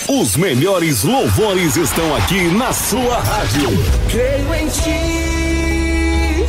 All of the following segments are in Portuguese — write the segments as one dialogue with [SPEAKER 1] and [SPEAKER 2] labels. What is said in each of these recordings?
[SPEAKER 1] Os melhores louvores estão aqui na sua rádio.
[SPEAKER 2] Creio em ti,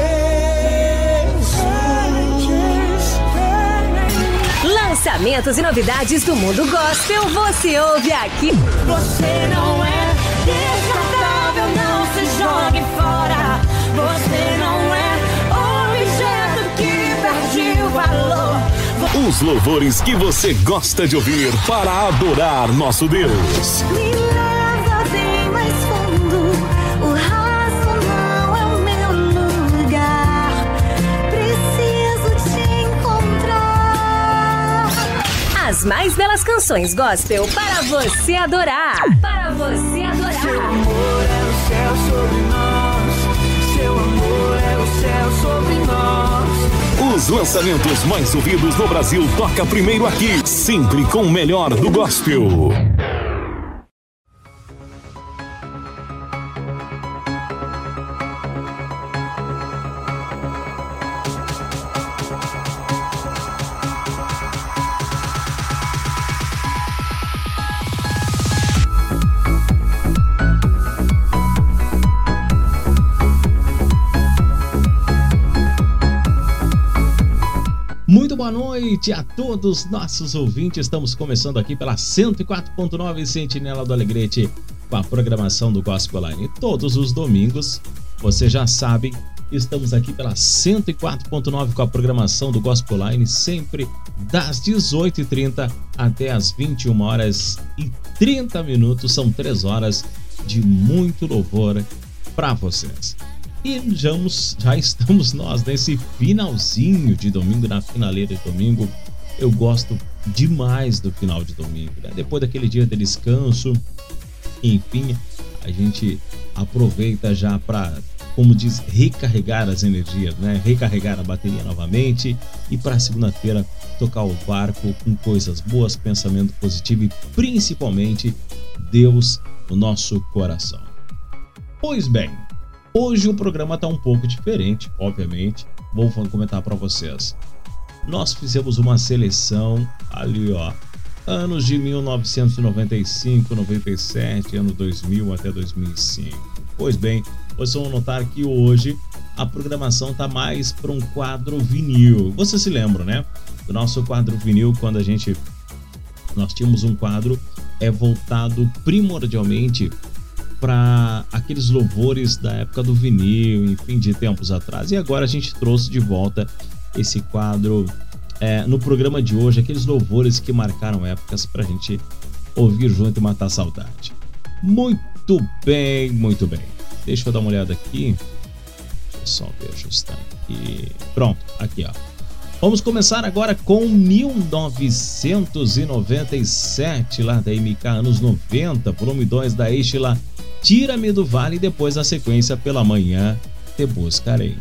[SPEAKER 2] Jesus.
[SPEAKER 3] Lançamentos e novidades do mundo gospel você ouve aqui.
[SPEAKER 2] Você não é descartável, não se jogue fora. Você não é objeto que perde o valor.
[SPEAKER 1] Os louvores que você gosta de ouvir para adorar nosso Deus.
[SPEAKER 2] Me leva bem mais fundo, o raso não é o meu lugar. Preciso te encontrar.
[SPEAKER 3] As mais belas canções gospel para você adorar. Para você adorar.
[SPEAKER 2] Seu amor é o céu sobre nós. Seu amor é o céu sobre nós.
[SPEAKER 1] Os lançamentos mais ouvidos no Brasil toca primeiro aqui, sempre com o melhor do gospel.
[SPEAKER 4] Muito boa noite a todos nossos ouvintes. Estamos começando aqui pela 104.9 Sentinela do Alegrete com a programação do Gospel Line. Todos os domingos, você já sabe, estamos aqui pela 104.9 com a programação do Gospel Line, sempre das 18h30 até as 21h30. São 3 horas de muito louvor para vocês. E já estamos nós nesse finalzinho de domingo, na finaleira de domingo. Eu gosto demais do final de domingo, né? Depois daquele dia de descanso, enfim, a gente aproveita já para, como diz, recarregar as energias, né? Recarregar a bateria novamente e para segunda-feira tocar o barco com coisas boas, pensamento positivo e principalmente Deus no nosso coração. Pois bem, hoje o programa está um pouco diferente, obviamente. Vou comentar para vocês. Nós fizemos uma seleção ali, ó, anos de 1995, 97, ano 2000 até 2005. Pois bem, vocês vão notar que hoje a programação está mais para um quadro vinil. Vocês se lembram, né? Do nosso quadro vinil, quando nós tínhamos um quadro voltado primordialmente para aqueles louvores da época do vinil, enfim, de tempos atrás. E agora a gente trouxe de volta esse quadro no programa de hoje, aqueles louvores que marcaram épocas para a gente ouvir junto e matar a saudade. Muito bem, muito bem. Deixa eu dar uma olhada aqui. Deixa eu só ver, ajustar aqui. Pronto, aqui, ó. Vamos começar agora com 1997, lá da MK, anos 90, volume 2 da Estila, Tira-me do Vale, e depois na sequência, Pela Manhã Te Buscarei.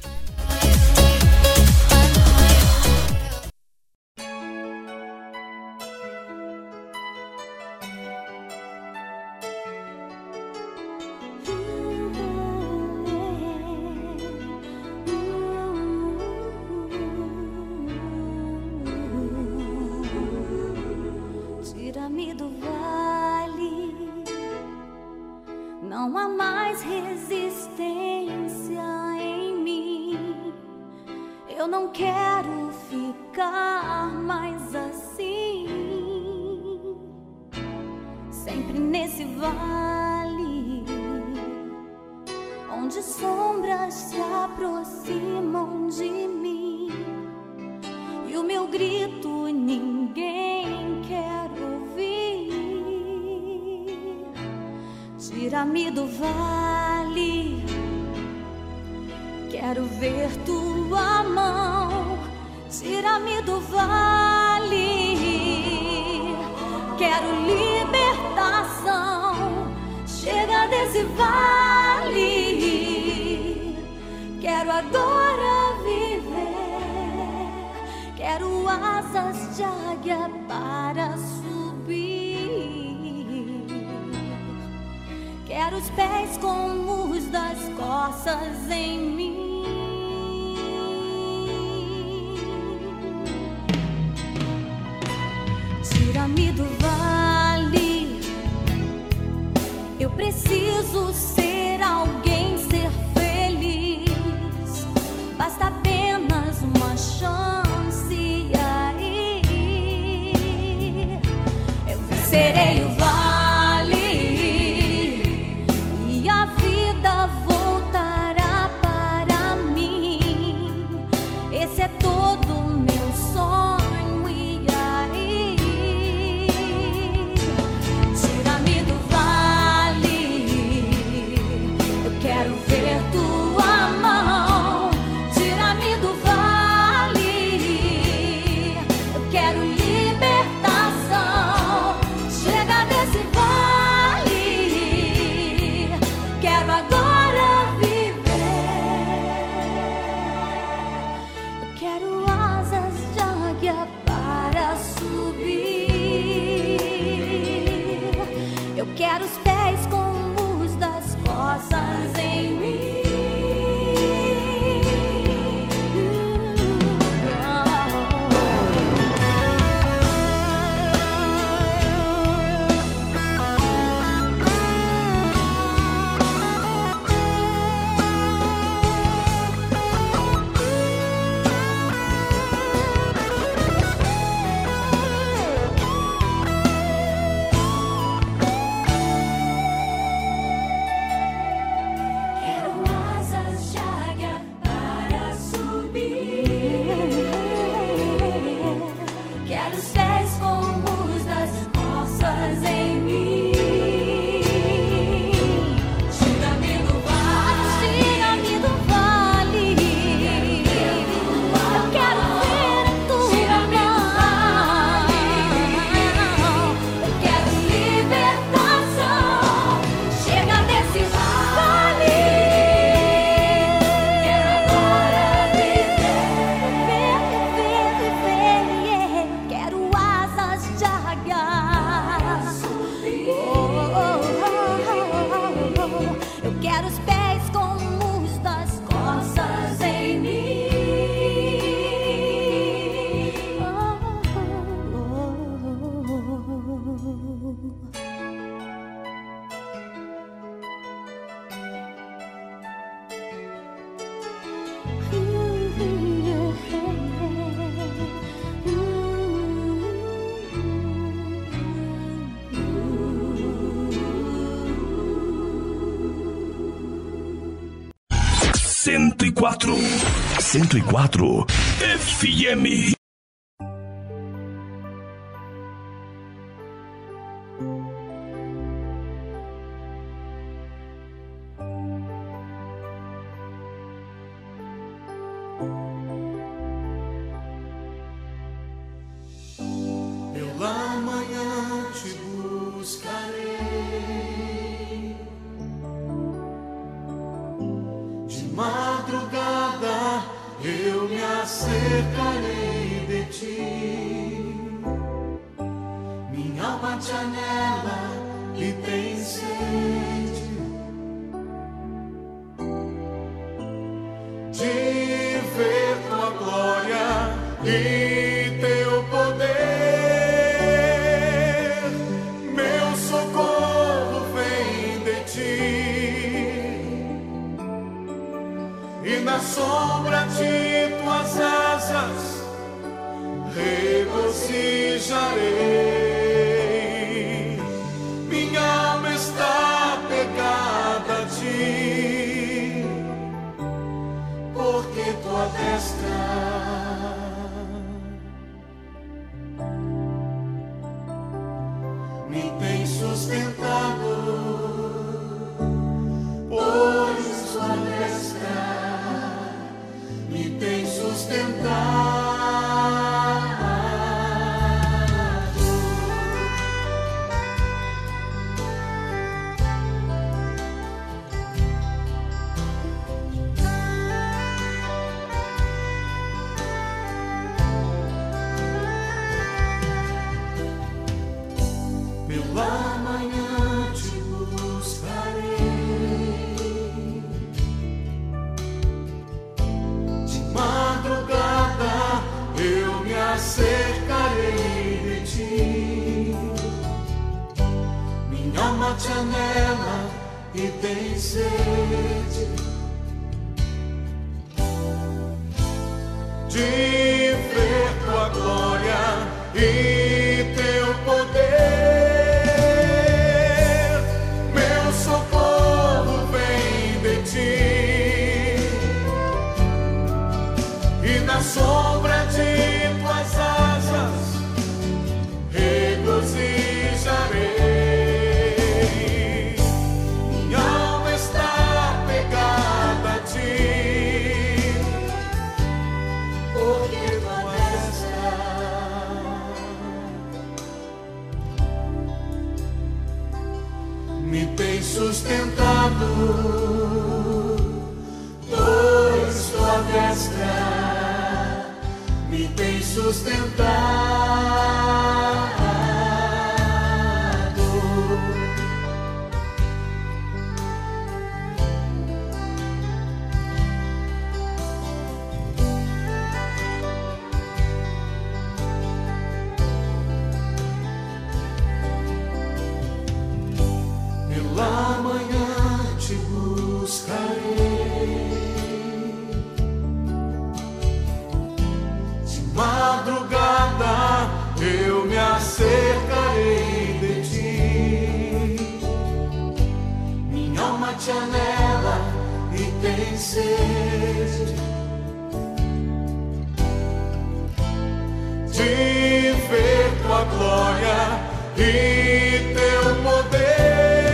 [SPEAKER 2] Tira-me do vale, não há mais resistência em mim. Eu não quero ficar mais assim, sempre nesse vale, onde sombras se aproximam de mim, e o meu grito ninguém quer ouvir. Tira-me do vale, quero ver tua mão. Tira-me do vale, quero libertação. Chega desse vale, quero agora viver. Quero asas de águia para subir. Quero os pés como os das corças em mim. Tira-me do vale, Eu preciso ser alguém, ser feliz. Basta apenas uma chance e aí eu vencerei o vale e a vida voltará para mim. Esse é todo o meu sonho e aí tira-me do vale. Eu quero ver tua mão. Tira-me do vale. Eu quero libertação. Chega desse vale. Quero agora viver. Eu quero asas de águia para subir. Eu quero os pés com luz das costas em mim. Quero asas de águia para subir. Quero os pés com luz das costas em mim. Tira-me do vale. Tira-me do vale. Eu quero ver a tua mão. Eu quero libertação. Chega desse vale. Quero agora viver. Quero asas de águia. Eu quero os pés com luz das costas em mim.
[SPEAKER 1] Cento e quatro FM.
[SPEAKER 5] Pela manhã te buscarei, de madrugada eu me acercarei de ti. Minha alma te anela e tem sede de ver tua glória e teu poder. Meu socorro vem de ti, e na sombra de tuas asas regozijarei. Minha alma está pegada a ti, porque tua destra me tem sustentado, pois tua destra me tem sustentado. Pela manhã te buscarei, de madrugada eu me acercarei de ti. Minha alma te anela e tem sede de ver tua glória e teu poder. Meu socorro vem de ti, e na sombra de tuas asas regozijarei. Minha alma está pegada a ti, porque tua destra me tem sustentado, pois tua destra me tem sustentado. Pela manhã te buscarei, de madrugada eu me acercarei de ti. Minha alma te anela e tem sede de ver tua glória e teu poder.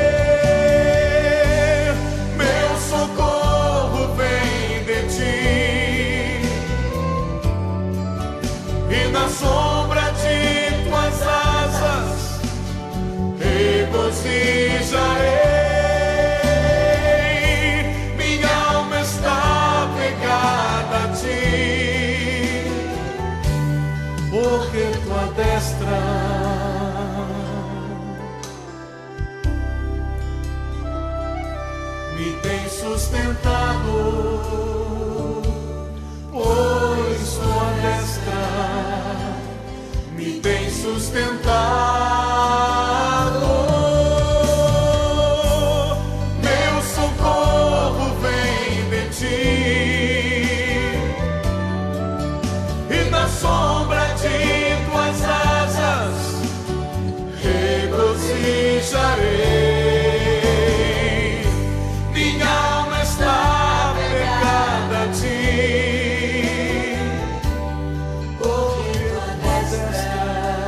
[SPEAKER 5] Meu socorro vem de ti, e na sombra de tuas asas regozijarei. Minha alma está pegada a ti, porque tua destra me tem sustentado, pois tua destra me tem sustentado. Meu socorro vem de ti, e na sombra de tuas asas regozijarei. Minha alma está pegada a ti, porque tua destra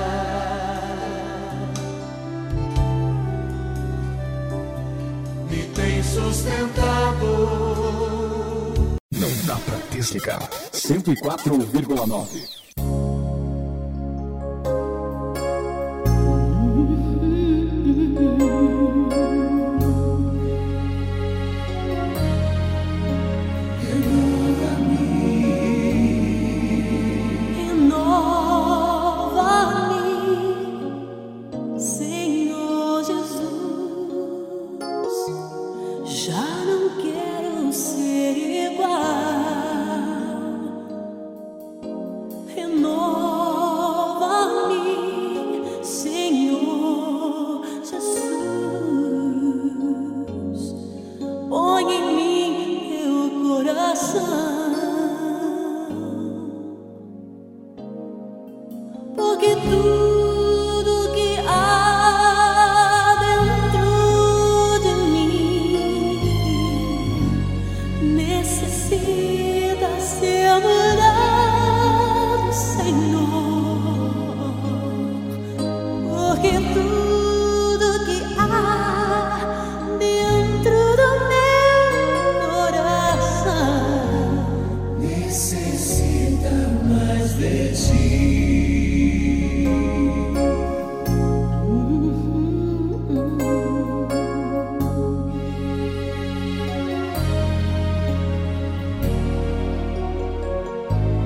[SPEAKER 5] me tem sustentado.
[SPEAKER 1] Não dá pra desligar. 104,9.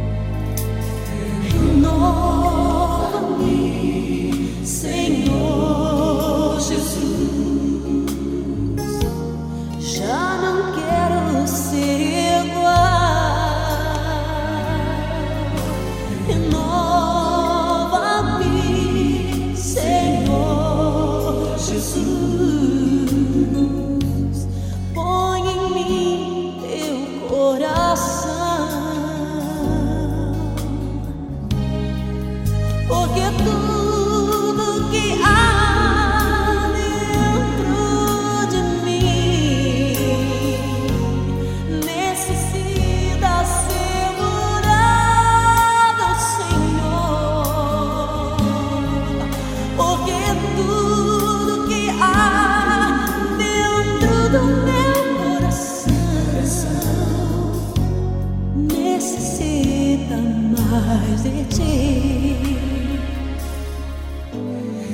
[SPEAKER 2] Senhor.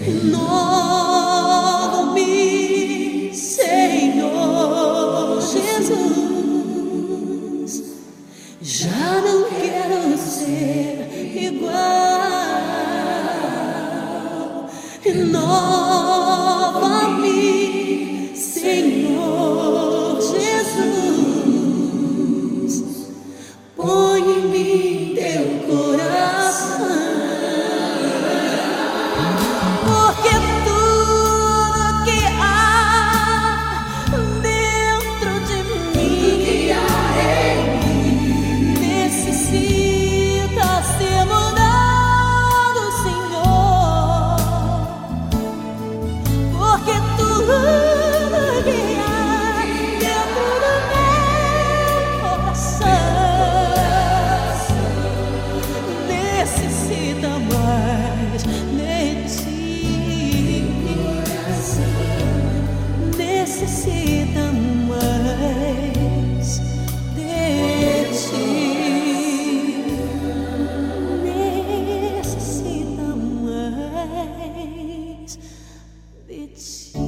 [SPEAKER 2] Renova-me, Senhor Jesus. Já não quero ser igual. Renova-me, Senhor Jesus. Põe em mim teu coração. Porque tudo que há dentro de mim necessita ser mudado, Senhor. Porque tudo que há dentro do meu coração necessita mais de ti. Necessita mais de ti. Necessita mais de ti.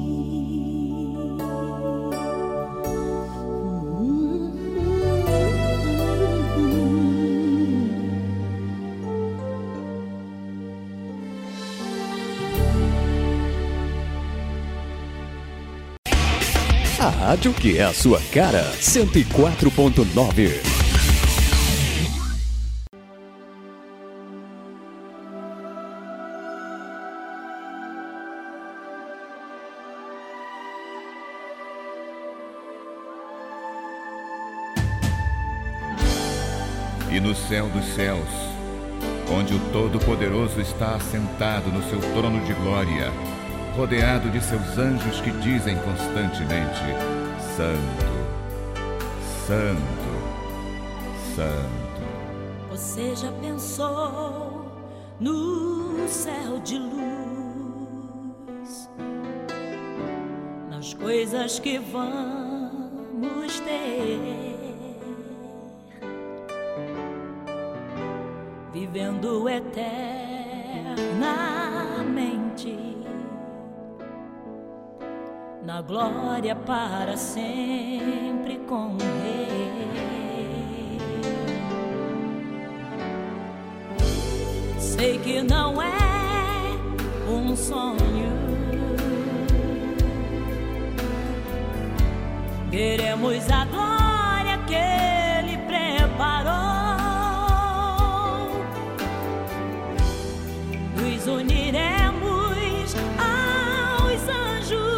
[SPEAKER 6] A rádio que é a sua cara, 104.9.
[SPEAKER 7] E no céu dos céus, onde o Todo-Poderoso está assentado no seu trono de glória, rodeado de seus anjos que dizem constantemente: Santo, Santo, Santo.
[SPEAKER 2] Você já pensou no céu de luz, nas coisas que vamos ter, vivendo eternamente na glória para sempre com o Rei. Sei que não é um sonho, veremos a glória que Ele preparou. Nos uniremos aos anjos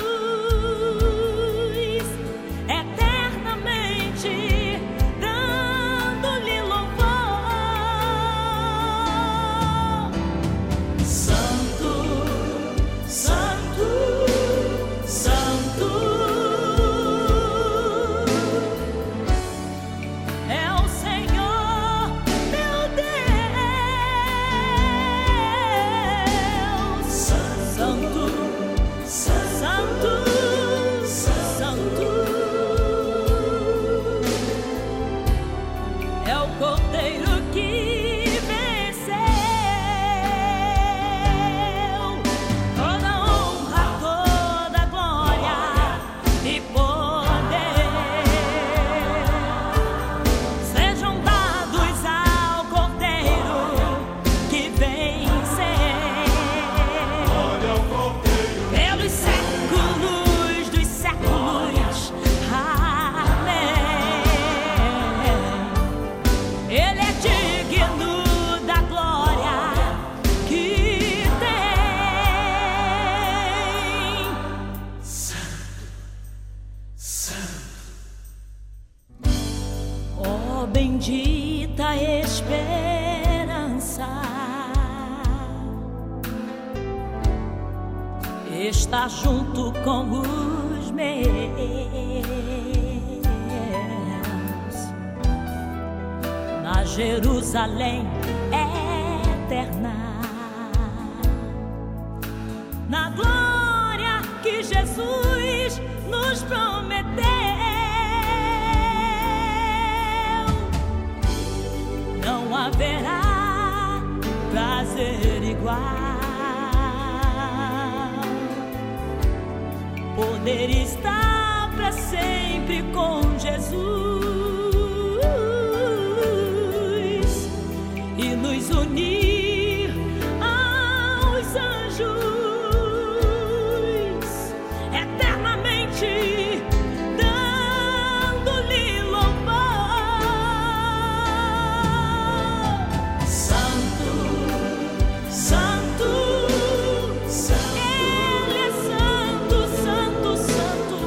[SPEAKER 2] bendita esperança, está junto com os meus, na Jerusalém eterna, na glória que Jesus nos prometeu. Não haverá prazer igual. poder estar para sempre com Jesus e nos unir aos anjos eternamente, dando-lhe louvor. Santo, Santo, Santo, Ele é Santo, Santo, Santo,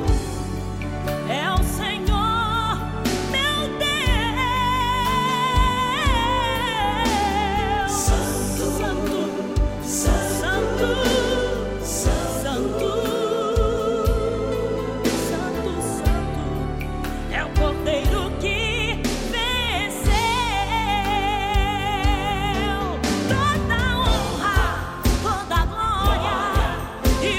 [SPEAKER 2] é o Senhor, meu Deus. Santo, Santo, Santo, Santo, Santo, Santo, é o Cordeiro que venceu. Toda honra, toda glória e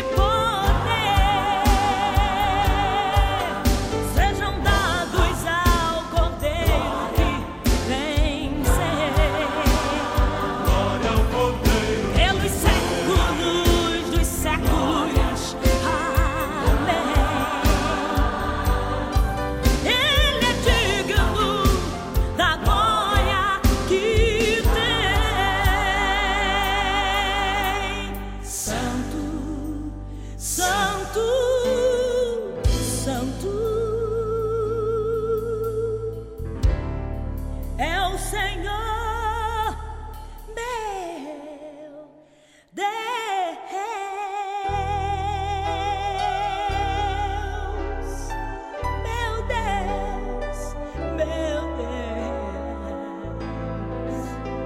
[SPEAKER 2] poder sejam dados ao Cordeiro que venceu.
[SPEAKER 5] Glória ao Cordeiro.
[SPEAKER 2] Pelos séculos dos séculos. Amém. Ele é digno da glória que tem. Santo, Santo, Santo, é o Senhor, meu Deus, meu Deus, meu Deus.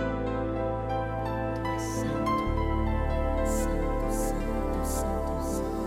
[SPEAKER 2] Santo, Santo, Santo, Santo, Santo.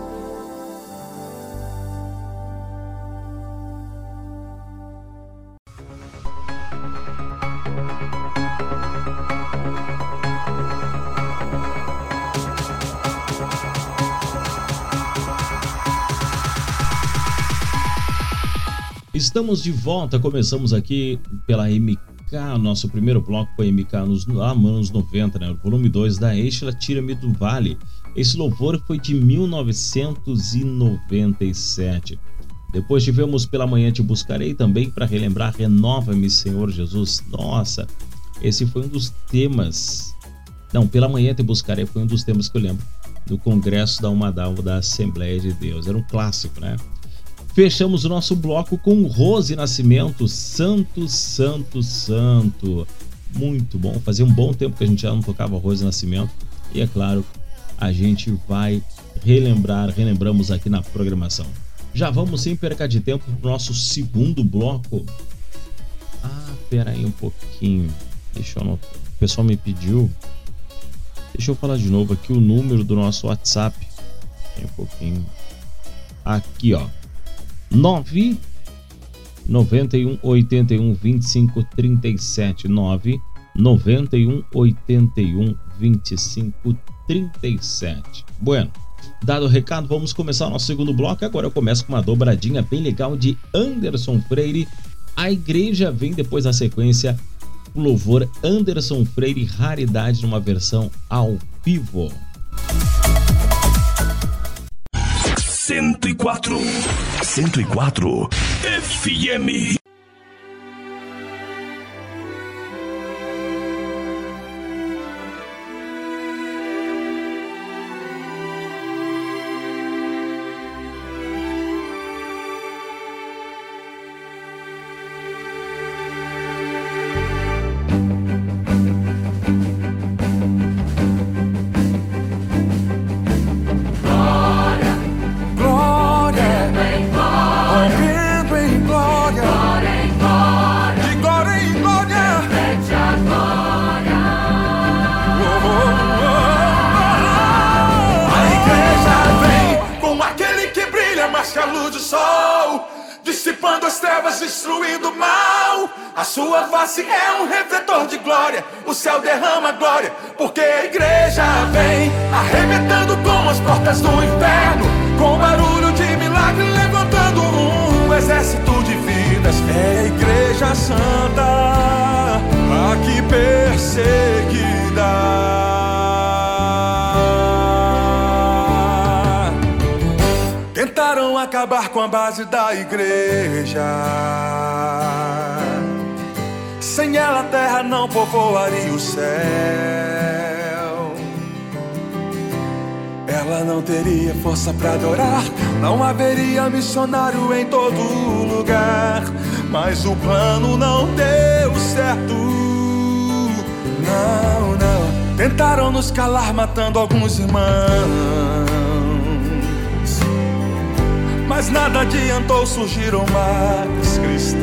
[SPEAKER 4] Estamos de volta, começamos aqui pela MK, nosso primeiro bloco foi MK nos anos 90, né? O volume 2 da Estela Tira-me do Vale. Esse louvor foi de 1997. Depois tivemos Pela Manhã Te Buscarei, também para relembrar Renova-me, Senhor Jesus. Nossa, esse foi um dos temas. Não, Pela Manhã Te Buscarei foi um dos temas que eu lembro do Congresso da Umadal da Assembleia de Deus. Era um clássico, né? Fechamos o nosso bloco com Rose Nascimento, Santo, Santo, Santo. Muito bom, fazia um bom tempo que a gente já não tocava Rose Nascimento. E é claro, a gente vai relembramos aqui na programação. Já vamos sem perca de tempo pro nosso segundo bloco. Pera aí um pouquinho. Deixa eu anotar. O pessoal me pediu. Deixa eu falar de novo aqui o número do nosso WhatsApp. Tem um pouquinho. Aqui, ó. 9 91 81 25 37 9 91 81 25 37. Bueno, dado o recado, vamos começar o nosso segundo bloco. Agora eu começo com uma dobradinha bem legal de Anderson Freire. A igreja vem depois na sequência o louvor Anderson Freire, Raridade, numa versão ao vivo.
[SPEAKER 1] 104 FM.
[SPEAKER 5] Dissipando as trevas, destruindo o mal. A sua face é um refletor de glória. O céu derrama glória, porque a igreja vem arrebentando com as portas do inferno, com barulho de milagre, levantando um exército de vidas. É a igreja santa, aqui perseguida. Tentaram acabar com a base da igreja. Sem ela a terra não povoaria o céu. Ela não teria força pra adorar, não haveria missionário em todo lugar. Mas o plano não deu certo. Não, não. Tentaram nos calar matando alguns irmãos, mas nada adiantou, surgiram mais cristãos,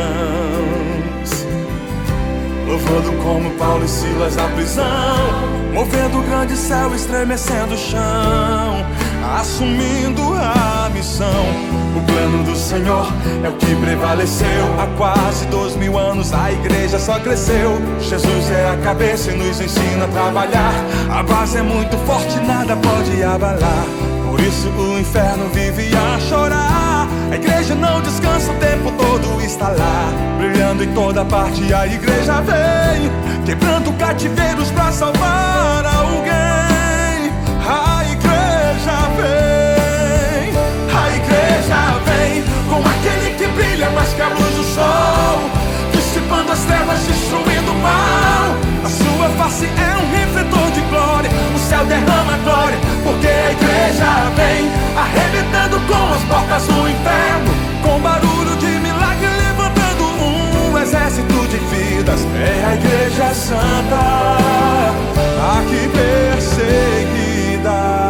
[SPEAKER 5] louvando como Paulo e Silas na prisão, movendo o grande céu, estremecendo o chão, assumindo a missão. O plano do Senhor é o que prevaleceu. Há quase 2000 anos a igreja só cresceu. Jesus é a cabeça e nos ensina a trabalhar. A base é muito forte, nada pode abalar. Por isso o inferno vive a chorar. A igreja não descansa, o tempo todo está lá, brilhando em toda parte. A igreja vem, quebrando cativeiros pra salvar alguém. A igreja vem, a igreja vem, com aquele que brilha mais que a luz do sol, dissipando as trevas, destruindo o mal. A sua face é um refletor de glória, o céu derrama glória, porque a igreja vem, arrebentando com as portas do inferno, com barulho de milagre, levantando um exército de vidas. É a igreja santa, aqui perseguida.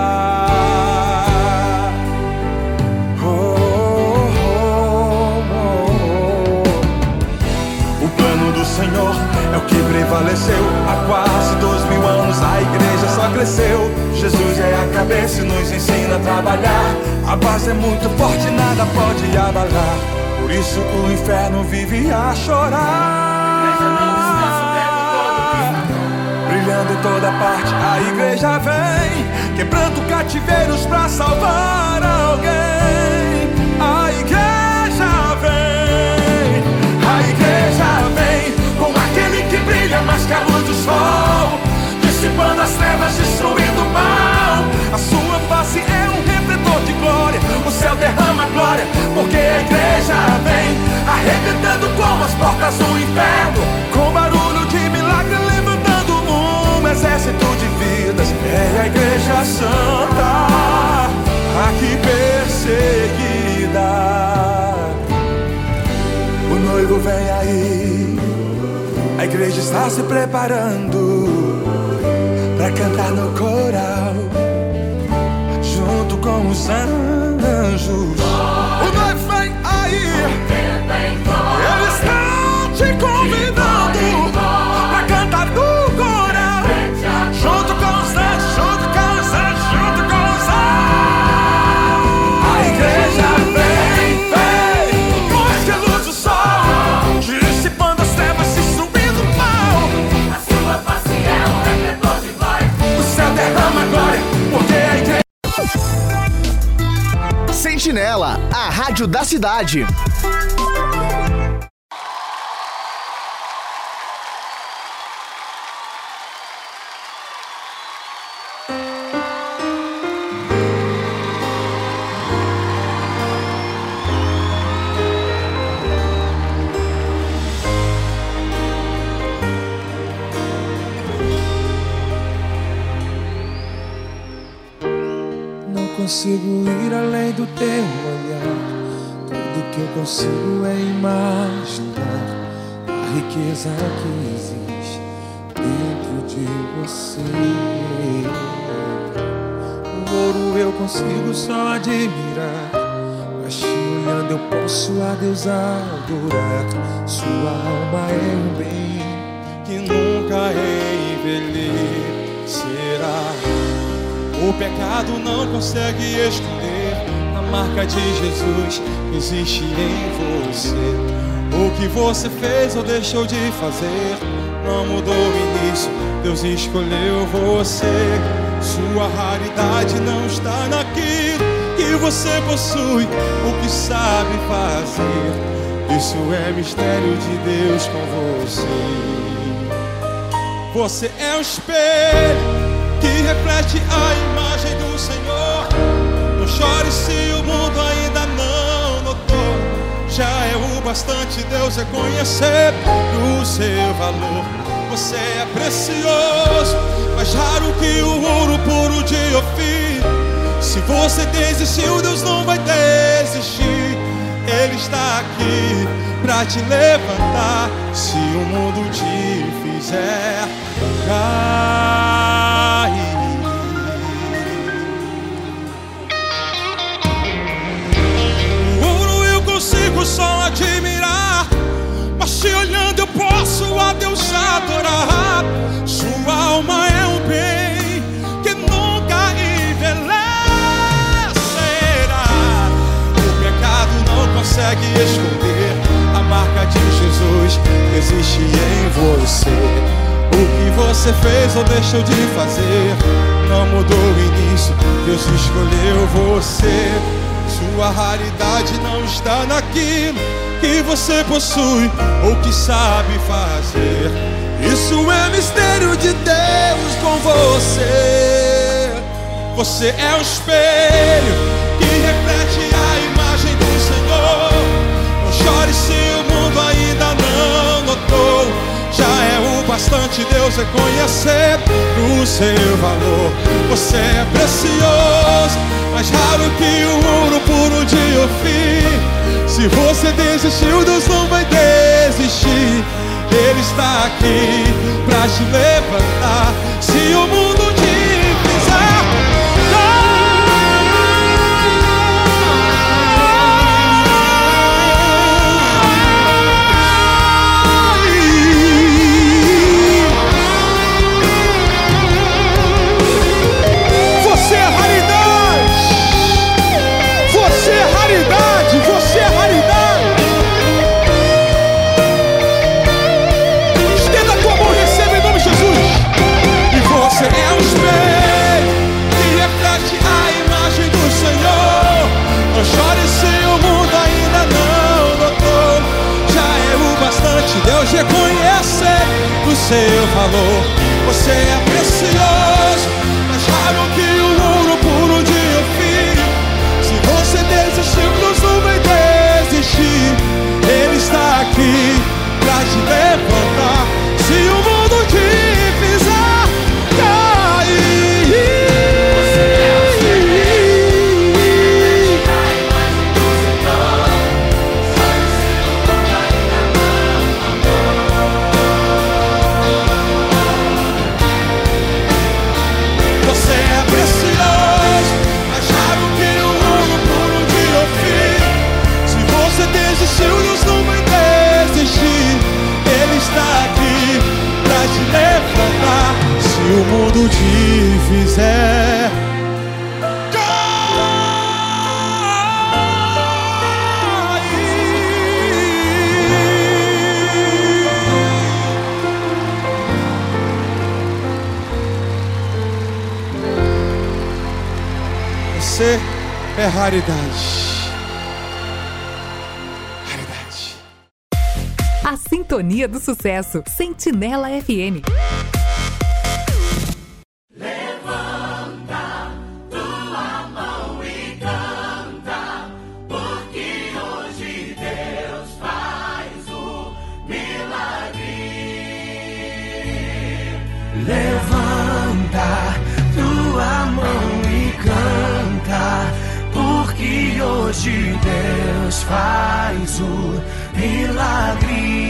[SPEAKER 5] Senhor é o que prevaleceu. Há quase 2000 anos a igreja só cresceu. Jesus é a cabeça e nos ensina a trabalhar. A base é muito forte, nada pode abalar. Por isso o inferno vive a chorar. Brilhando em toda parte a igreja vem, quebrando cativeiros pra salvar alguém. A igreja vem, a igreja vem, com aquele que brilha mais que a luz do sol, dissipando as trevas, destruindo o mal. A sua face é um refletor de glória, o céu derrama glória, porque a igreja vem, arrebentando com as portas do inferno, com barulho de milagre, levantando um exército de vidas. É a igreja santa, aqui perseguida. O noivo vem aí, a igreja está se preparando para cantar no coral, junto com os anjos. O noivo vem aí, ele está te convidando para cantar no coral, junto com os anjos, junto com os anjos, junto com os anjos. A igreja vem, vem, mais que a luz do sol, dissipando as trevas, destruindo o mal. A sua face é um refletor de glória, o céu derrama glória, porque a igreja...
[SPEAKER 8] Sentinela, a rádio da cidade.
[SPEAKER 9] Não consigo ir além do teu olhar, tudo que eu consigo é imaginar a riqueza que existe dentro de você. O ouro eu consigo só admirar, mas te olhando eu posso a Deus adorar. Sua alma é um bem que nunca envelhecerá. O pecado não consegue esconder a marca de Jesus que existe em você. O que você fez ou deixou de fazer não mudou o início, Deus escolheu você. Sua raridade não está naquilo que você possui, o que sabe fazer. Isso é mistério de Deus com você. Você é um espelho que reflete a imagem do Senhor. Não chore se o mundo bastante Deus reconhecer o seu valor. Você é precioso, mais raro que o ouro puro de Ofir. Se você desistiu, Deus não vai desistir. Ele está aqui pra te levantar se o mundo te fizer cair. O ouro eu consigo só admirar, mas te olhando eu posso a Deus adorar. Sua alma é um bem que nunca envelhecerá. O pecado não consegue esconder a marca de Jesus que existe em você. O que você fez ou deixou de fazer não mudou o início, Deus escolheu você. Sua raridade não está naquilo que você possui ou que sabe fazer. Isso é mistério de Deus com você. Você é o espelho que reflete a imagem do Senhor. Não chore se o mundo ainda não notou. Já é o bastante Deus reconhecer o seu valor. Você é precioso, mais raro que o ouro puro de Ofir. Se você desistiu, Deus não vai desistir. Ele está aqui pra te levantar se o mundo te fizer Você é raridade. Você é raridade. Você é raridade. Você é um espelho que reflete a imagem do Senhor. Não chore se o mundo ainda não notou. Já é o bastante Deus reconhecer o seu valor. Você é precioso, mais raro que o ouro puro de Ofir. Se você desistiu, Deus não vai desistir. Ele está aqui pra te levantar se o mundo te fizer. Deus não vai desistir. Ele está aqui pra te levantar se o mundo te fizer cair. Você é raridade.
[SPEAKER 10] A sintonia do sucesso. Sentinela FM.
[SPEAKER 2] Levanta tua mão e canta, porque hoje Deus faz o milagre. Levanta tua mão e canta, porque hoje Deus faz o milagre.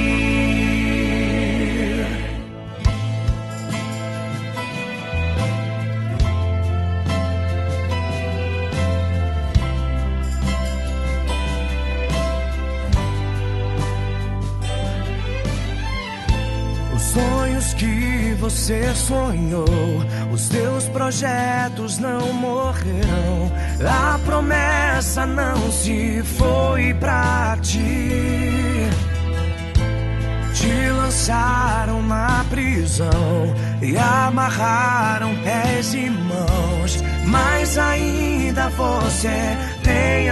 [SPEAKER 2] Os sonhos que você sonhou, os teus projetos não morrerão. A promessa não se foi pra ti. Te lançaram na prisão e amarraram pés e mãos, mas ainda você tem a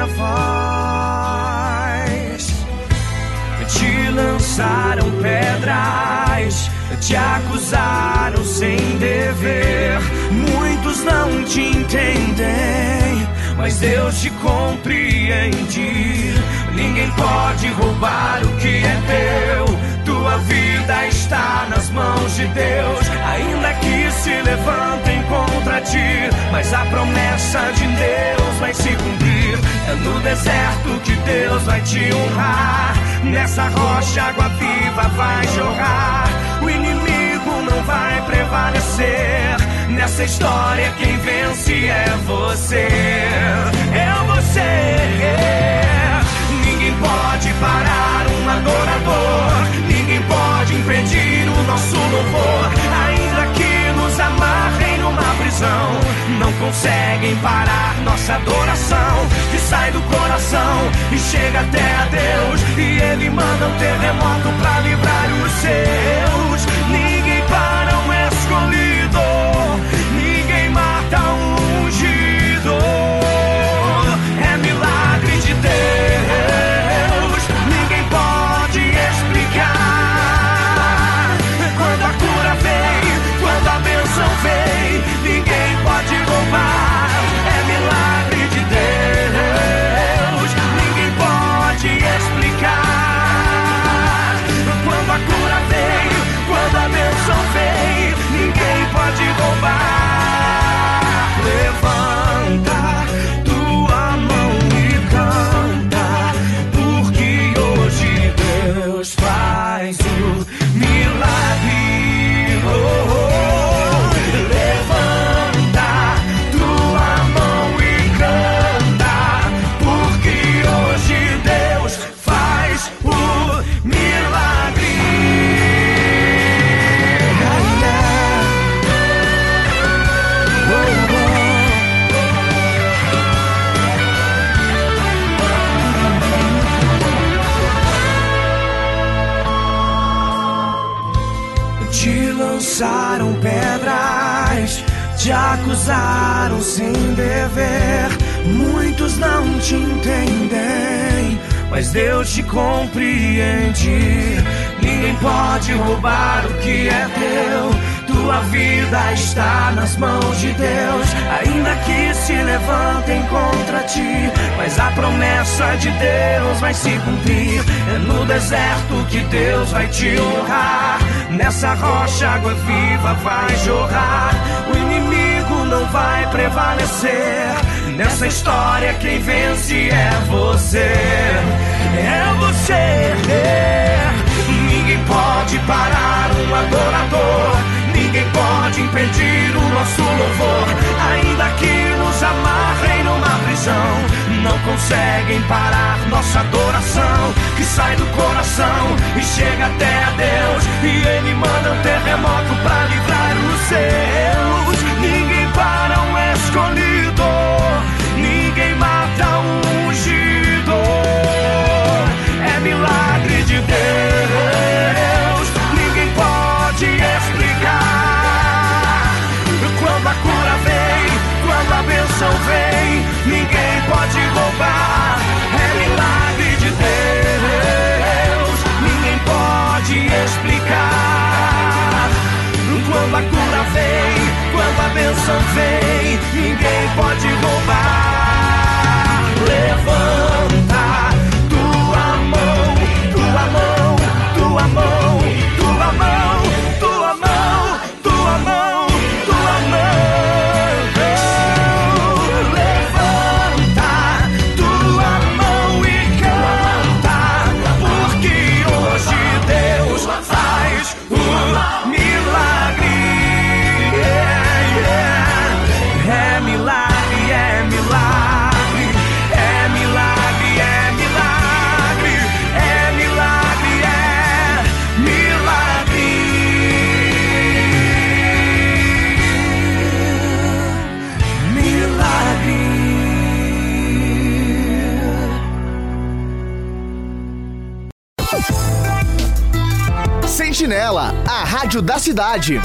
[SPEAKER 2] voz. Te lançaram pedras, te acusaram sem dever. Muitos não te entendem, mas Deus te compreende.
[SPEAKER 11] ninguém pode roubar o que é teu. Tua vida está nas mãos de Deus, ainda que se levantem contra ti, mas a promessa de Deus vai se cumprir. É no deserto que Deus vai te honrar, nessa rocha água viva vai jorrar. O inimigo não vai prevalecer, nessa história quem vence é você. É você. Ninguém pode parar um adorador, ninguém pode impedir o nosso louvor. Ainda que nos amarrem numa prisão, não conseguem parar nossa adoração, que sai do coração e chega até a Deus. E Ele manda um terremoto pra livrar os seus. Ninguém para um escolhido, ninguém mata um ungido. É milagre de Deus, ninguém pode explicar. Quando a cura vem, quando a bênção vem, ninguém pode roubar. É milagre de Deus, ninguém pode explicar. Quando a cura vem, quando a bênção vem, ninguém pode roubar. Levanta tua mão e canta, porque hoje Deus faz o milagre. Oh, oh. Levanta tua mão e canta, porque hoje Deus faz o milagre. Te lançaram pedras, te acusaram sem dever. Muitos não te entendem, mas Deus te compreende. Ninguém pode roubar o que é teu. Tua vida está nas mãos de Deus, ainda que se levantem contra ti, mas a promessa de Deus vai se cumprir. É no deserto que Deus vai te honrar, nessa rocha água viva vai jorrar. O inimigo não vai prevalecer, nessa história quem vence é você. É você. Ninguém pode parar um adorador, ninguém pode impedir o nosso louvor. Ainda que nos amarrem numa prisão, não conseguem parar nossa adoração, que sai do coração e chega até a Deus. E Ele manda um terremoto pra livrar os seus. Ninguém para um escolhido, ninguém mata um ungido. É milagre de Deus, ninguém pode explicar. Quando a cura vem, quando a bênção vem, ninguém pode roubar. É milagre de Deus, ninguém pode explicar. Quando a cura vem, quando a bênção vem, ninguém pode roubar. Levanta tua mão, tua mão, tua mão, tua mão, tua mão, tua mão, tua mão. Levanta tua mão e canta, porque hoje Deus faz o milagre. É milagre, é milagre, é milagre, é milagre, é milagre, é milagre. Milagre.
[SPEAKER 8] Sentinela, a rádio da cidade.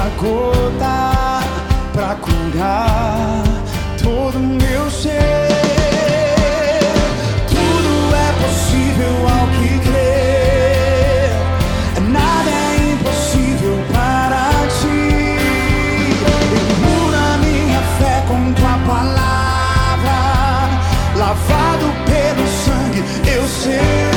[SPEAKER 11] uma gota pra curar todo o meu ser. Tudo é possível ao que crer, nada é impossível para ti. Eu mudo a minha fé com tua palavra, lavado pelo sangue, eu sei.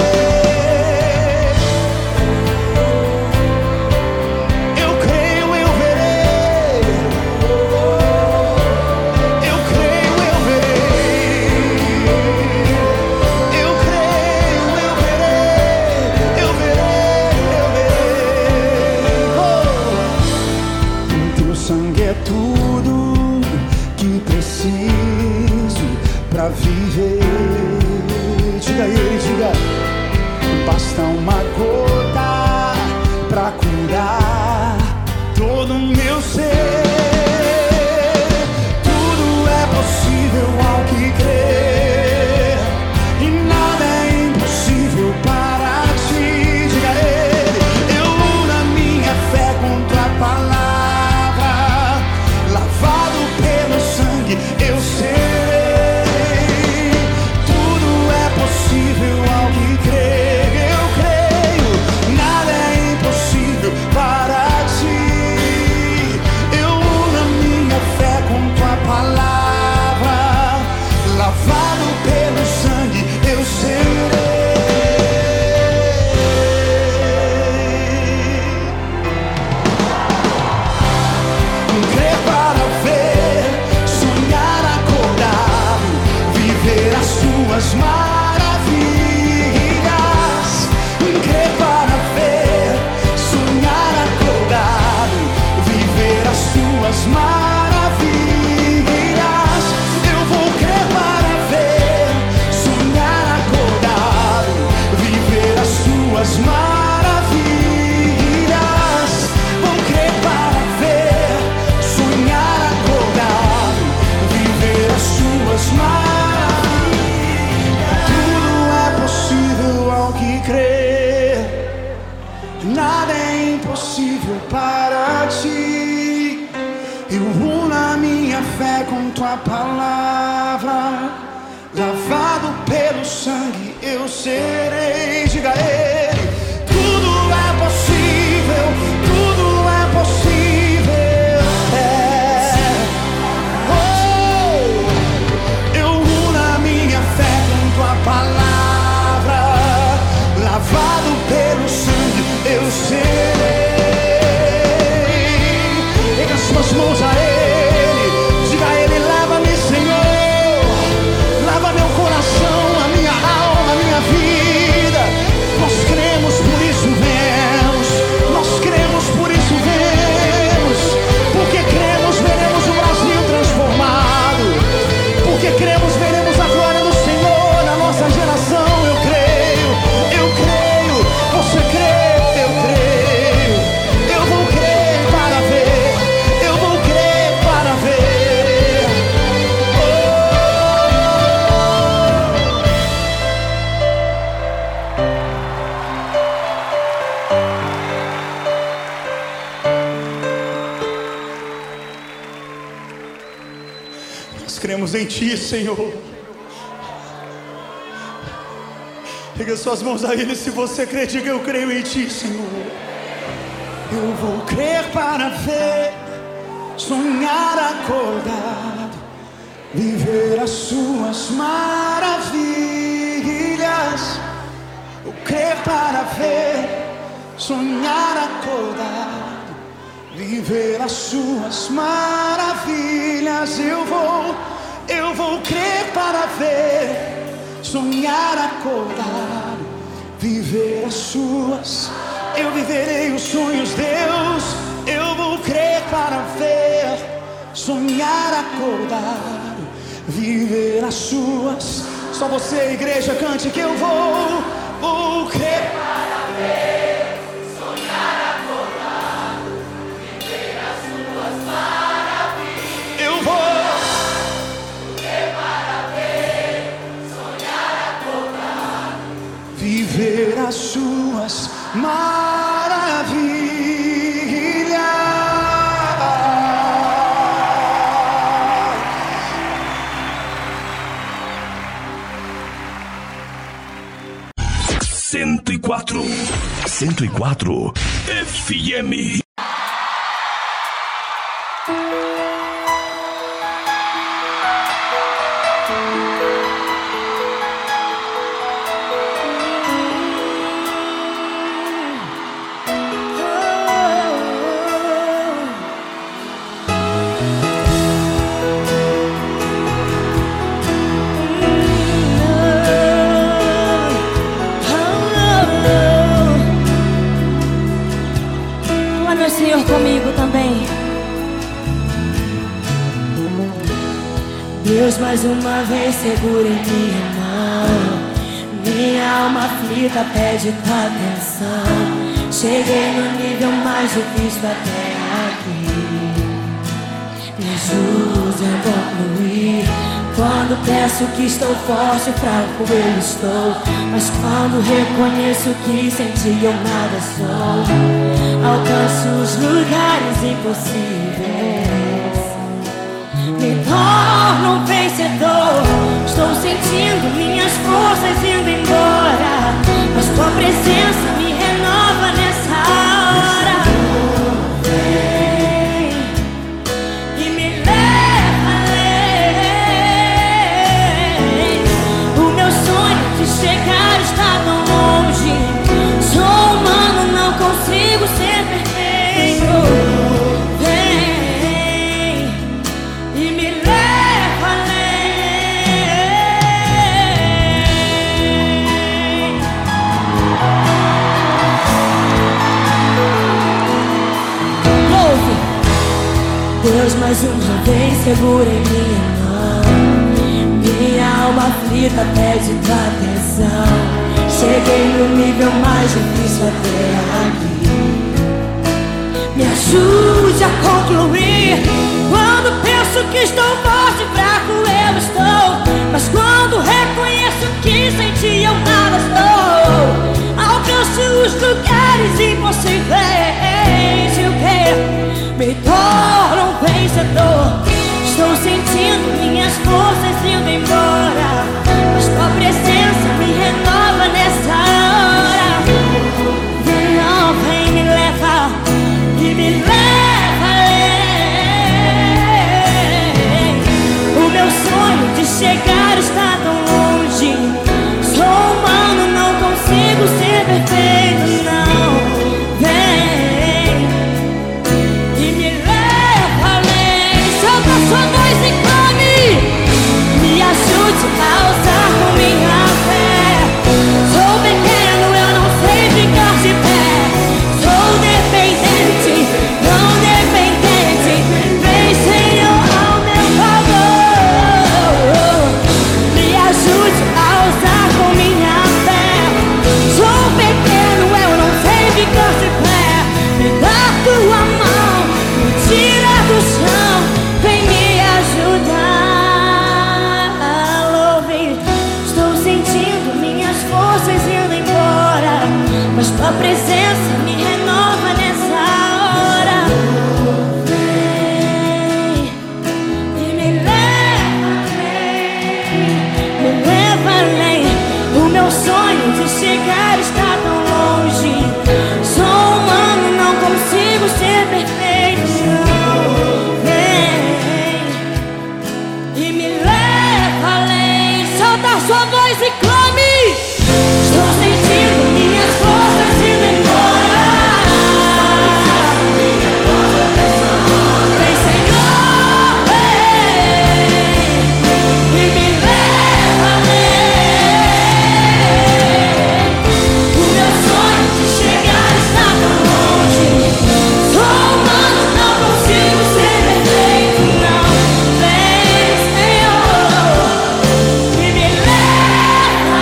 [SPEAKER 11] Pra viver, diga ele, diga. Basta uma gota pra curar todo o meu ser. Tudo é possível ao que crer, e nada é impossível para ti. Diga ele. Eu uno a minha fé com tua palavra, lavado pelo sangue, eu sei. Ao que crer, eu creio, nada é impossível para ti. Eu uno a minha fé com tua palavra, lavado pelo sangue, eu serei. Crer para ver, sonhar acordado, viver as tuas mãos. Maravilhas, eu vou crer para ver, sonhar acordado, viver as tuas maravilhas. Vou crer para ver, sonhar acordado, viver as tuas maravilhas. Tudo é possível ao que crer, nada é impossível para ti. Eu uno a minha fé com tua palavra, lavado pelo sangue, eu serei. Diga ele. Tudo é possível, tudo é possível. Eu uno a minha fé com tua palavra, lavado pelo sangue, eu serei. Suas mãos a Ele, diga a Ele: lava-me, Senhor, lava meu coração, a minha alma, a minha vida. Nós cremos, por isso vemos, nós cremos, por isso vemos, porque cremos, veremos o Brasil transformado, porque cremos, veremos a glória do Senhor na nossa geração. Eu creio, você crê, eu creio, eu vou crer para ver. Cremos em Ti, Senhor. Pega suas mãos a Ele, se você crê, diga: eu creio em Ti, Senhor. Eu vou crer para ver, sonhar acordado, viver as Suas maravilhas. Eu crer para ver, sonhar acordado, viver as Suas maravilhas. Eu vou crer para ver, sonhar acordado, viver as Suas. Eu viverei os sonhos, Deus. Eu vou crer para ver, sonhar acordado, viver as Suas. Só você, igreja, cante que eu vou crer para ver, sonhar acordado, viver as Suas maravilhas. Eu vou crer para ver, sonhar acordado, viver as Suas maravilhas.
[SPEAKER 12] 104. 104 FM.
[SPEAKER 2] Senhor, comigo também. Deus, mais uma vez segura em minha mão. Minha alma aflita pede tua atenção. Cheguei no nível mais difícil até aqui. Me ajude a concluir. Quando peço que estou forte, fraco eu estou. Mas quando reconheço que sem ti eu nada sou, alcanço os lugares impossíveis, me torno um vencedor. Estou sentindo minhas forças indo embora, mas tua presença me renova nessa hora. Vem e me leva além. O meu sonho de chegar está tão longe. Sou humano, não consigo ser perfeito. Vem e me leva além. Louve. Deus, mais uma vez segura em minha mão. Minha alma aflita pede tua atenção. Cheguei no nível mais difícil até aqui. Me ajude a concluir. Quando penso que estou forte, fraco eu estou. Mas quando reconheço que sem ti eu nada sou, alcanço os lugares impossíveis. E o que? Me torno um vencedor. Estou sentindo minhas forças indo embora, mas tua presença me renova nessa hora. Não, vem me levar e me leva além. O meu sonho de chegar está tão longe. Sou humano, não consigo ser perfeito, não. Vem e me leva além. Solta sua voz e clame. Me ajude a usar com minha fé. Sou pequeno, eu não sei ficar de pé. Sou dependente, não dependente. Vem, Senhor, ao meu favor. Me ajude a usar com minha fé. Sou pequeno, eu não sei ficar de pé. Me dá tua mão, me tira do chão. Vem me ajudar. Louve. Estou sentindo minhas forças indo embora, mas tua presença me renova nessa hora. Vem e me leva além. Me leva além. O meu sonho de chegar está tão longe. Sou humano, não consigo ser perfeito, não. Vem e me leva além. Solta a sua voz e clame. Estou sentindo minhas forças indo embora. Vem, Senhor, vem e me leva além. O meu sonho de chegar está tão longe. Sou humano, não consigo ser perfeito, não. Vem, Senhor, e me leva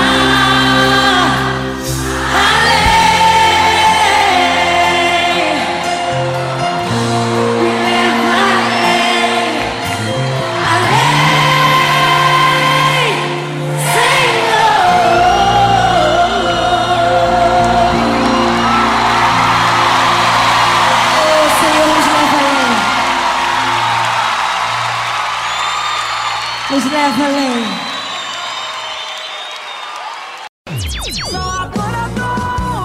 [SPEAKER 2] nos leva além.
[SPEAKER 13] Só adorador.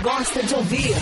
[SPEAKER 3] gosta de ouvir.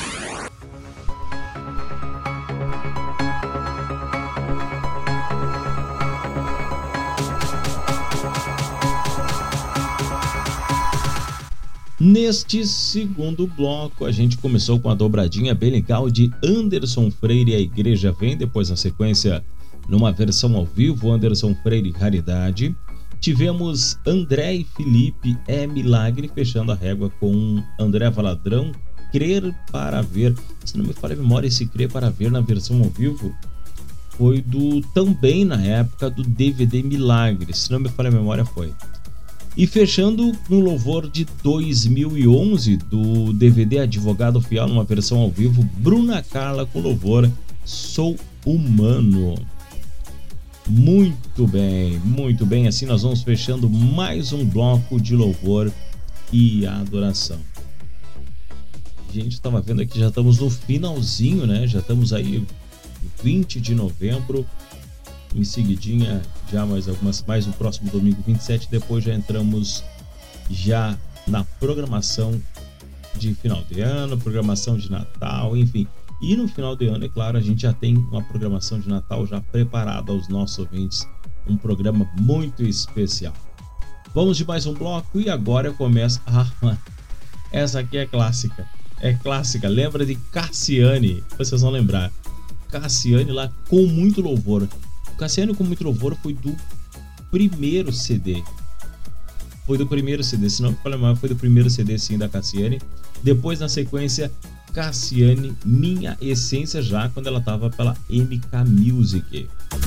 [SPEAKER 4] Neste segundo bloco, a gente começou com a dobradinha bem legal de Anderson Freire e a Igreja Vem. Depois, na sequência, numa versão ao vivo, Anderson Freire e Raridade. Tivemos André e Felipe, É Milagre, fechando a régua com André Valadrão, Crer para Ver. Se não me falha a memória, esse Crer para Ver na versão ao vivo foi também na época do DVD Milagre. Se não me falha a memória, foi. E fechando no louvor de 2011 do DVD Advogado Fiel, numa versão ao vivo, Bruna Carla com louvor Sou Humano. Muito bem, assim nós vamos fechando mais um bloco de louvor e adoração. Gente, estava vendo aqui, já estamos no finalzinho, né? Já estamos aí 20 de novembro. Em seguidinha, já mais o próximo domingo 27, depois já entramos já na programação de final de ano, programação de Natal, enfim. E no final de ano, é claro, a gente já tem uma programação de Natal já preparada aos nossos ouvintes, um programa muito especial. Vamos de mais um bloco e agora começa... essa aqui é clássica, lembra de Cassiane, vocês vão lembrar. Cassiane lá com muito louvor. Cassiane com muito louvor foi do primeiro CD. Se não me falha mal, foi do primeiro CD sim da Cassiane. Depois na sequência, Cassiane, Minha Essência, já quando ela estava pela MK Music.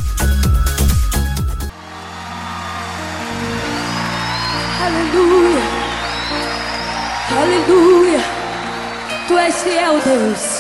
[SPEAKER 2] Aleluia, aleluia, Tu és fiel, Deus.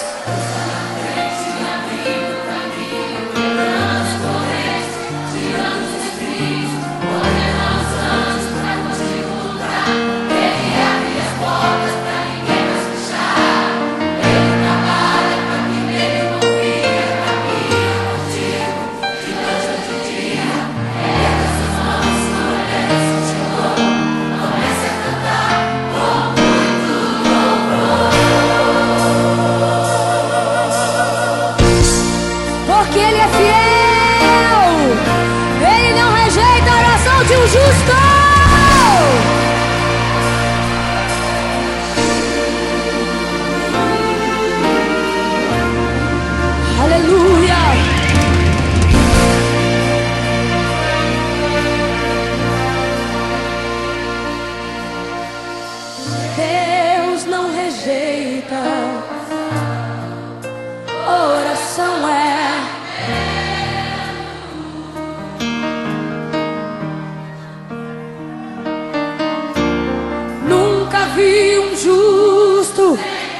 [SPEAKER 2] De um justo. Aleluia. Deus não rejeita, oração é. Vi um justo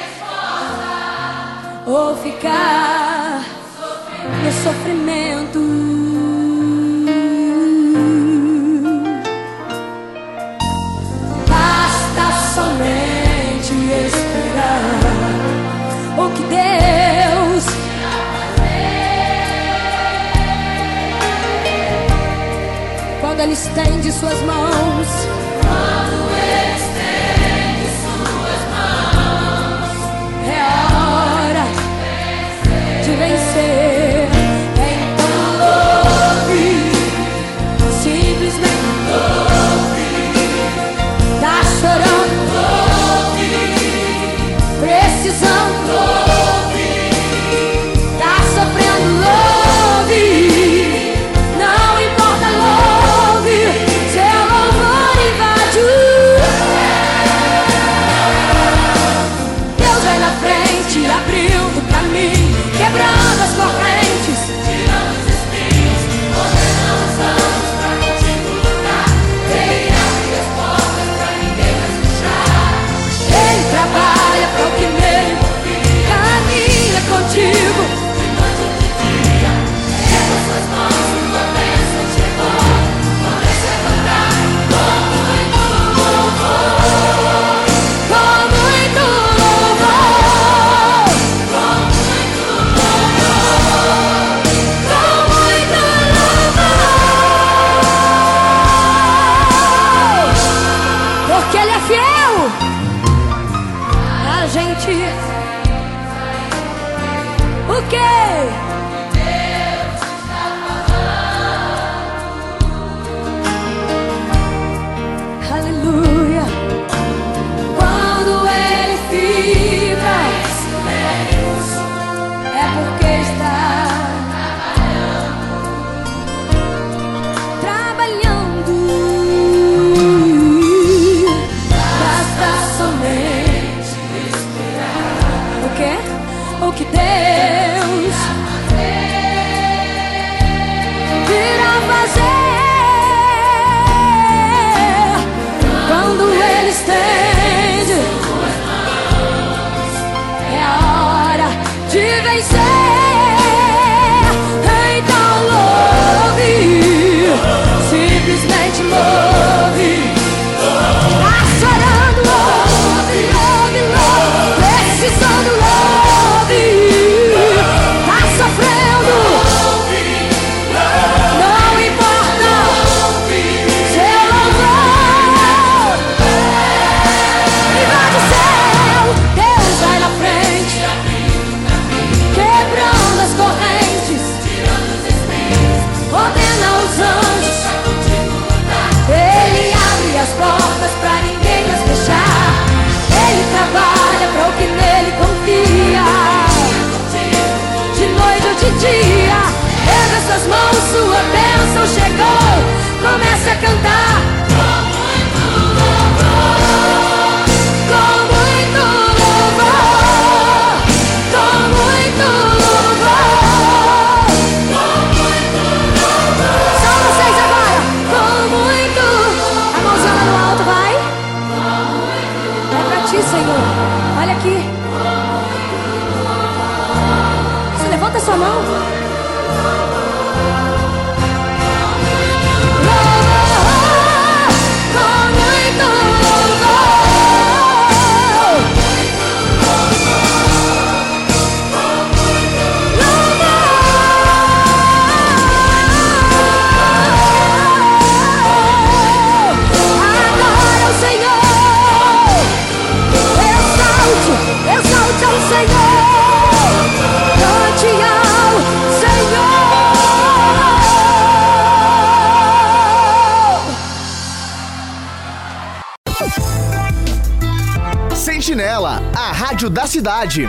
[SPEAKER 2] ou ficar no sofrimento. Basta somente esperar o que Deus quando Ele estende suas mãos. Vencer, então louve, simplesmente louve, tá chorando, louve, precisando, louve, tá sofrendo, louve, não importa, louve, seu louvor O quê? Aleluia. Quando ele fica, é porque está trabalhando. Basta somente esperar. O quê? O que Deus irá fazer. Quando ele estende, é a hora de vencer. Então louve, simplesmente louve. Tá chorando, louve, louve, louve. Precisando, louve. Tá sofrendo, não importa. Seu louvor viva do céu. Deus vai na frente, quebrando as correntes, ordena os anjos. Ele abre as portas pra ninguém as fechar. Ele trabalha pra o que nele confia. De noite ou de dia, erga suas mãos, sua bênção chegou. Comece a cantar. Com muito louvor, com muito louvor, com muito louvor, com muito louvor. Só vocês agora. Com muito. A mãozinha lá no alto, vai. É pra ti, Senhor. Olha aqui. Você levanta a sua mão. Exalte ao Senhor, cante ao Senhor.
[SPEAKER 8] Sentinela, a rádio da cidade.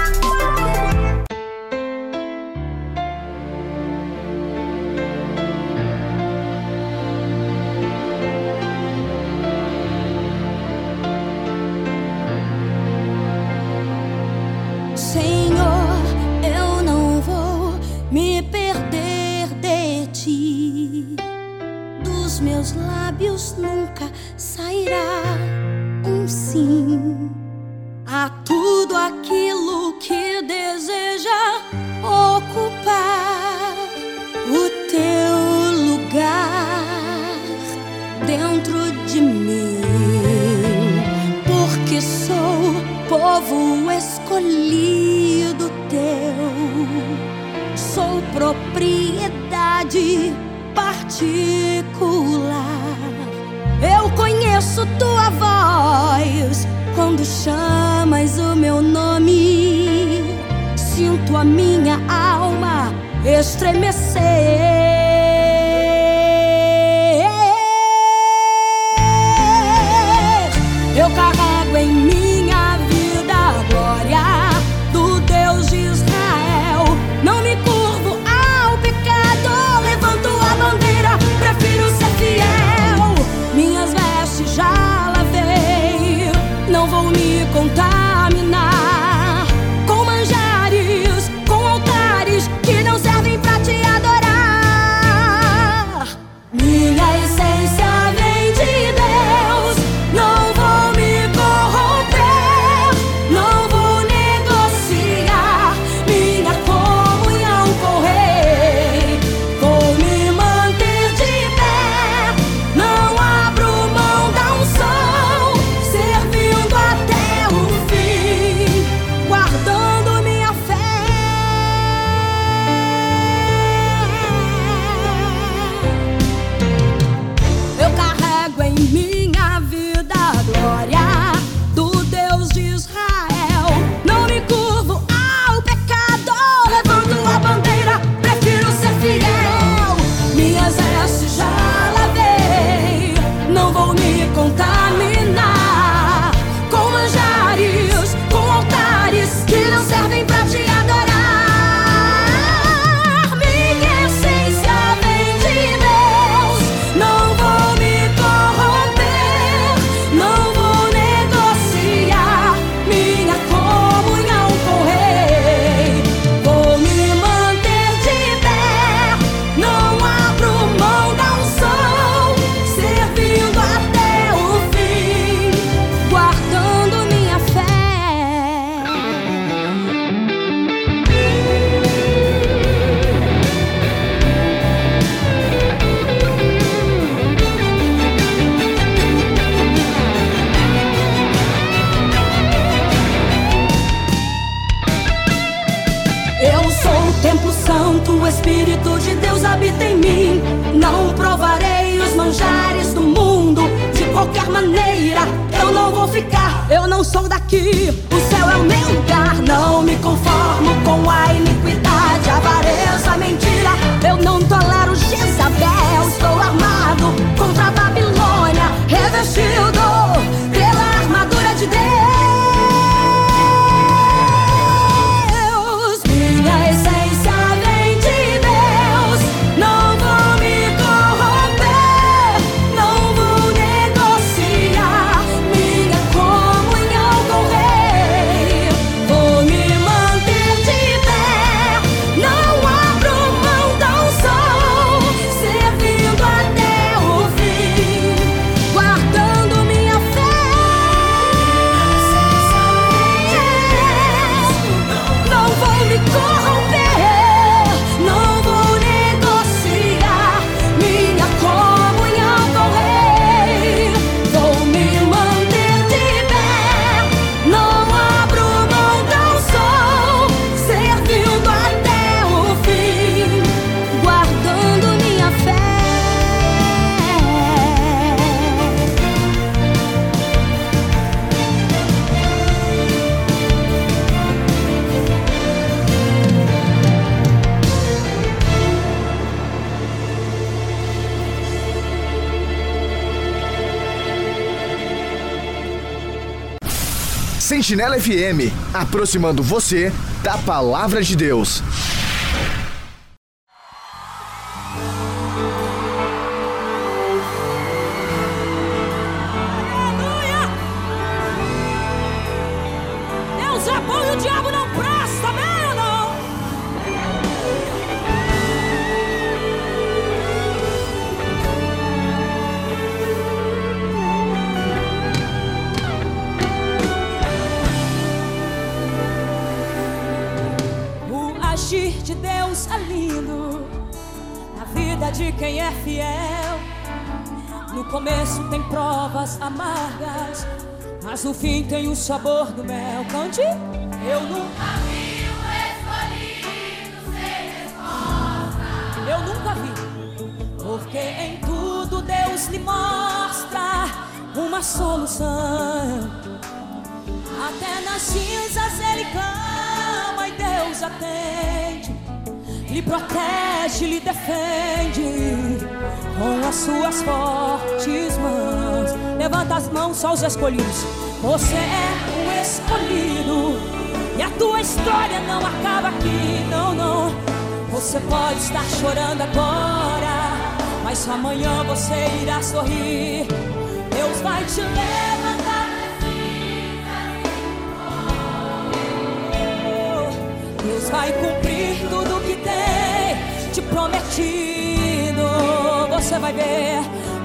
[SPEAKER 2] Senhor, eu não vou me perder de ti. Dos meus lábios nunca sairá um sim a tudo aquilo que deseja ocupar o teu lugar dentro de mim, porque sou povo escolhido teu, sou propriedade particular. Eu conheço tua voz quando chamas o meu nome, sinto a minha alma estremecer. Eu carrego em minha vida a glória do Deus de Israel. Não me curvo ao pecado, levanto a bandeira, prefiro ser fiel. Minhas vestes já lavei, não vou me contaminar com manjares, com altares que não servem pra te adorar. Minha essência vem de Deus, não vou me sou o templo santo, o Espírito de Deus habita em mim. Não provarei os manjares do mundo. De qualquer maneira, eu não vou ficar. Eu não sou daqui, o céu é o meu lugar. Não me conformo com a iniquidade, a avareza, a mentira. Eu não tolero Jezabel. Estou armado contra a Babilônia, revestido pela armadura de Deus. Minha essência vem de Deus. Não vou me corromper, não vou negociar minha comunhão com o Rei. Vou me manter de pé, não abro mão da unção, servindo até o fim, guardando minha fé. Não vou me corromper, não vou negociar minha comunhão com o Rei. Vou me manter de pé, não abro mão da unção, servindo até o fim, guardando minha fé.
[SPEAKER 8] Sentinela FM, aproximando você da Palavra de Deus.
[SPEAKER 2] Deus é bom e o diabo não presta, amém ou não? O agir de Deus é lindo na vida de quem é fiel. No começo tem provas amargas, mas no fim tem o sabor do mel. Cante. Eu nunca vi um escolhido sem resposta. Eu nunca vi, porque em tudo Deus lhe mostra uma solução. Até nas cinzas ele clama e Deus atende, lhe protege, lhe defende com as suas fortes mãos. Levanta as mãos, só os escolhidos. Você é um escolhido e a tua história não acaba aqui, não, não. Você pode estar chorando agora, mas amanhã você irá sorrir. Deus vai te levantar. Deus vai cumprir tudo que tem te prometido. Você vai ver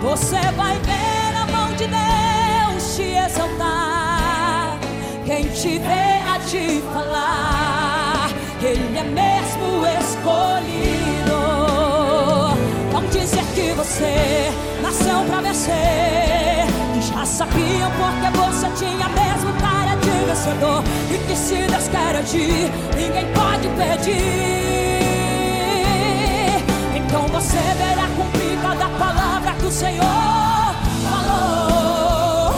[SPEAKER 2] a mão de Deus te exaltar. Quem te vê há de falar, Ele é mesmo escolhido. Vão dizer que você nasceu pra vencer, que já sabiam porque você tinha mesmo cara de vencedor, e que se Deus quer agir, ninguém pode pedir. Então você verá cumprir cada palavra que o Senhor falou.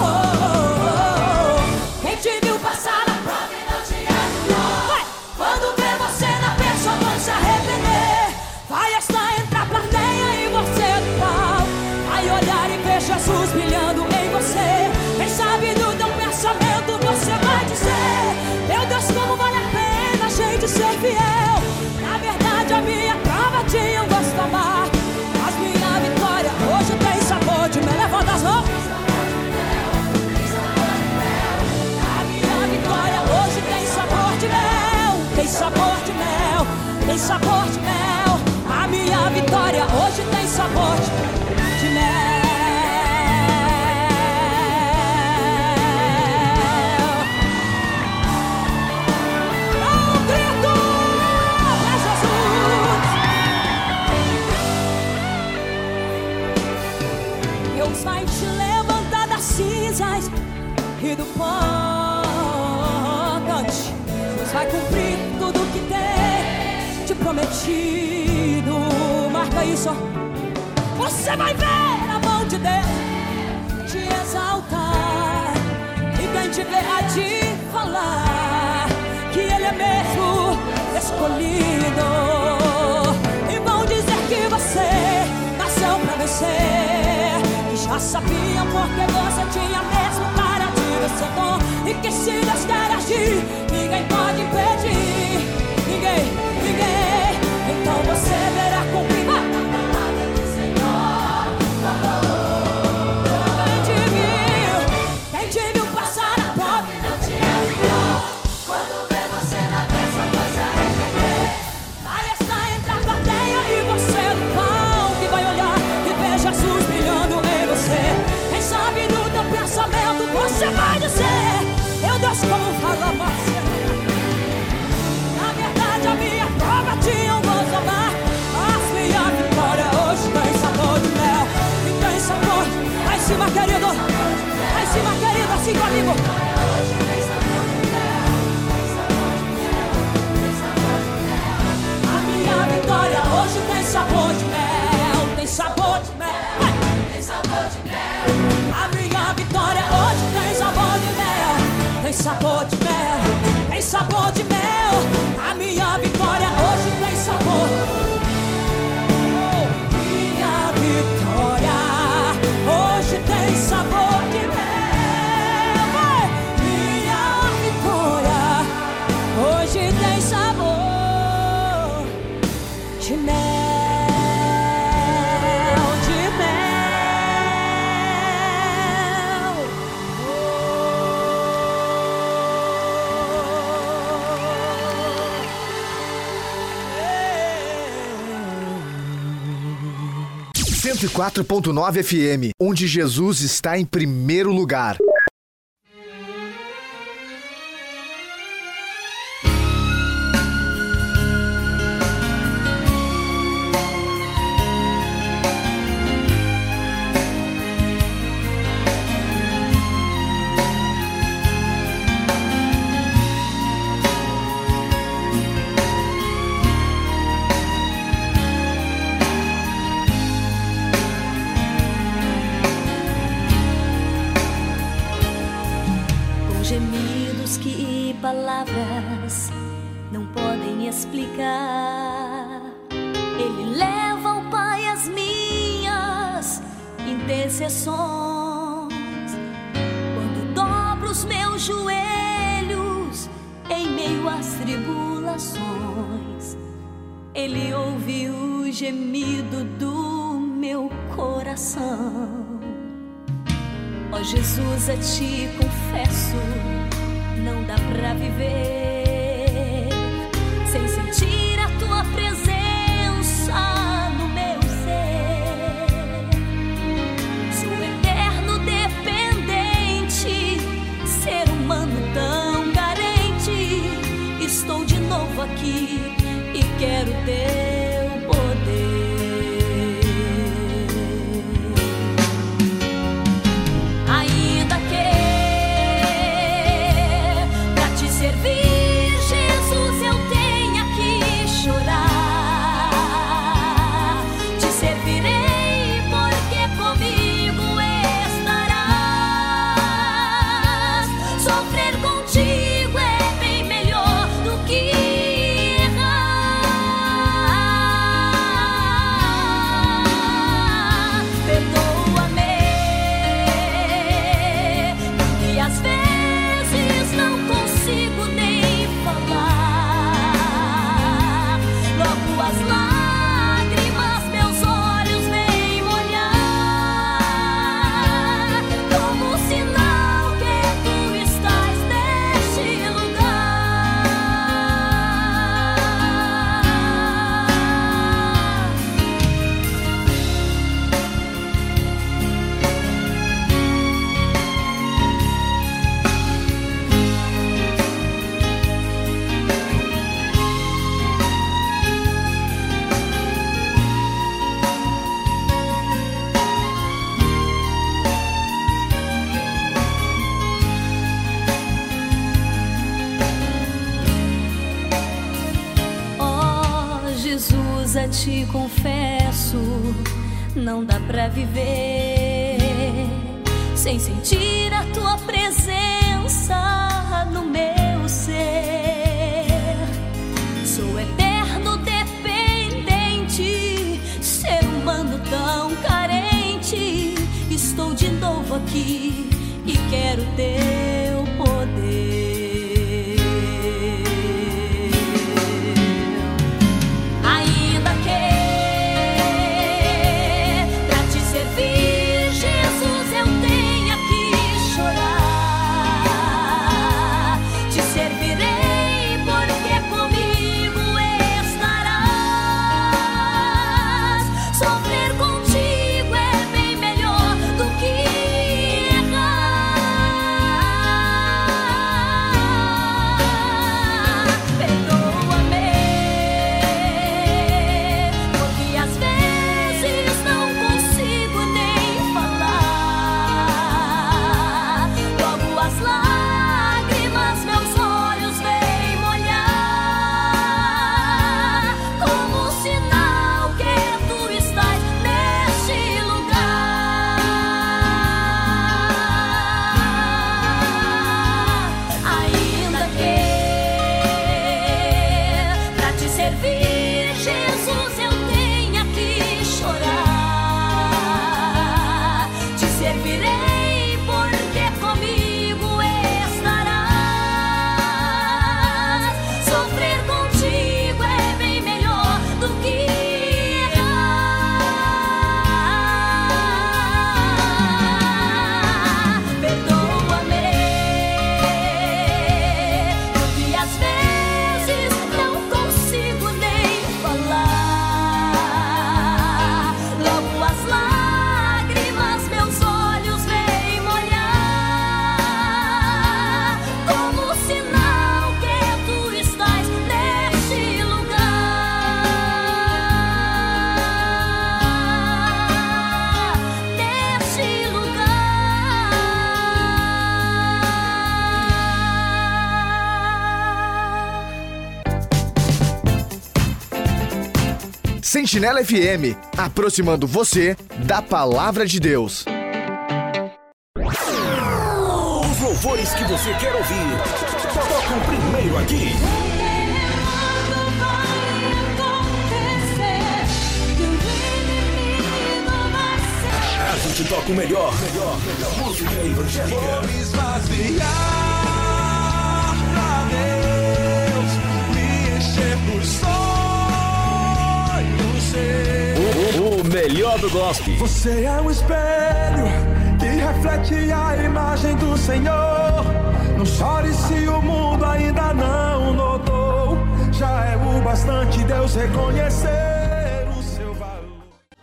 [SPEAKER 2] Quem te viu passar na prova e não te ajudou, quando vê você na pessoa vão se arrepender. Vai esta entrar a plateia e você do pau, vai olhar e ver Jesus brilhando em você. Quem sabe do teu pensamento você vai dizer: meu Deus, como vale a pena a gente ser fiel. Na verdade a minha prova tinha um gosto amargo, mas minha vitória hoje tem sabor de mel. Levanta as mãos. A minha vitória hoje tem sabor de mel. Tem sabor de mel, tem sabor de mel. A minha vitória hoje tem sabor de mel. Vai te levantar das cinzas e do pó. Cante. Deus vai cumprir tudo que tem prometido. Marca isso. Você vai ver a mão de Deus te exaltar, e quem te ver há de falar que Ele é mesmo escolhido. E vão dizer que você nasceu pra vencer, que já sabiam porque você tinha mesmo cara de vencedor, e que se Deus quer agir, ninguém pode impedir. Ninguém, ninguém. Então você verá cumprir a palavra do Senhor. Quem te viu passar a prova e não te enviou, quando vê você na peça, coisa é perder. Vai estar entre a plateia e você no palco, que vai olhar e ver Jesus brilhando em você. Quem sabe no teu pensamento você vai dizer: meu Deus, como fala você. Na verdade a minha prova tinha um gosto amar, mas minha vitória hoje tem sabor de mel. E tem sabor. Lá em cima, querido. Lá em cima, querido, assim comigo. A minha vitória hoje tem sabor de mel. Tem sabor de mel. Tem sabor de mel. A minha vitória hoje tem sabor de mel. Tem sabor de mel. Tem sabor de mel. A minha vitória hoje tem sabor. Minha vitória hoje tem sabor de mel. Minha vitória hoje tem sabor de mel. De mel.
[SPEAKER 8] 104.9 FM, onde Jesus está em primeiro lugar.
[SPEAKER 2] Gemidos que palavras não podem explicar. Ele leva ao Pai as minhas intercessões. Quando dobro os meus joelhos em meio às tribulações, Ele ouve o gemido do meu coração. Ó Jesus, a ti confesso, não dá pra viver sem sentir a tua presença no meu ser. Sou eterno dependente, ser humano tão carente. Estou de novo aqui e quero teu poder. coisa te confesso, não dá pra viver sem sentir a tua presença no meu ser. Sou eterno dependente, ser humano tão carente. Estou de novo aqui e quero teu poder. Ainda que pra te servir, Jesus, eu tenha que chorar. Te servirei porque comigo estarás. Sofrer contigo é bem melhor do que
[SPEAKER 8] Sentinela FM, aproximando você da Palavra de Deus.
[SPEAKER 1] Os louvores que você quer ouvir, tocam primeiro aqui. A gente toca o melhor música evangélica.
[SPEAKER 5] Vou me esvaziar pra Deus, me encher dos sonhos.
[SPEAKER 1] O melhor do gospel.
[SPEAKER 5] Você é um espelho que reflete a imagem do Senhor. Não chore se o mundo ainda não notou. Já é o bastante Deus reconhecer o seu valor.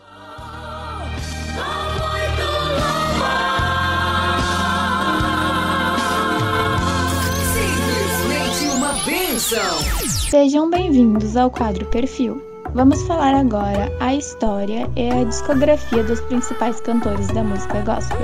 [SPEAKER 3] Simplesmente uma bênção.
[SPEAKER 13] Sejam bem-vindos ao quadro Perfil. Vamos falar agora a história e a discografia dos principais cantores da música gospel.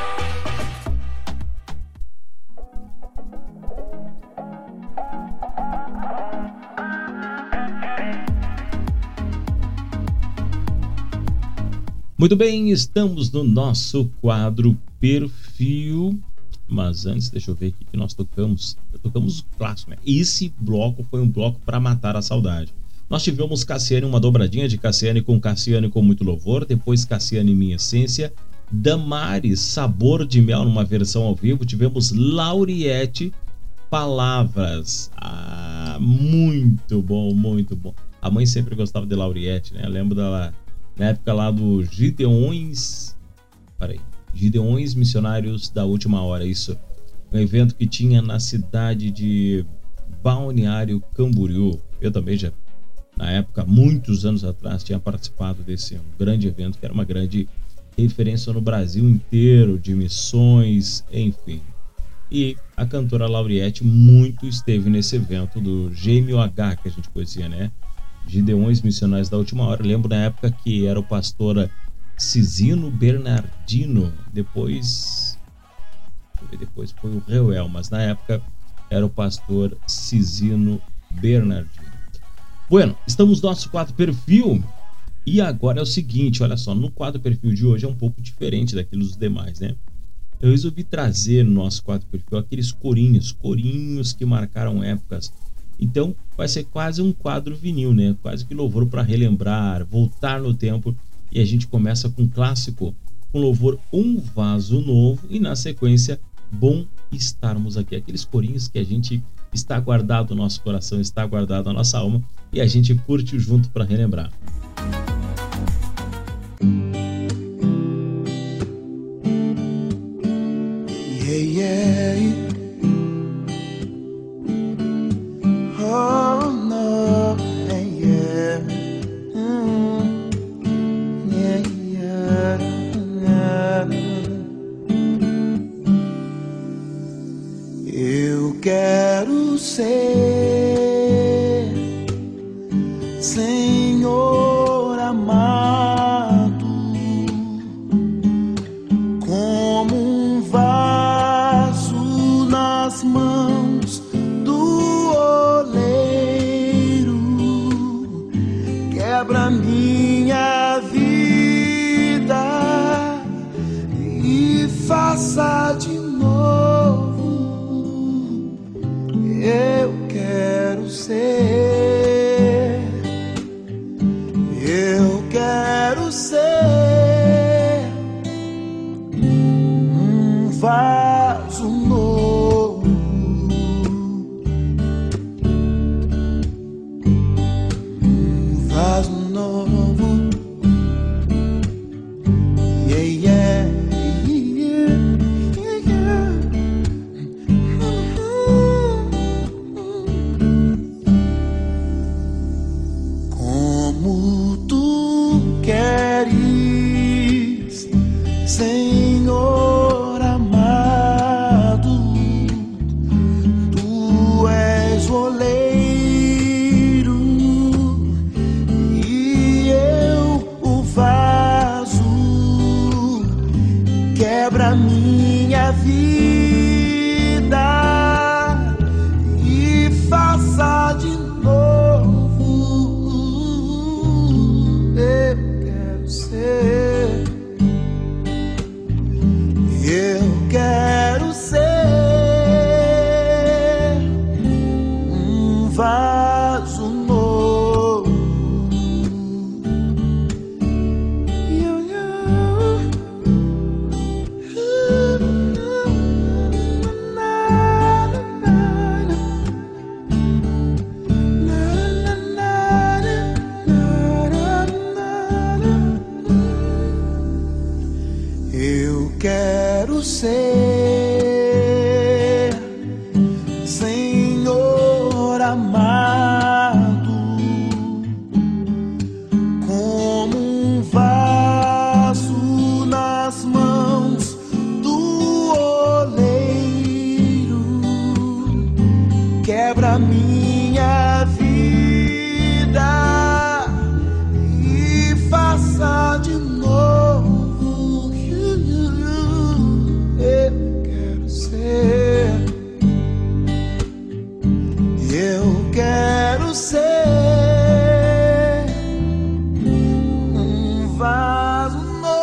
[SPEAKER 4] Muito bem, estamos no nosso quadro Perfil. Mas antes, deixa eu ver o que nós tocamos. Tocamos o clássico, né? Esse bloco foi um bloco para matar a saudade. Nós tivemos Cassiane, uma dobradinha de Cassiane com Muito Louvor. Depois Cassiane, Minha Essência. Damares, Sabor de Mel, numa versão ao vivo. Tivemos Lauriette, Palavras. Ah, muito bom, muito bom. A mãe sempre gostava de Lauriette, né? Eu lembro dela na época lá do Gideões. Gideões Missionários da Última Hora. Isso. Um evento que tinha na cidade de Balneário Camboriú. Eu também já, na época, muitos anos atrás, tinha participado desse grande evento, que era uma grande referência no Brasil inteiro, de missões, enfim. E a cantora Lauriette muito esteve nesse evento do GMOH, que a gente conhecia, né? Gideões Missionários da Última Hora. Eu lembro na época que era o pastor Cisino Bernardino, depois foi o Reuel, mas na época era o pastor Cisino Bernardino. Bueno, estamos no nosso quadro perfil e agora é o seguinte, olha só, no quadro perfil de hoje é um pouco diferente daqueles dos demais, né? Eu resolvi trazer no nosso quadro perfil aqueles corinhos que marcaram épocas. Então vai ser quase um quadro vinil, né? Quase que louvor para relembrar, voltar no tempo. E a gente começa com um clássico, com louvor Um Vaso Novo e na sequência Bom Estarmos Aqui. Aqueles corinhos que a gente está guardado no nosso coração, está guardado na nossa alma e a gente curte junto para relembrar.
[SPEAKER 11] Yeah, yeah. Oh no, yeah. Yeah, yeah. Eu quero ser Senhor amado, como um vaso nas mãos do oleiro. Quebra minha vida e faça de novo. Eu quero ser, eu quero ser um vaso novo, um vaso novo. Yeah, yeah, yeah, yeah, yeah. Como tu queres, Senhor amado, tu és oleiro e eu o vaso. Quebra minha vida e faça de novo. Eu quero ser, eu quero ser um vaso novo. Eu quero ser Senhor amado, como um vaso nas mãos do oleiro. Quebra minha vida e faça de novo. Eu quero ser, eu quero ser um vaso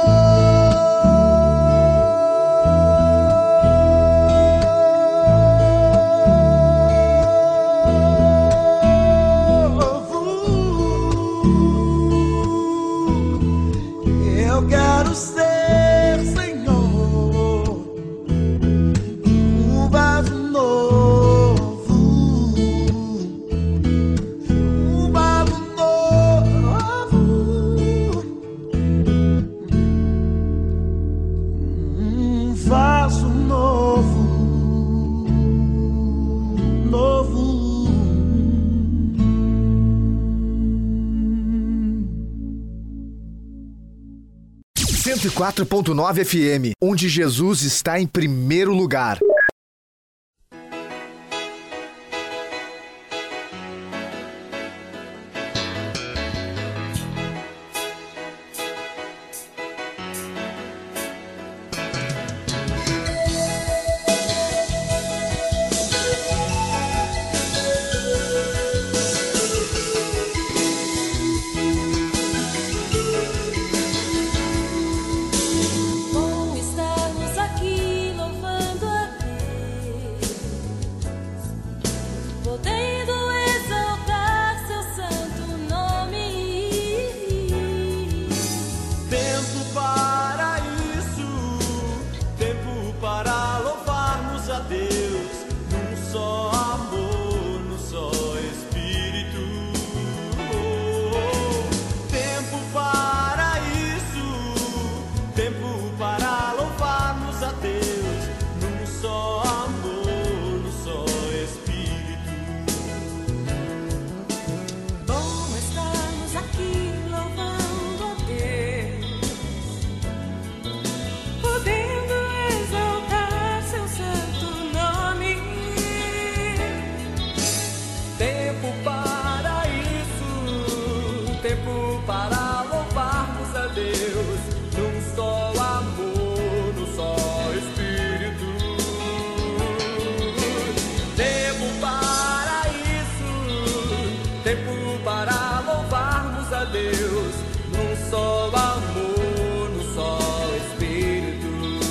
[SPEAKER 11] novo. Eu quero ser, Senhor, um vaso novo, um vaso novo, um vaso novo, novo.
[SPEAKER 8] 104.9 FM, onde Jesus está em primeiro lugar.
[SPEAKER 14] tempo para louvarmos a Deus, num só amor, num só Espírito. Tempo para isso, tempo para louvarmos a Deus, num só amor, num só Espírito.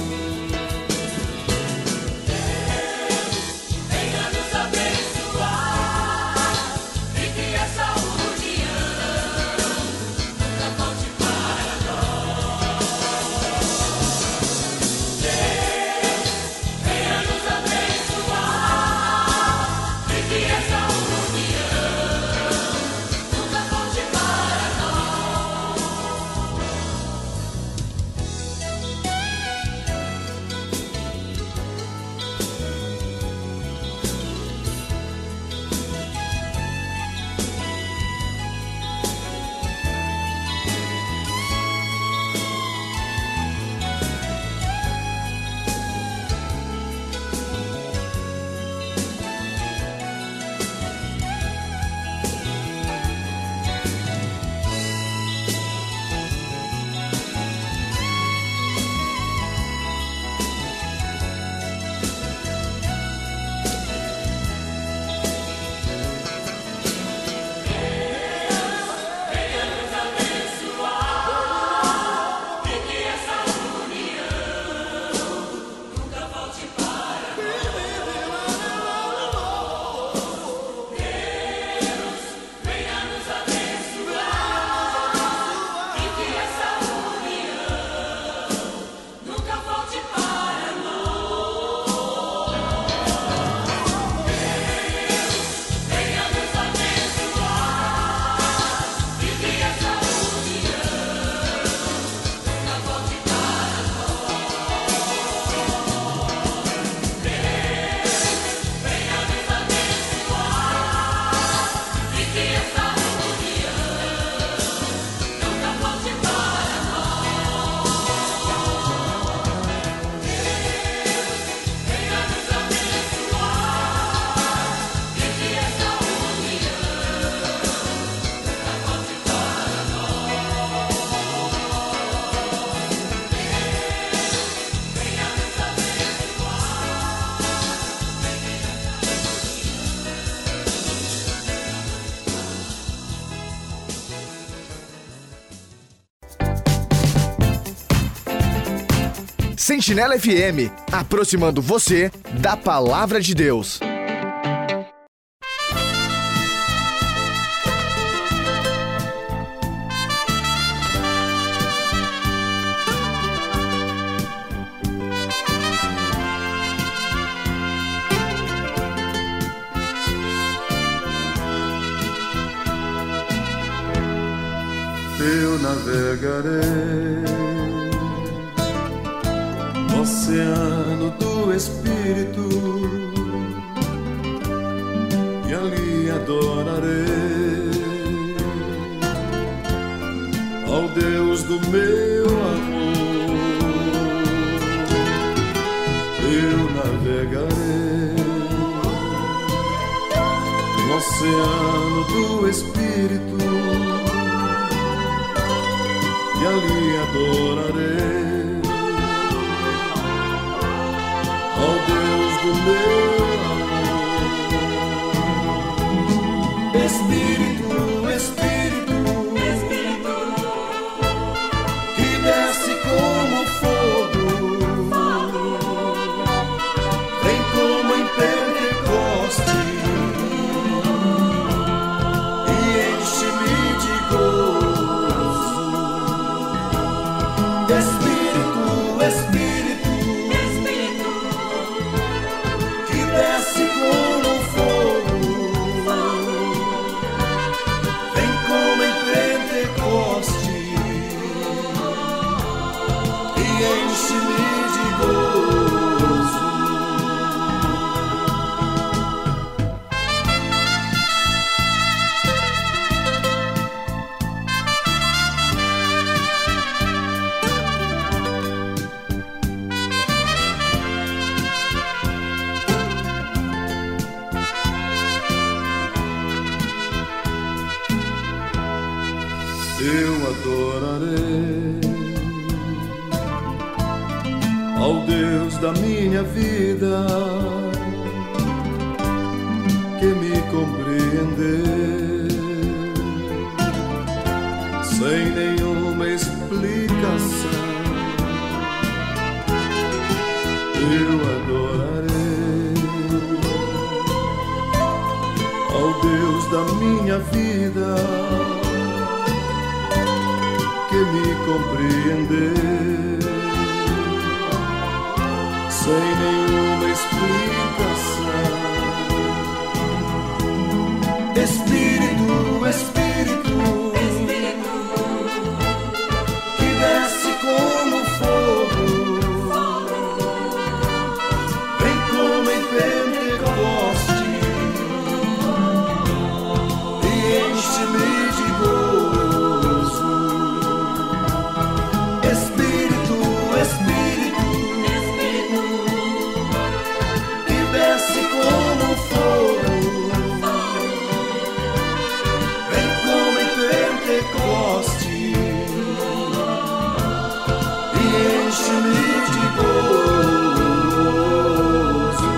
[SPEAKER 8] Sentinela FM, aproximando você da Palavra de Deus.
[SPEAKER 15] Eu navegarei no oceano do Espírito e ali adorarei ao Deus do meu amor. Eu navegarei no oceano do Espírito e ali adorarei ao Deus do meu amor. Espírito, Espírito, Espírito, que desce como fogo, vem como em Pentecoste e enche-me de gozo. Espírito, Espírito, eu adorarei ao Deus da minha vida, que me compreendeu sem nenhuma explicação. Eu adorarei ao Deus da minha vida, que me compreendeu sem nenhuma explicação. Espírito, Espírito, que desce como fogo, vem como em Pentecoste e enche-me de gozo. Espírito, Espírito, que desce como fogo, vem como em Pentecoste e enche-me de gozo.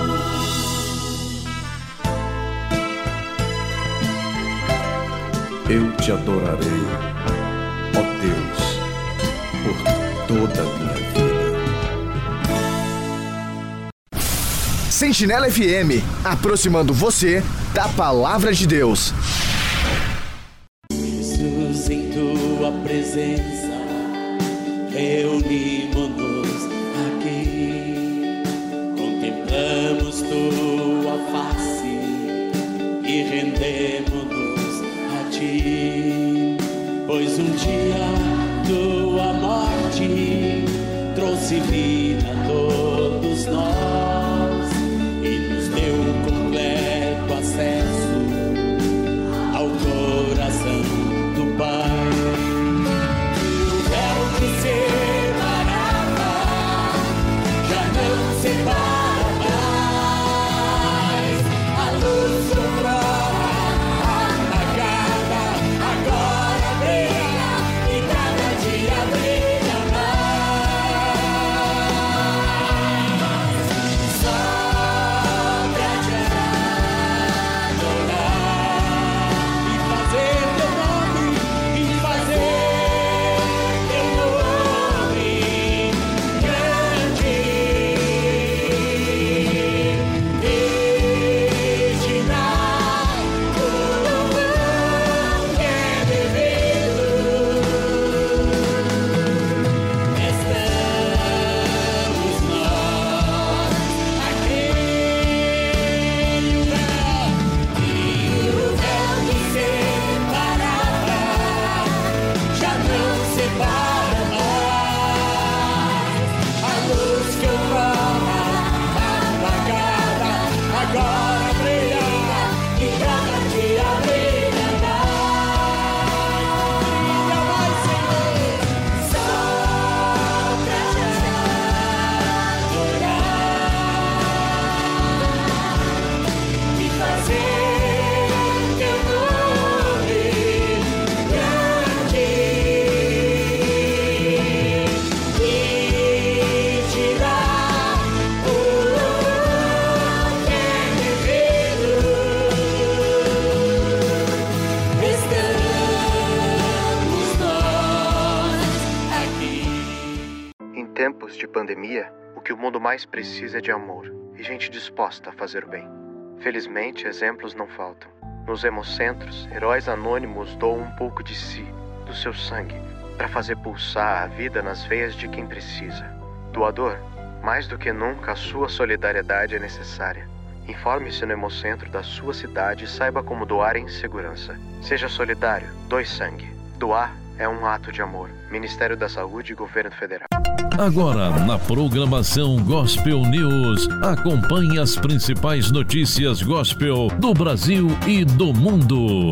[SPEAKER 6] Eu te adorarei, ó Deus, por toda a minha vida.
[SPEAKER 8] Sentinela FM, aproximando você da Palavra de Deus.
[SPEAKER 16] Jesus, em tua presença, reunimos-nos aqui, contemplamos tua face e rendemos-nos a ti, pois um dia tua morte trouxe vida a todos nós e nos deu completo acesso ao coração do Pai. O véu que separava já não separa mais. A luz outrora apagada agora brilha e cada dia brilha mais. Só pra te adorar e fazer teu nome, e fazer teu nome grande e te dar o que é devido. Estamos nós aqui, e o véu que separava já não separa mais. A luz que outrora apagada agora brilha e cada dia brilha mais, Senhor. Só pra te adorar e fazer teu nome grande e te dar o que é devido. Estamos nós aqui.
[SPEAKER 8] Em tempos de pandemia, o que o mundo mais precisa é de amor e gente disposta a fazer o bem. Felizmente, exemplos não faltam. Nos hemocentros, heróis anônimos doam um pouco de si, do seu sangue, para fazer pulsar a vida nas veias de quem precisa. Doador, mais do que nunca a sua solidariedade é necessária. Informe-se no hemocentro da sua cidade e saiba como doar em segurança. Seja solidário, doe sangue. Doar é um ato de amor. Ministério da Saúde e Governo Federal.
[SPEAKER 12] Agora, na programação Gospel News, acompanhe as principais notícias gospel do Brasil e do mundo.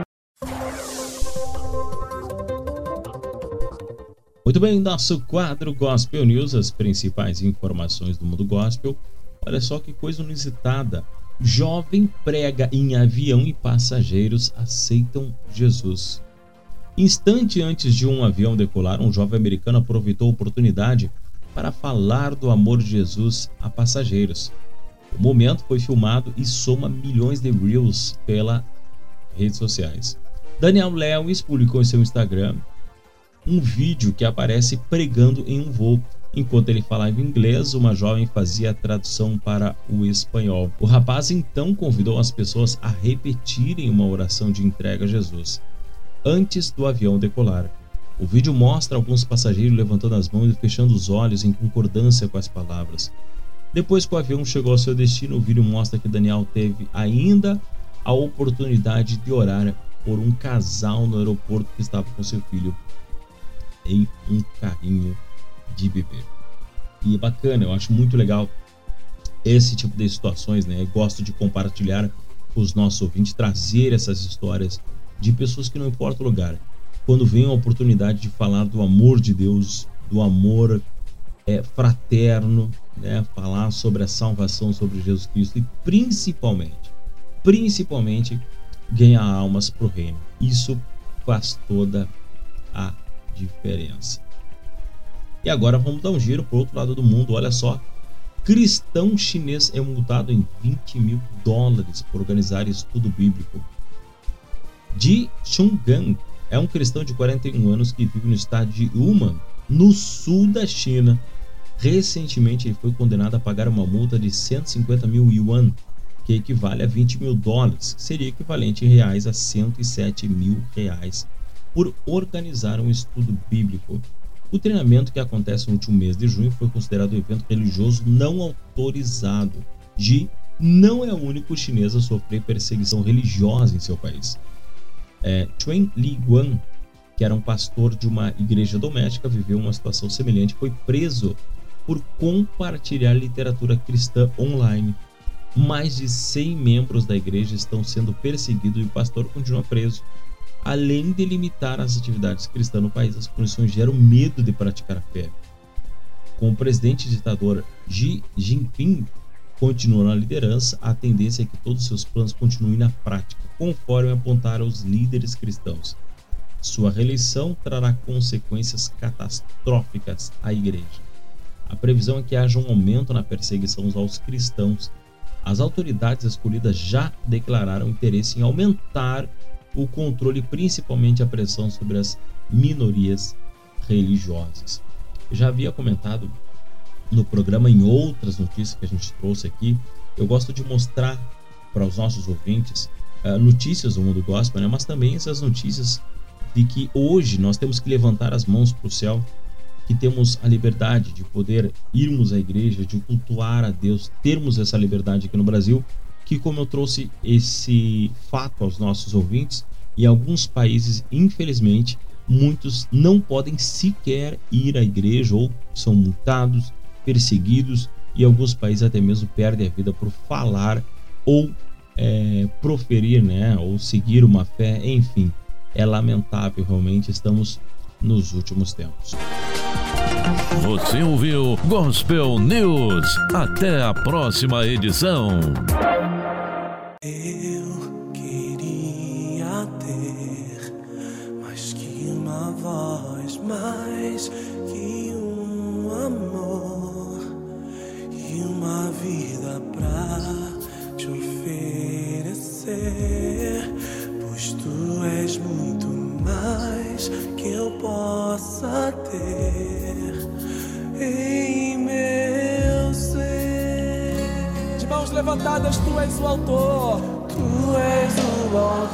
[SPEAKER 4] Muito bem, nosso quadro Gospel News, as principais informações do mundo gospel. Olha só que coisa inusitada. Jovem prega em avião e passageiros aceitam Jesus. Instante antes de um avião decolar, um jovem americano aproveitou a oportunidade para falar do amor de Jesus a passageiros. O momento foi filmado e soma milhões de reels pelas redes sociais. Daniel Lewis publicou em seu Instagram um vídeo que aparece pregando em um voo. Enquanto ele falava inglês, uma jovem fazia a tradução para o espanhol. O rapaz então convidou as pessoas a repetirem uma oração de entrega a Jesus antes do avião decolar. O vídeo mostra alguns passageiros levantando as mãos e fechando os olhos em concordância com as palavras. Depois que o avião chegou ao seu destino, o vídeo mostra que Daniel teve ainda a oportunidade de orar por um casal no aeroporto que estava com seu filho em um carrinho de bebê. E é bacana, eu acho muito legal esse tipo de situações, né? Eu gosto de compartilhar com os nossos ouvintes, trazer essas histórias de pessoas que não importa o lugar, quando vem a oportunidade de falar do amor de Deus, do amor fraterno, né? Falar sobre a salvação, sobre Jesus Cristo e principalmente ganhar almas para o reino. Isso faz toda a diferença. E agora vamos dar um giro para o outro lado do mundo. Olha só, cristão chinês é multado em $20 mil por organizar estudo bíblico. Ji Chungang é um cristão de 41 anos que vive no estado de Yunnan, no sul da China. Recentemente ele foi condenado a pagar uma multa de 150 mil yuan, que equivale a $20 mil, que seria equivalente em reais a 107 mil reais, por organizar um estudo bíblico. O treinamento, que acontece no último mês de junho, foi considerado um evento religioso não autorizado. Ji não é o único chinês a sofrer perseguição religiosa em seu país. Chen Liguan, que era um pastor de uma igreja doméstica, viveu uma situação semelhante e foi preso por compartilhar literatura cristã online. Mais de 100 membros da igreja estão sendo perseguidos e o pastor continua preso. Além de limitar as atividades cristãs no país, as punições geram medo de praticar a fé. Com o presidente ditador Xi Jinping continua na liderança, a tendência é que todos os seus planos continuem na prática, conforme apontaram os líderes cristãos. Sua reeleição trará consequências catastróficas à igreja. A previsão é que haja um aumento na perseguição aos cristãos. As autoridades escolhidas já declararam interesse em aumentar o controle, principalmente a pressão sobre as minorias religiosas. Eu já havia comentado no programa, em outras notícias que a gente trouxe aqui, eu gosto de mostrar para os nossos ouvintes notícias do mundo gospel, né? Mas também essas notícias de que hoje nós temos que levantar as mãos para o céu, que temos a liberdade de poder irmos à igreja, de cultuar a Deus, termos essa liberdade aqui no Brasil, que, como eu trouxe esse fato aos nossos ouvintes, em alguns países, infelizmente, muitos não podem sequer ir à igreja ou são multados, perseguidos, e alguns países até mesmo perdem a vida por falar ou proferir, né, ou seguir uma fé. Enfim, é lamentável, realmente. Estamos nos últimos tempos.
[SPEAKER 12] Você ouviu Gospel News. Até a próxima edição.
[SPEAKER 11] Eu queria ter mais que uma voz, mais que um amor e uma vida pra te oferecer, pois tu és muito mais que eu possa ter em meu ser.
[SPEAKER 14] De mãos levantadas, tu és o autor.
[SPEAKER 11] Tu és o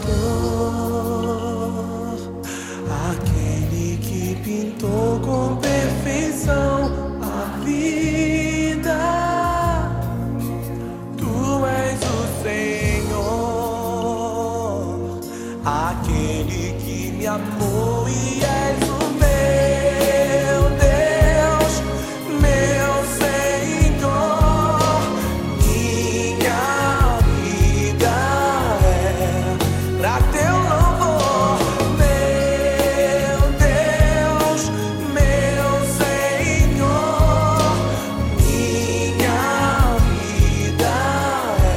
[SPEAKER 11] autor, aquele que pintou com perfeição a vida. Tu és o Senhor, aquele que me amou e és o meu Deus, meu Senhor. Minha vida é pra teu louvor, meu Deus, meu Senhor. Minha vida é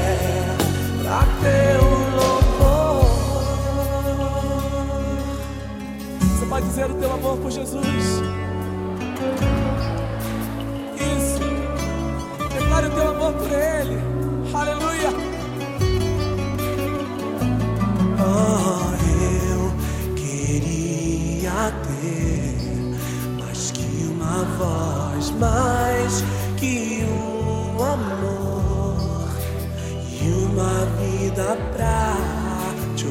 [SPEAKER 11] pra teu louvor.
[SPEAKER 9] pode dizer o teu amor por Jesus. Isso. Declare o teu amor por Ele. Aleluia.
[SPEAKER 11] Oh, eu queria ter mais que uma voz, mais que um amor e uma vida pra te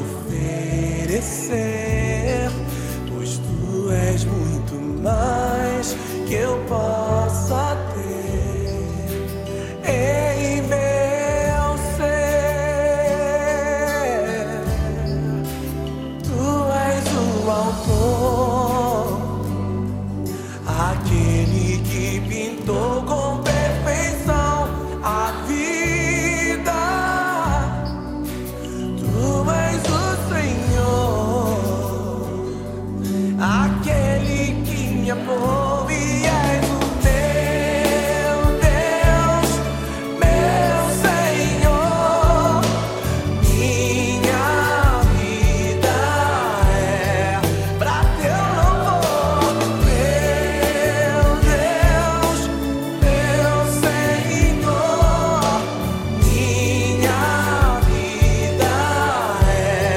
[SPEAKER 11] oferecer, pois tu és muito mais que eu possa ter em meu ser. Tu és o autor, aquele que pintou com perfeição a vida. Tu és o Senhor, aquele que me amou e és o meu Deus, meu Senhor. Minha vida é pra teu louvor, meu Deus, meu Senhor. Minha vida é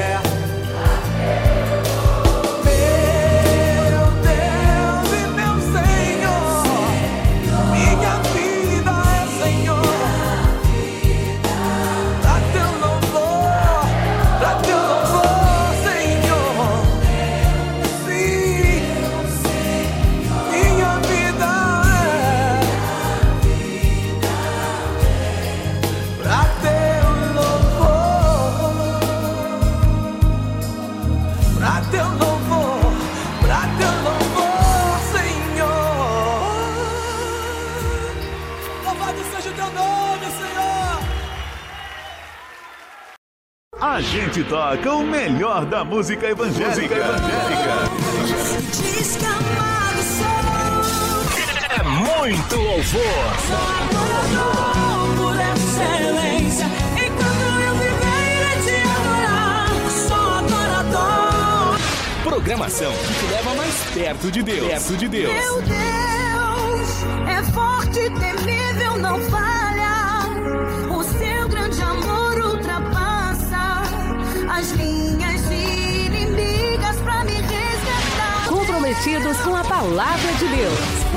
[SPEAKER 11] meu Deus e meu Senhor. Minha vida é, Senhor, pra teu louvor, Senhor. Sim, minha vida é pra teu louvor, pra teu louvor, Senhor. Louvado seja o teu nome, Senhor.
[SPEAKER 1] A gente toca o melhor da música evangélica.
[SPEAKER 16] Diz que amado sou.
[SPEAKER 1] É muito louvor.
[SPEAKER 16] Por excelência, enquanto eu viver irei te adorar, sou adorador.
[SPEAKER 1] Programação que te leva mais perto de Deus.
[SPEAKER 16] Meu Deus é forte, temível, não falha. O seu grande amor ultrapassa as linhas inimigas pra me resgatar.
[SPEAKER 10] Comprometidos com a palavra de Deus.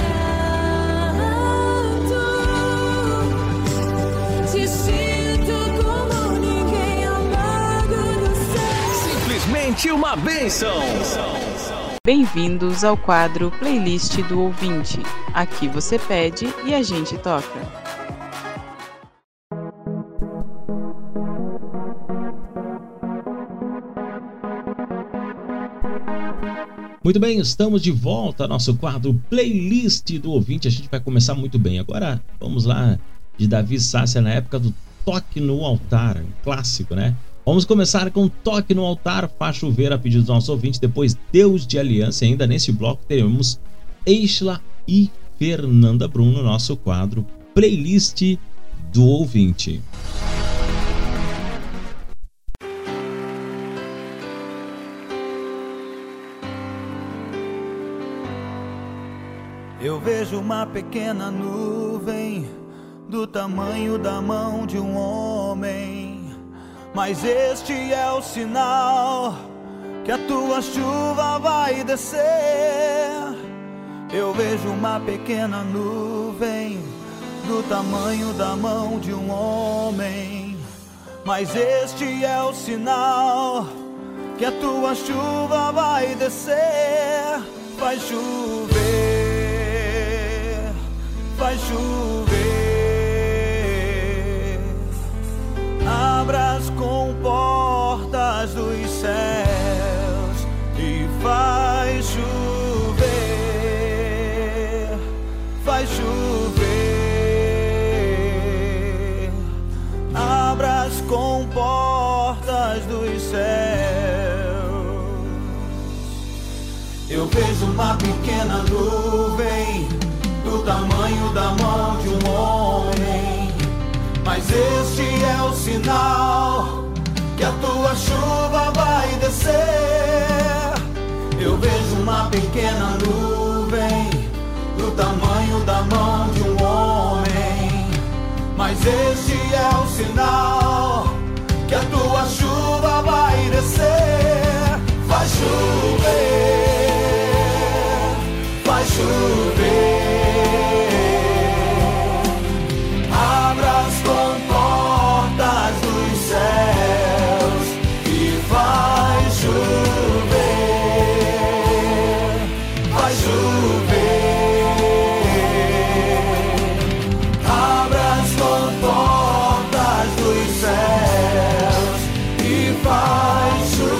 [SPEAKER 16] Te sinto como ninguém amado no céu.
[SPEAKER 1] Simplesmente uma bênção.
[SPEAKER 17] Bem-vindos ao quadro Playlist do Ouvinte. Aqui você pede e a gente toca.
[SPEAKER 4] Muito bem, estamos de volta ao nosso quadro Playlist do Ouvinte. A gente vai começar muito bem. Agora vamos lá, de Davi Sácia, na época do Toque no Altar, um clássico, né? Vamos começar com Toque no Altar, Faz Chover, a pedido do nosso ouvinte. Depois Deus de Aliança. E ainda nesse bloco teremos Eishla e Fernanda Brum no nosso quadro Playlist do Ouvinte.
[SPEAKER 18] Eu vejo uma pequena nuvem do tamanho da mão de um homem, mas este é o sinal que a tua chuva vai descer. Eu vejo uma pequena nuvem do tamanho da mão de um homem, mas este é o sinal que a tua chuva vai descer. Vai chover, vai chover. Abra as comportas dos céus e vai chover, vai chover. Abra as comportas dos céus. Eu vejo uma pequena nuvem do tamanho da mão de um homem, mas este é o sinal que a tua chuva vai descer. Eu vejo uma pequena nuvem do tamanho da mão de um homem, mas este é o sinal que a tua chuva vai descer. Vai chover, vai chover. Abra as comportas dos céus e vai chover, vai chover. Abra as comportas dos céus e vai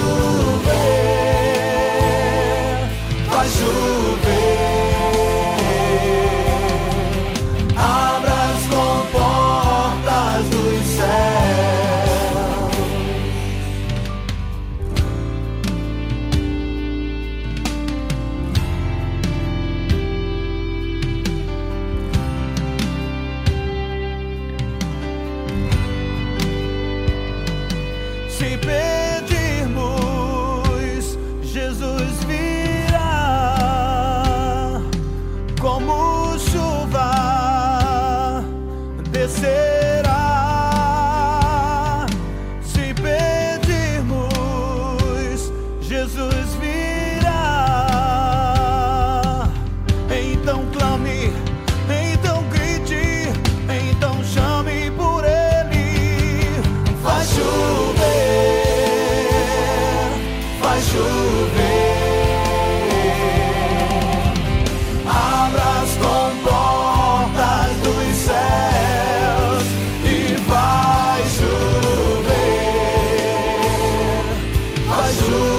[SPEAKER 18] chover, vai chover. Abra as comportas dos céus. Se pedirmos, Jesus virá como chuva descerá. Se pedirmos, Jesus virá. Então clame, então grite, então chame por Ele. Vai chover, vai chover. Abra as comportas dos céus e vai chover, vai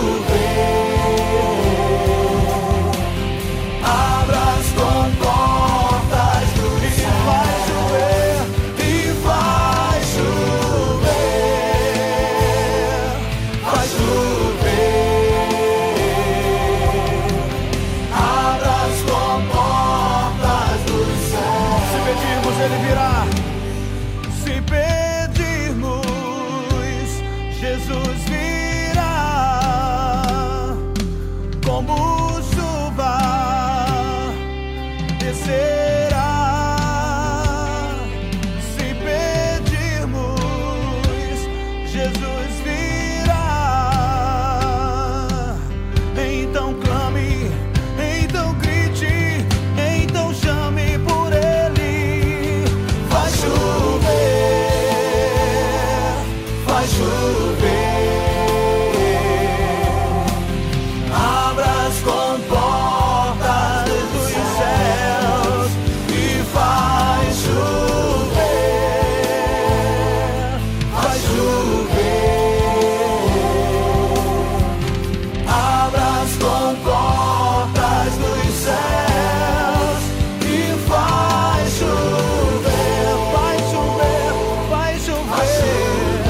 [SPEAKER 18] chover. Abra as comportas dos céus e vai chover, vai chover. Abra as comportas dos céus. Se pedirmos, Ele virá. Se pedirmos, Jesus virá como chuva descerá. Se pedirmos, Jesus virá. Então clame, então grite, então chame por Ele. Vai chover, vai chover. Abra as comportas dos céus e vai chover, vai chover. Abra as comportas dos céus e vai chover, vai chover, vai chover.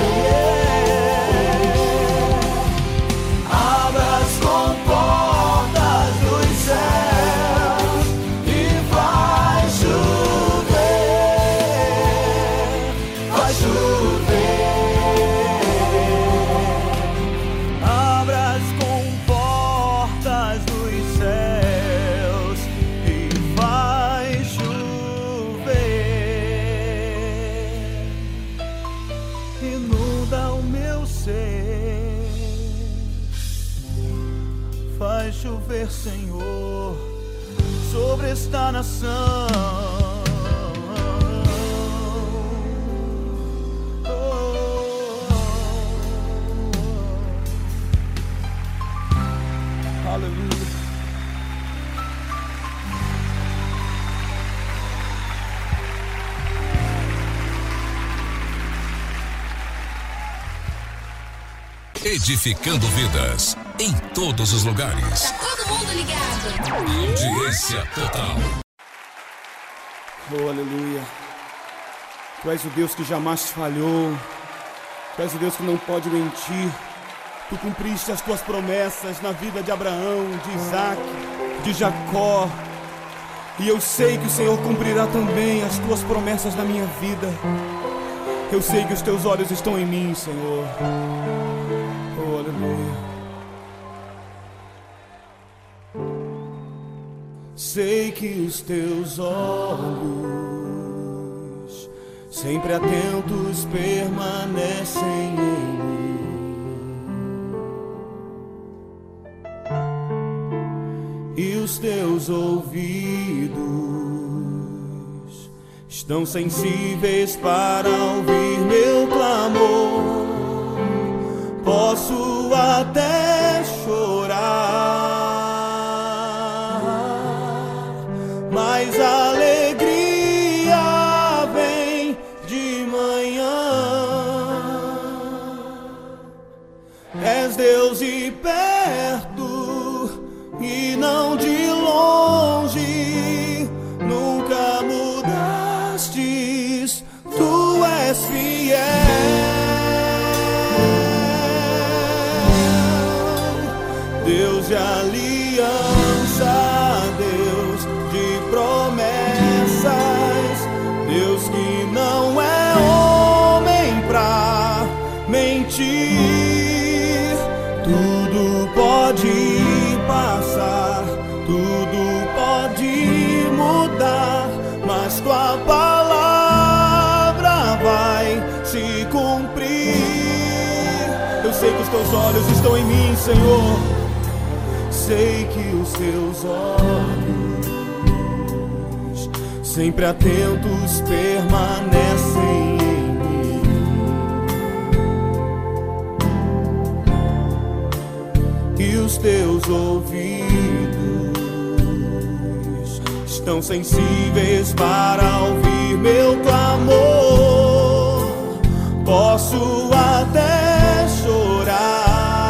[SPEAKER 18] Abra as comportas dos céus e vai chover, vai chover. Abra as comportas dos céus e vai chover. Inunda o meu ser, faz chover, Senhor, sobre esta nação. Aleluia.
[SPEAKER 19] Edificando vidas em todos os lugares.
[SPEAKER 3] Tá todo mundo ligado.
[SPEAKER 19] Audiência total.
[SPEAKER 9] Oh, aleluia. Tu és o Deus que jamais falhou. Tu és o Deus que não pode mentir. Tu cumpriste as tuas promessas na vida de Abraão, de Isaac, de Jacó. E eu sei que o Senhor cumprirá também as tuas promessas na minha vida. Eu sei que os teus olhos estão em mim, Senhor. Oh, aleluia.
[SPEAKER 11] Sei que os teus olhos, sempre atentos, permanecem em mim. E os teus ouvidos estão sensíveis para ouvir meu clamor. Posso até chorar, mas a alegria vem de manhã. És Deus de perto e não de longe, nunca mudastes, tu és fiel. Deus de aliança, Deus de promessas, Deus que não é homem pra mentir. Tudo pode passar, tudo pode mudar, mas tua palavra vai se cumprir. Eu sei que os teus olhos estão em mim, Senhor. Sei que os teus olhos, sempre atentos, permanecem em mim. E os teus ouvidos estão sensíveis para ouvir meu clamor. Posso até chorar,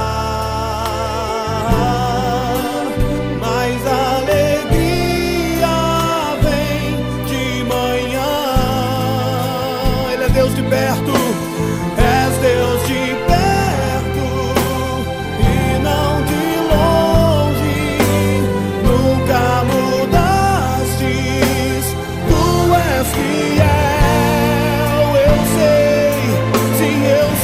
[SPEAKER 11] perto, és Deus de perto e não de longe, nunca mudastes, tu és fiel. Eu sei, sim, eu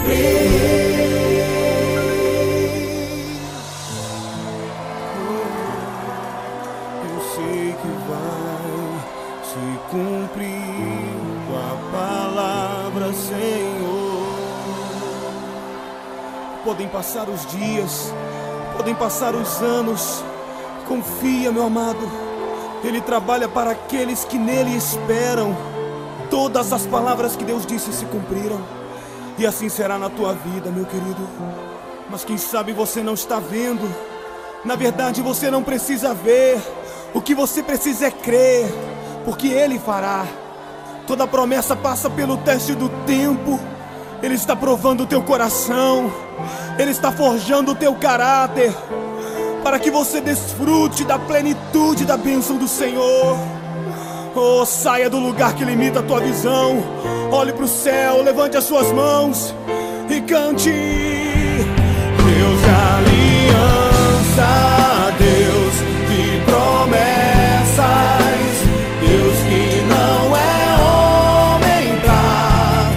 [SPEAKER 18] Eu sei que vai se cumprir tua palavra, Senhor. Podem passar os dias, podem passar os anos. Confia, meu amado, Ele trabalha para aqueles que nele esperam. Todas as palavras que Deus disse se cumpriram, e assim será na tua vida, meu querido. Mas quem sabe você não está vendo. Na verdade você não precisa ver. O que você precisa é crer, porque Ele fará. Toda promessa passa pelo teste do tempo. Ele está provando o teu coração, Ele está forjando o teu caráter, para que você desfrute da plenitude da bênção do Senhor. Oh, saia do lugar que limita a tua visão. Olhe para o céu, levante as suas mãos e cante. Deus de aliança, Deus de promessas, Deus que não é homem pra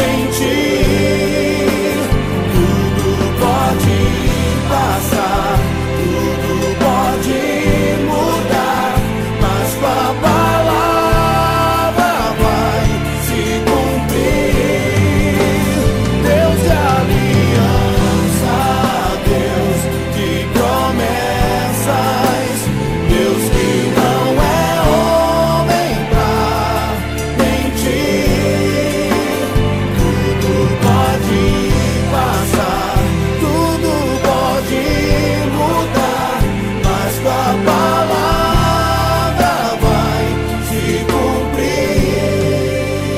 [SPEAKER 18] mentir. Tudo pode passar, tudo pode mudar, mas com a palavra vai se cumprir. Deus de aliança, Deus de promessas, Deus que não é homem pra mentir. Tudo pode passar, tudo pode mudar, mas com a palavra vai se cumprir.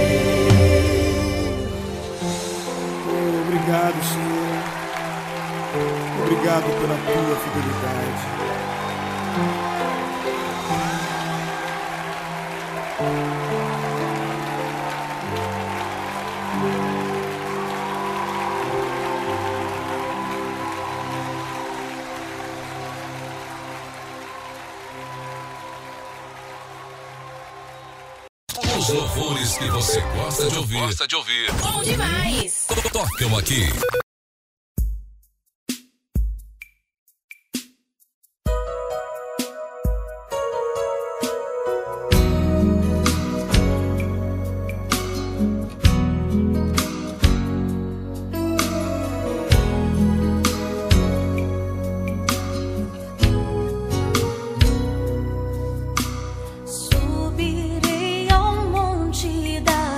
[SPEAKER 18] Obrigado, Senhor. Obrigado pela tua fidelidade.
[SPEAKER 19] Os louvores que você gosta de ouvir.
[SPEAKER 3] Bom demais.
[SPEAKER 19] Tocam aqui.
[SPEAKER 2] Subirei ao monte da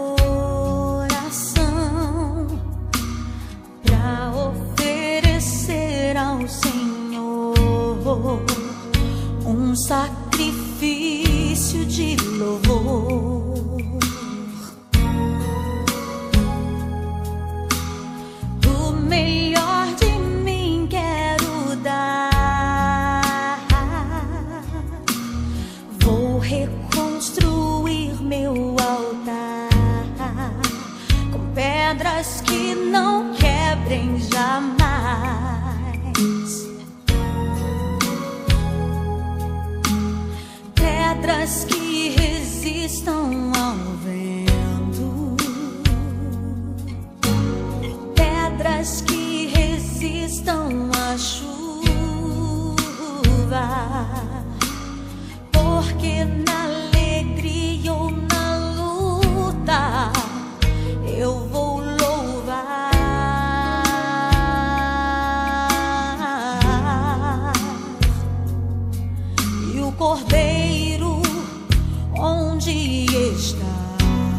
[SPEAKER 2] adoração pra oferecer ao Senhor um sacrifício de louvor. Do melhor de mim quero dar. Vou reconstruir meu altar com pedras que não quebrem jamais, pedras que resistam ao vento, pedras que resistam à chuva. Porque na alegria ou na luta eu vou louvar. E o Cordeiro onde está?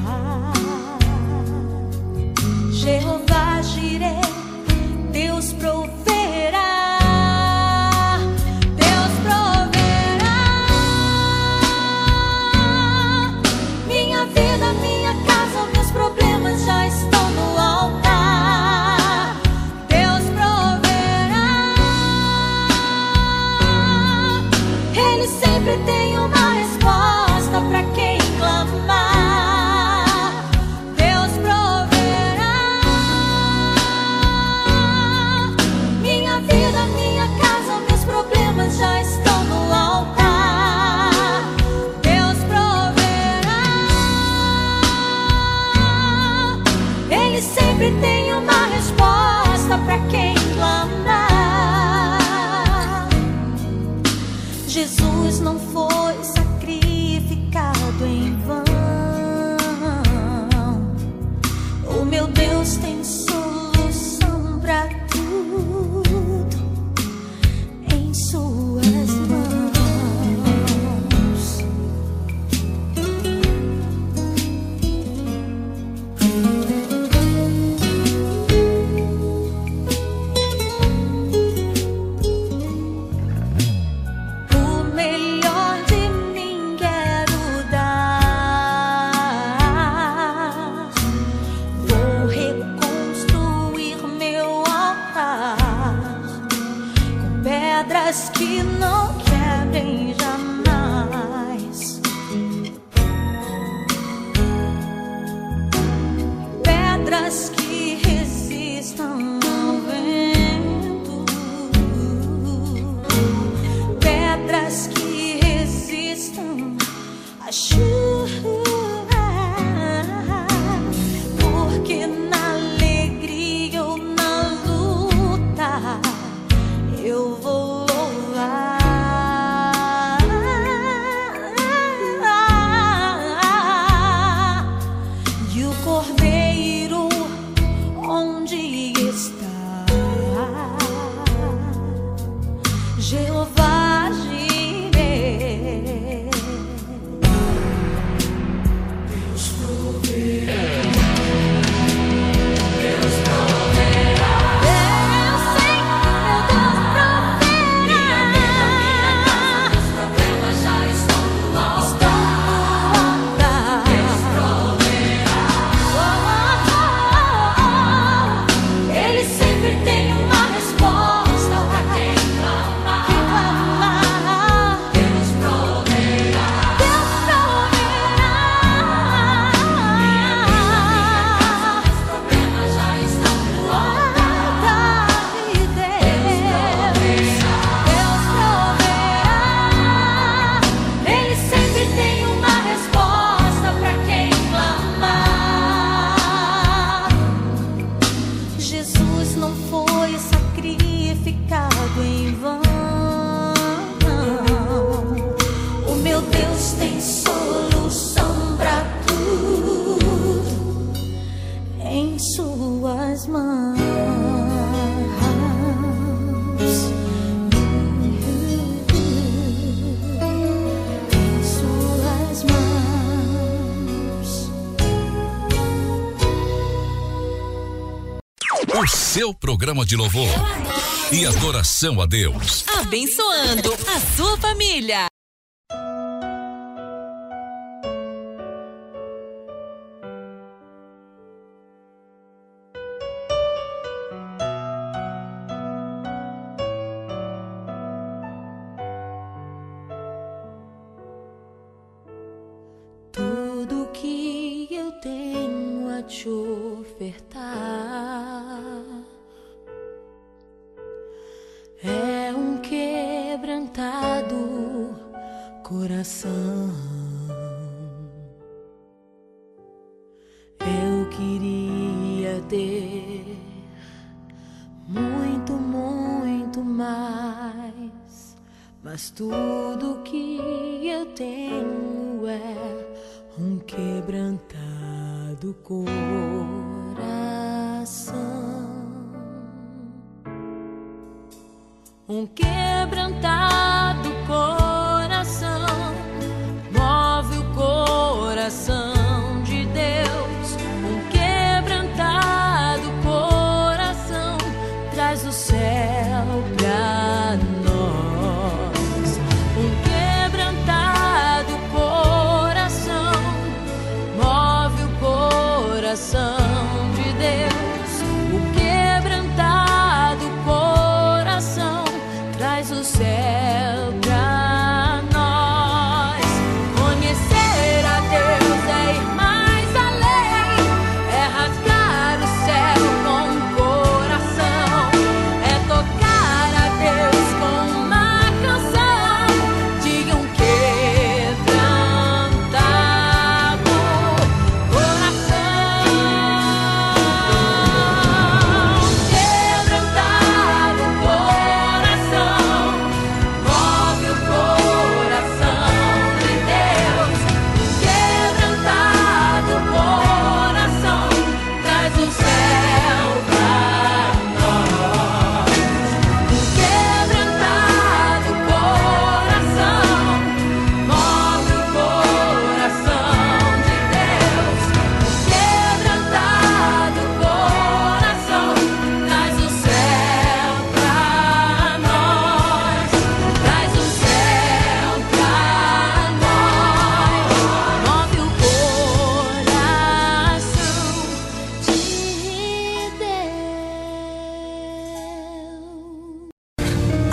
[SPEAKER 2] Jeová Jireh, Deus proverá. Deus proverá. resposta pra quem clama. Jesus não foi sacrificado em vão. O meu Deus tem solução pra tudo em suas mãos. O melhor de mim quero dar. Vou reconstruir meu altar com pedras que não quebrem jamais. Pedras que resistam ao vento. Pedras que resistam à chuva. Porque na alegria ou na luta eu vou louvar. E o Cordeiro onde está? Jeová Jireh. Deus proverá. Deus proverá. Eu sei que meu Deus proverá. Os problemas já estão no altar. Deus proverá. Ele sempre tem uma resposta pra quem clama. Deus proverá. Deus proverá. Minha vida, os problemas já estão no altar. E Deus proverá. Ele sempre tem uma resposta pra quem clama. Jesus não foi sacrificado em vão. O meu Deus tem solução pra tudo em suas mãos. Em suas mãos.
[SPEAKER 19] O seu programa de louvor e adoração a Deus.
[SPEAKER 10] Abençoando a sua família.
[SPEAKER 2] Tudo que eu tenho a te ofertar é um quebrantado coração. Eu queria ter muito, muito mais, mas tudo que eu tenho é um quebrantado coração. Um quebrantado coração move o coração de Deus. Um quebrantado coração traz o céu pra nós. Um quebrantado coração move o coração de Deus. O quebrantado coração traz o céu pra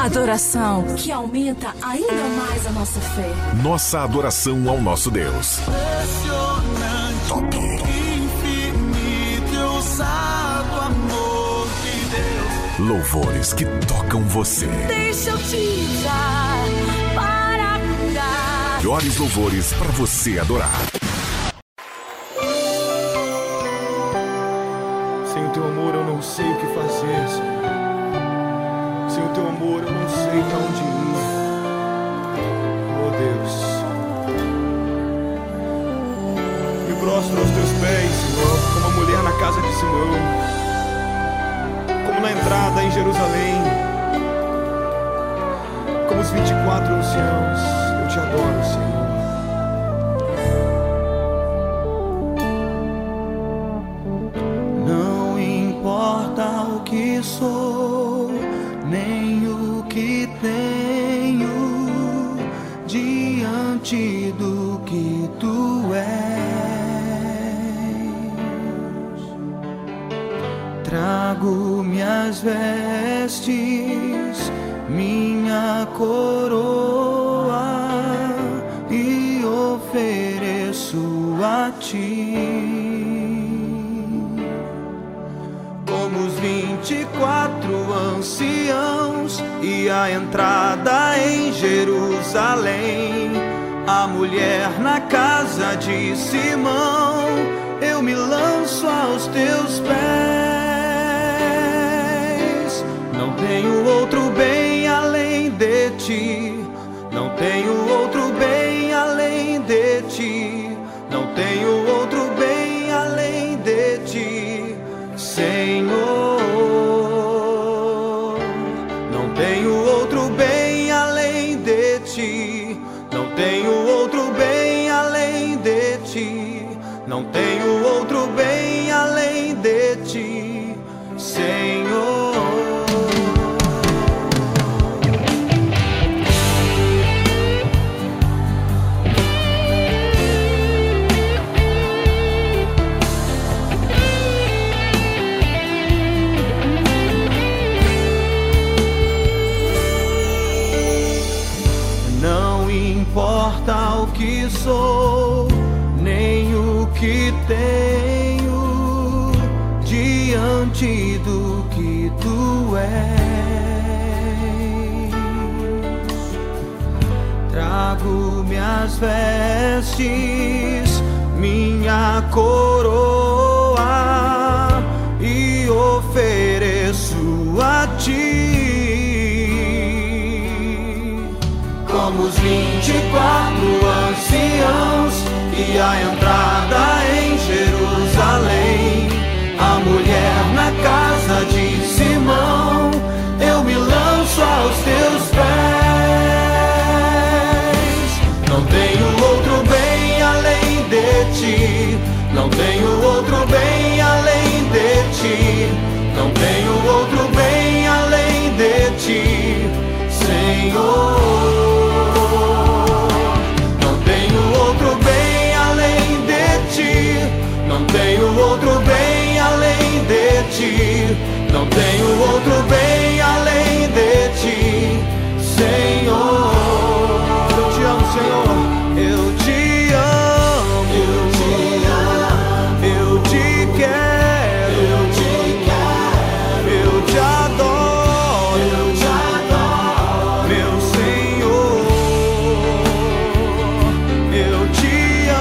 [SPEAKER 20] Adoração que aumenta ainda mais a nossa fé.
[SPEAKER 1] Nossa adoração ao nosso Deus. Top.
[SPEAKER 16] Infinito e ousado amor de Deus.
[SPEAKER 1] Louvores que tocam você.
[SPEAKER 16] Deixa eu te dar para curar.
[SPEAKER 1] Melhores louvores para você adorar.
[SPEAKER 9] Sem o teu amor eu não sei o que fazer, Senhor. Sem o teu amor eu não sei pra onde ir. Oh Deus, me prostro aos teus pés, Senhor, como a mulher na casa de Simão, como na entrada em Jerusalém, como os 24 anciãos, eu te adoro, Senhor.
[SPEAKER 18] Não importa o que sou, nem o que tenho, diante do que tu és. Trago minhas vestes, minha coroa e ofereço a ti. Como os 24 anciãos e a entrada em Jerusalém, a mulher na casa de Simão, eu me lanço aos teus pés. Não tenho outro bem além de ti, não tenho outro bem além de ti, não tenho outro bem além de ti, Senhor. Não tenho outro bem além de ti, não tenho outro bem além de ti, não tenho outro bem além de ti, Senhor. Não importa o que sou, nem o que tenho, diante do que tu és. Trago minhas vestes, minha coroa e ofereço a ti. Como os 24 anciãos e a entrada em Jerusalém, a mulher na casa de Simão, eu me lanço aos teus pés. Não tenho outro bem além de ti, não tenho outro bem além de ti, não tenho outro bem além de ti, Senhor. Não tenho outro bem além de ti, não tenho outro bem além de ti, Senhor. Eu te amo, Senhor, eu te amo, eu te quero, eu te adoro, meu Senhor, eu te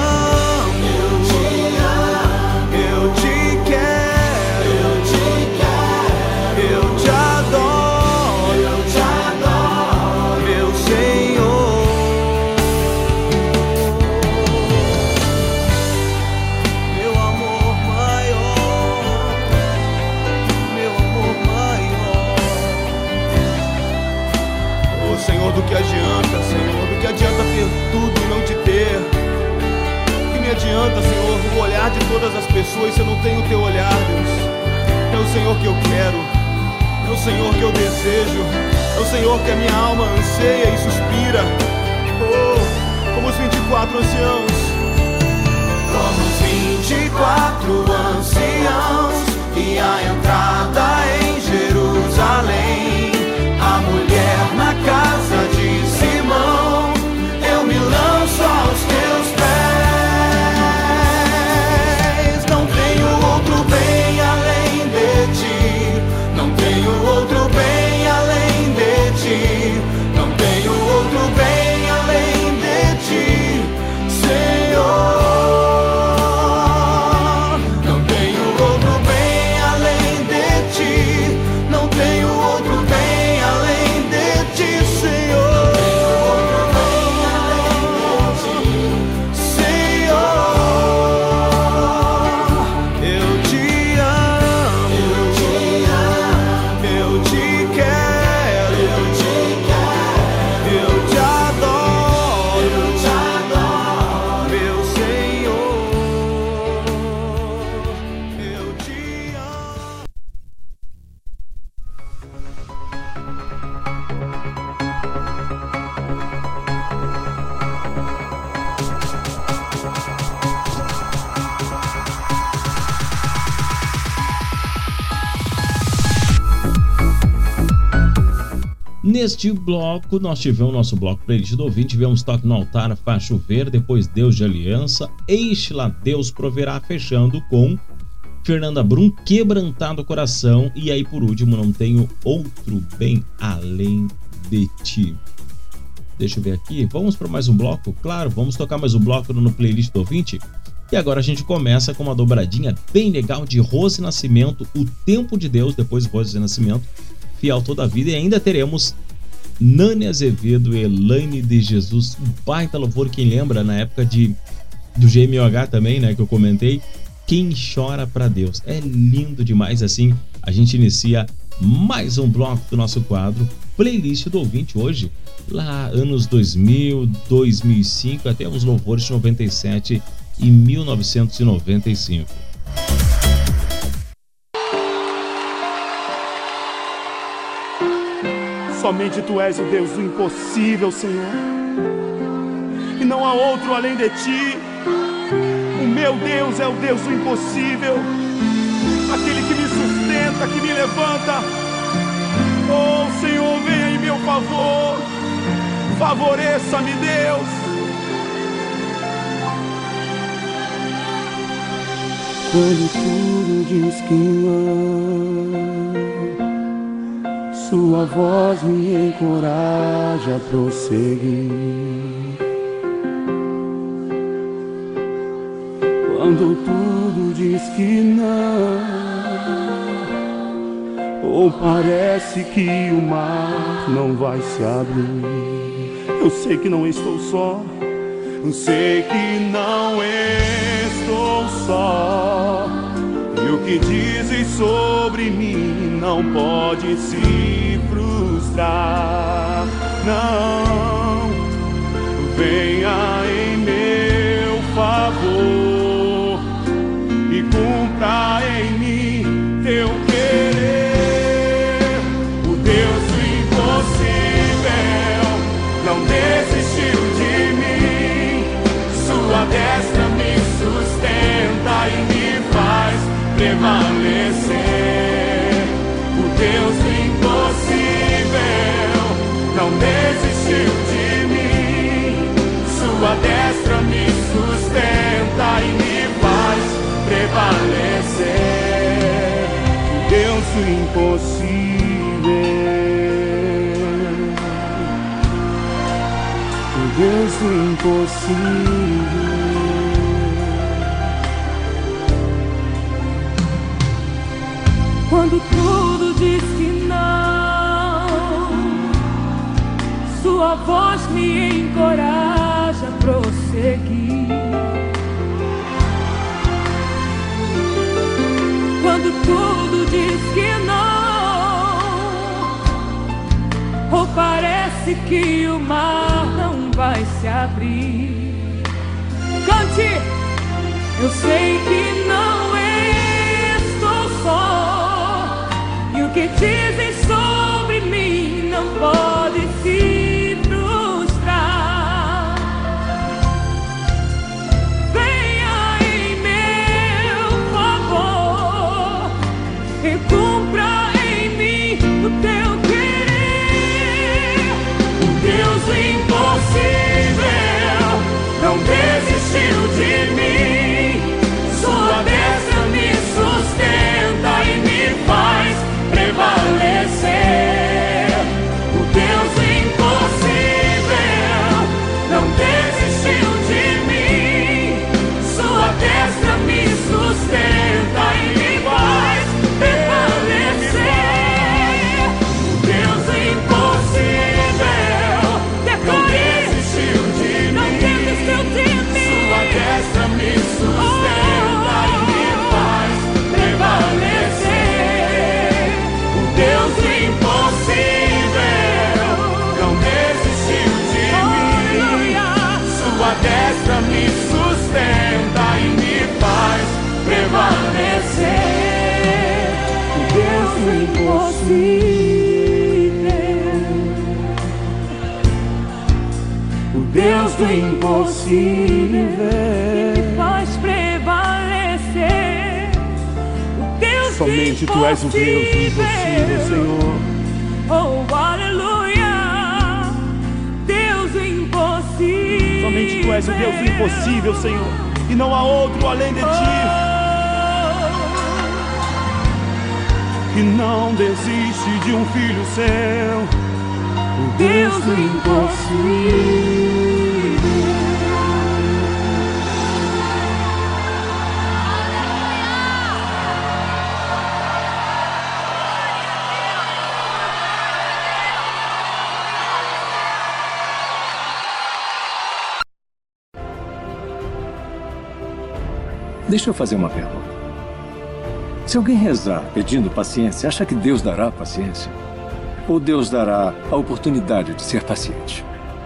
[SPEAKER 18] do que adianta, Senhor, do que adianta ter tudo e não te ter? O que me adianta, Senhor, o olhar de todas as pessoas se eu não tenho o teu olhar, Deus? É o Senhor que eu quero, é o Senhor que eu desejo, é o Senhor que a minha alma anseia e suspira. Oh, como os 24 anciãos, como os 24 anciãos e a entrada em Jerusalém, a mulher na
[SPEAKER 4] Neste bloco, nós tivemos nosso bloco playlist do ouvinte, tivemos Toque no Altar, Faz Chover, depois Deus de Aliança, Eixe lá Deus Proverá, fechando com Fernanda Brum, Quebrantado Coração, e aí por último, Não Tenho Outro Bem Além de Ti. Deixa eu ver aqui, vamos para mais um bloco? Claro, vamos tocar mais um bloco no playlist do ouvinte. E agora a gente começa com uma dobradinha bem legal de Rose Nascimento, O Tempo de Deus, depois Rose Nascimento, Fiel Toda a Vida, e ainda teremos Nani Azevedo e Elaine de Jesus, um baita louvor. Quem lembra na época do GMOH também, né, que eu comentei, Quem Chora Pra Deus. É lindo demais. Assim a gente inicia mais um bloco do nosso quadro Playlist do Ouvinte, hoje lá anos 2000, 2005, até os louvores de 97 e 1995.
[SPEAKER 15] Somente Tu és o Deus do impossível, Senhor, e não há outro além de Ti. O meu Deus é o Deus do impossível, aquele que me sustenta, que me levanta. Oh, Senhor, venha em meu favor, favoreça-me, Deus.
[SPEAKER 11] Quando tudo diz que não, Sua voz me encoraja a prosseguir. Quando tudo diz que não, ou parece que o mar não vai se abrir,
[SPEAKER 15] eu sei que não estou só, eu sei que não estou só. E o que dizem sobre mim não pode se frustrar. Não, venha em meu favor e cumpra em mim Teu querer. O Deus do impossível não desistiu de mim. Sua destra me sustenta e me faz prevalecer. O Deus do impossível não desistiu de mim. Sua destra me sustenta e me faz prevalecer. O Deus do impossível, o Deus do impossível.
[SPEAKER 2] Quando tudo diz que não, Sua voz me encoraja a prosseguir. Quando tudo diz que não, ou parece que o mar não vai se abrir, cante, eu sei que não estou só. E o que dizem sobre mim não pode se frustrar. Venha em meu favor e cumpra em mim o Teu querer. O Deus do impossível não desistiu de mim. Sua destra me sustenta e me faz prevalecer. O Deus impossível não desistiu de mim. Sua destra me sustenta e me faz prevalecer. O Deus impossível não desistiu de mim. Sua destra me sustenta e me faz prevalecer. Deus impossível não desistiu de mim. Sua destra me sustenta e me faz prevalecer. O Deus impossível, o Deus do impossível me faz prevalecer.
[SPEAKER 15] Somente Tu és o Deus do impossível, Senhor.
[SPEAKER 2] Oh, aleluia.
[SPEAKER 15] Tu és o Deus do impossível, Senhor, e não há outro além de Ti. Que não desiste de um filho seu, o Deus do impossível.
[SPEAKER 6] Deixa eu fazer uma pergunta. Se alguém rezar pedindo paciência, acha que Deus dará paciência? Ou Deus dará a oportunidade de ser paciente?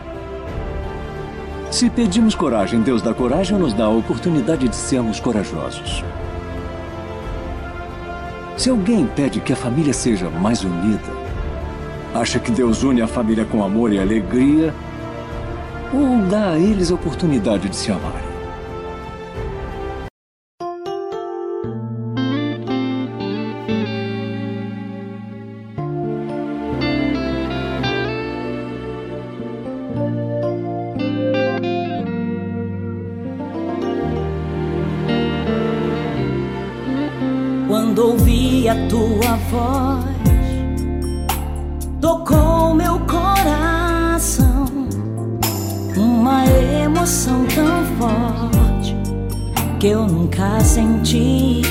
[SPEAKER 6] Se pedimos coragem, Deus dá coragem ou nos dá a oportunidade de sermos corajosos? Se alguém pede que a família seja mais unida, acha que Deus une a família com amor e alegria? Ou dá a eles a oportunidade de se amarem?
[SPEAKER 2] Quando ouvi a tua voz, tocou meu coração, uma emoção tão forte que eu nunca senti.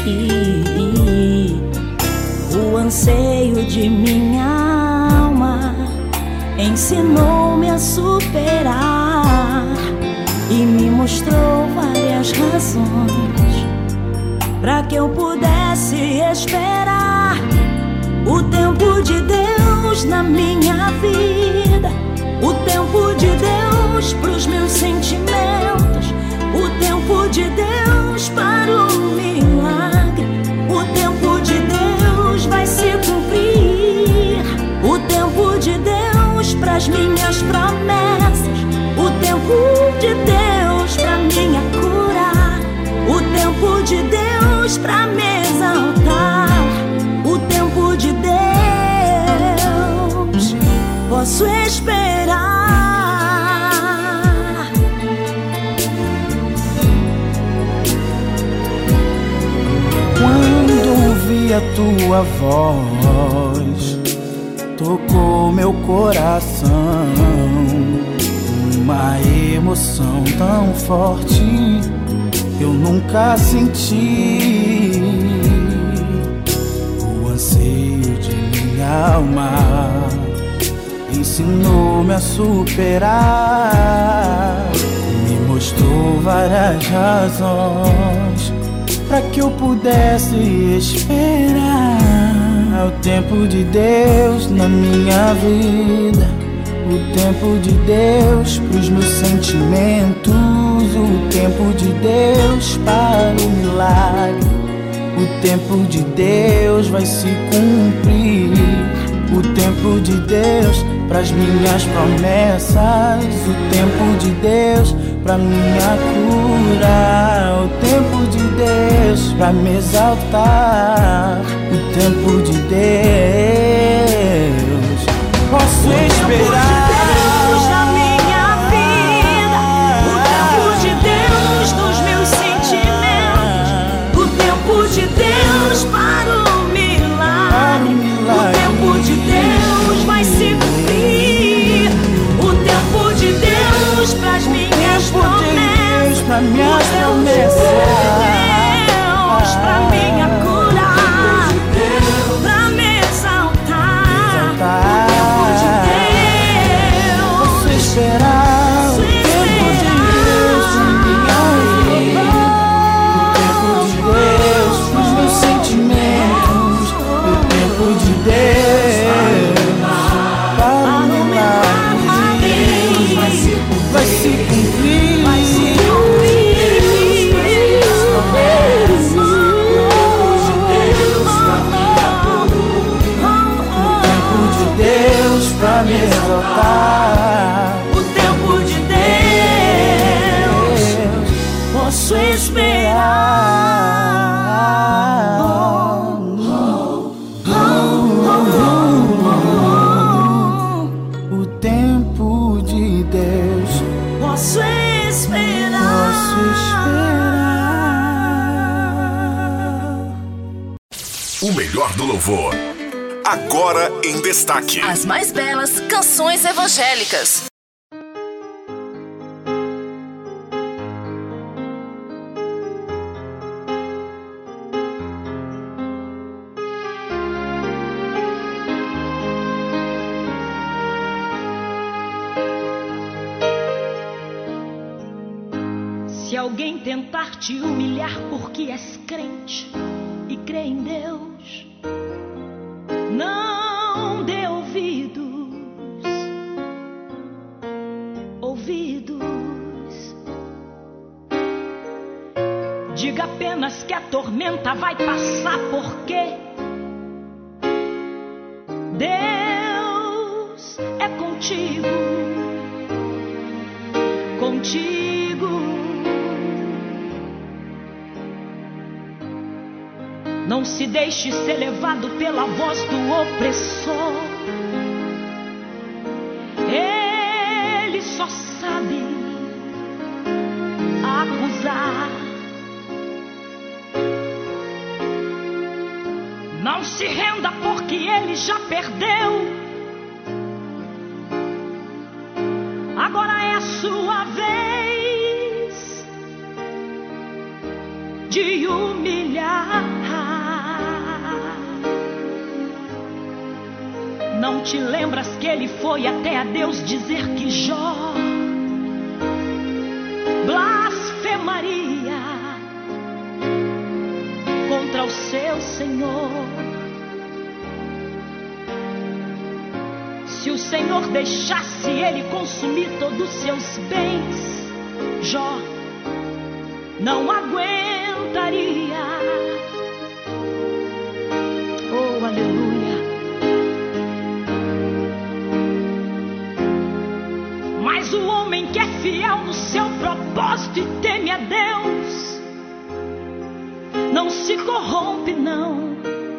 [SPEAKER 2] O anseio de minha alma ensinou-me a superar e me mostrou várias razões para que eu pudesse esperar o tempo de Deus na minha vida, o tempo de Deus pros meus sentimentos, o tempo de Deus para o milagre, o tempo de Deus vai se cumprir, o tempo de Deus pras minhas promessas, o tempo de Deus pra minha cura, o tempo de Deus pra me exaltar, o tempo de Deus posso esperar.
[SPEAKER 18] Quando ouvi a tua voz, tocou meu coração, uma emoção tão forte eu nunca senti. O anseio de minha alma ensinou-me a superar, me mostrou várias razões para que eu pudesse esperar o tempo de Deus na minha vida, o tempo de Deus pros meus sentimentos, o tempo de Deus para o milagre, o tempo de Deus vai se cumprir, o tempo de Deus pras minhas promessas, o tempo de Deus pra minha cura, o tempo de Deus pra me exaltar, o tempo de Deus posso esperar. Minhas promessas,
[SPEAKER 2] Deus pra minha cura, pra me exaltar, o tempo de Deus,
[SPEAKER 18] posso esperar o tempo de Deus de minha vida, o tempo de Deus pros meus sentimentos, o tempo de Deus para o milagre vai se cumprir. Pra me exaltar,
[SPEAKER 2] o tempo de Deus posso esperar.
[SPEAKER 18] O tempo de Deus
[SPEAKER 2] posso esperar.
[SPEAKER 1] melhor do louvor. Agora em destaque.
[SPEAKER 3] As mais belas canções evangélicas.
[SPEAKER 2] Se alguém tentar te humilhar porque és crente e crê em Deus, não dê ouvidos. Diga apenas que a tormenta vai passar, porque Deus é contigo. Não se deixe ser levado pela voz do opressor. Ele só sabe acusar. Não se renda, porque ele já perdeu. Agora é a sua vez de humilhar. Não te lembras que ele foi até a Deus dizer que Jó blasfemaria contra o seu Senhor? Se o Senhor deixasse ele consumir todos os seus bens, Jó não aguentaria. Oh, aleluia. Mas o homem que é fiel no seu propósito e teme a Deus não se corrompe, não.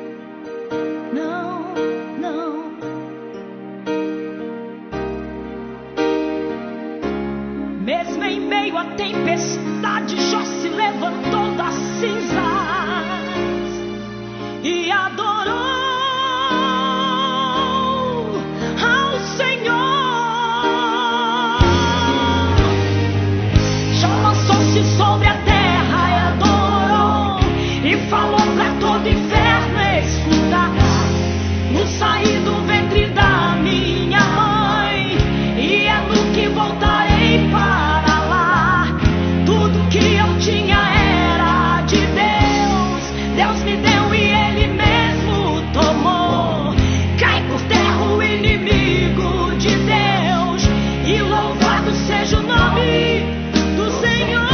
[SPEAKER 2] Mesmo em meio à tempestade, Jó se levantou das cinzas e adorou ao Senhor. Jó lançou-se sobre a terra e adorou, e falou pra todo inferno escutar: no sair do ventre da minha mãe, e é no que voltarei para lá. Tudo que eu tinha era de Deus, Deus me deu e ele mesmo tomou. Cai por terra o inimigo de Deus, e louvado seja o nome do Senhor.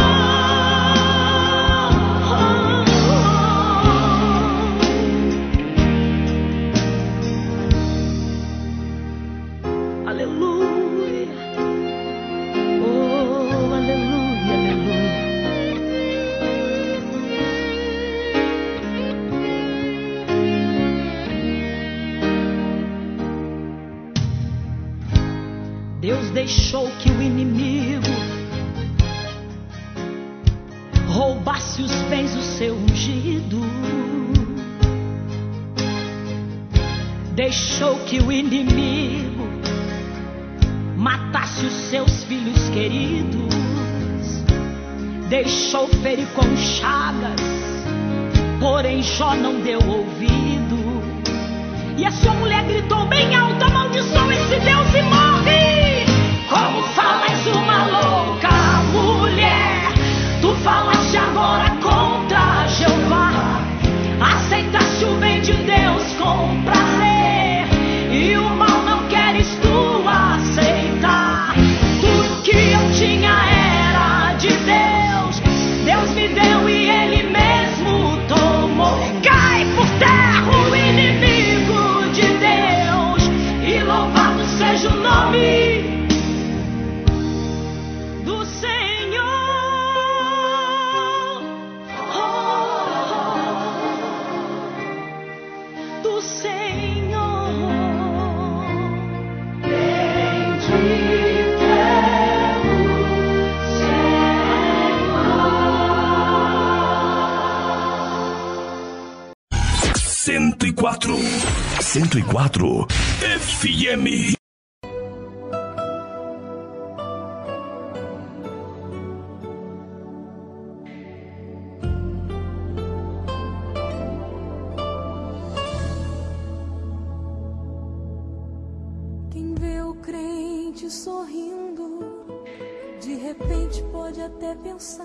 [SPEAKER 2] Aleluia. Oh, aleluia, aleluia. Deus deixou que o inimigo roubasse os bens do seu ungido. Deixou que o inimigo matasse os seus filhos queridos. Deixou ferir com chagas, porém Jó não deu ouvido. E a sua mulher gritou bem alto: amaldiçoa esse Deus e morre. Como falas uma louca mulher, tu falaste agora contra Jeová. Aceitaste o bem de Deus com prazer, e o mal não queres tu aceitar. Tudo que eu tinha era de Deus, Deus me deu e ele mesmo tomou. Cai por terra o inimigo de Deus, e louvado seja o nome
[SPEAKER 1] 104. 104 FM.
[SPEAKER 2] Quem vê o crente sorrindo, de repente pode até pensar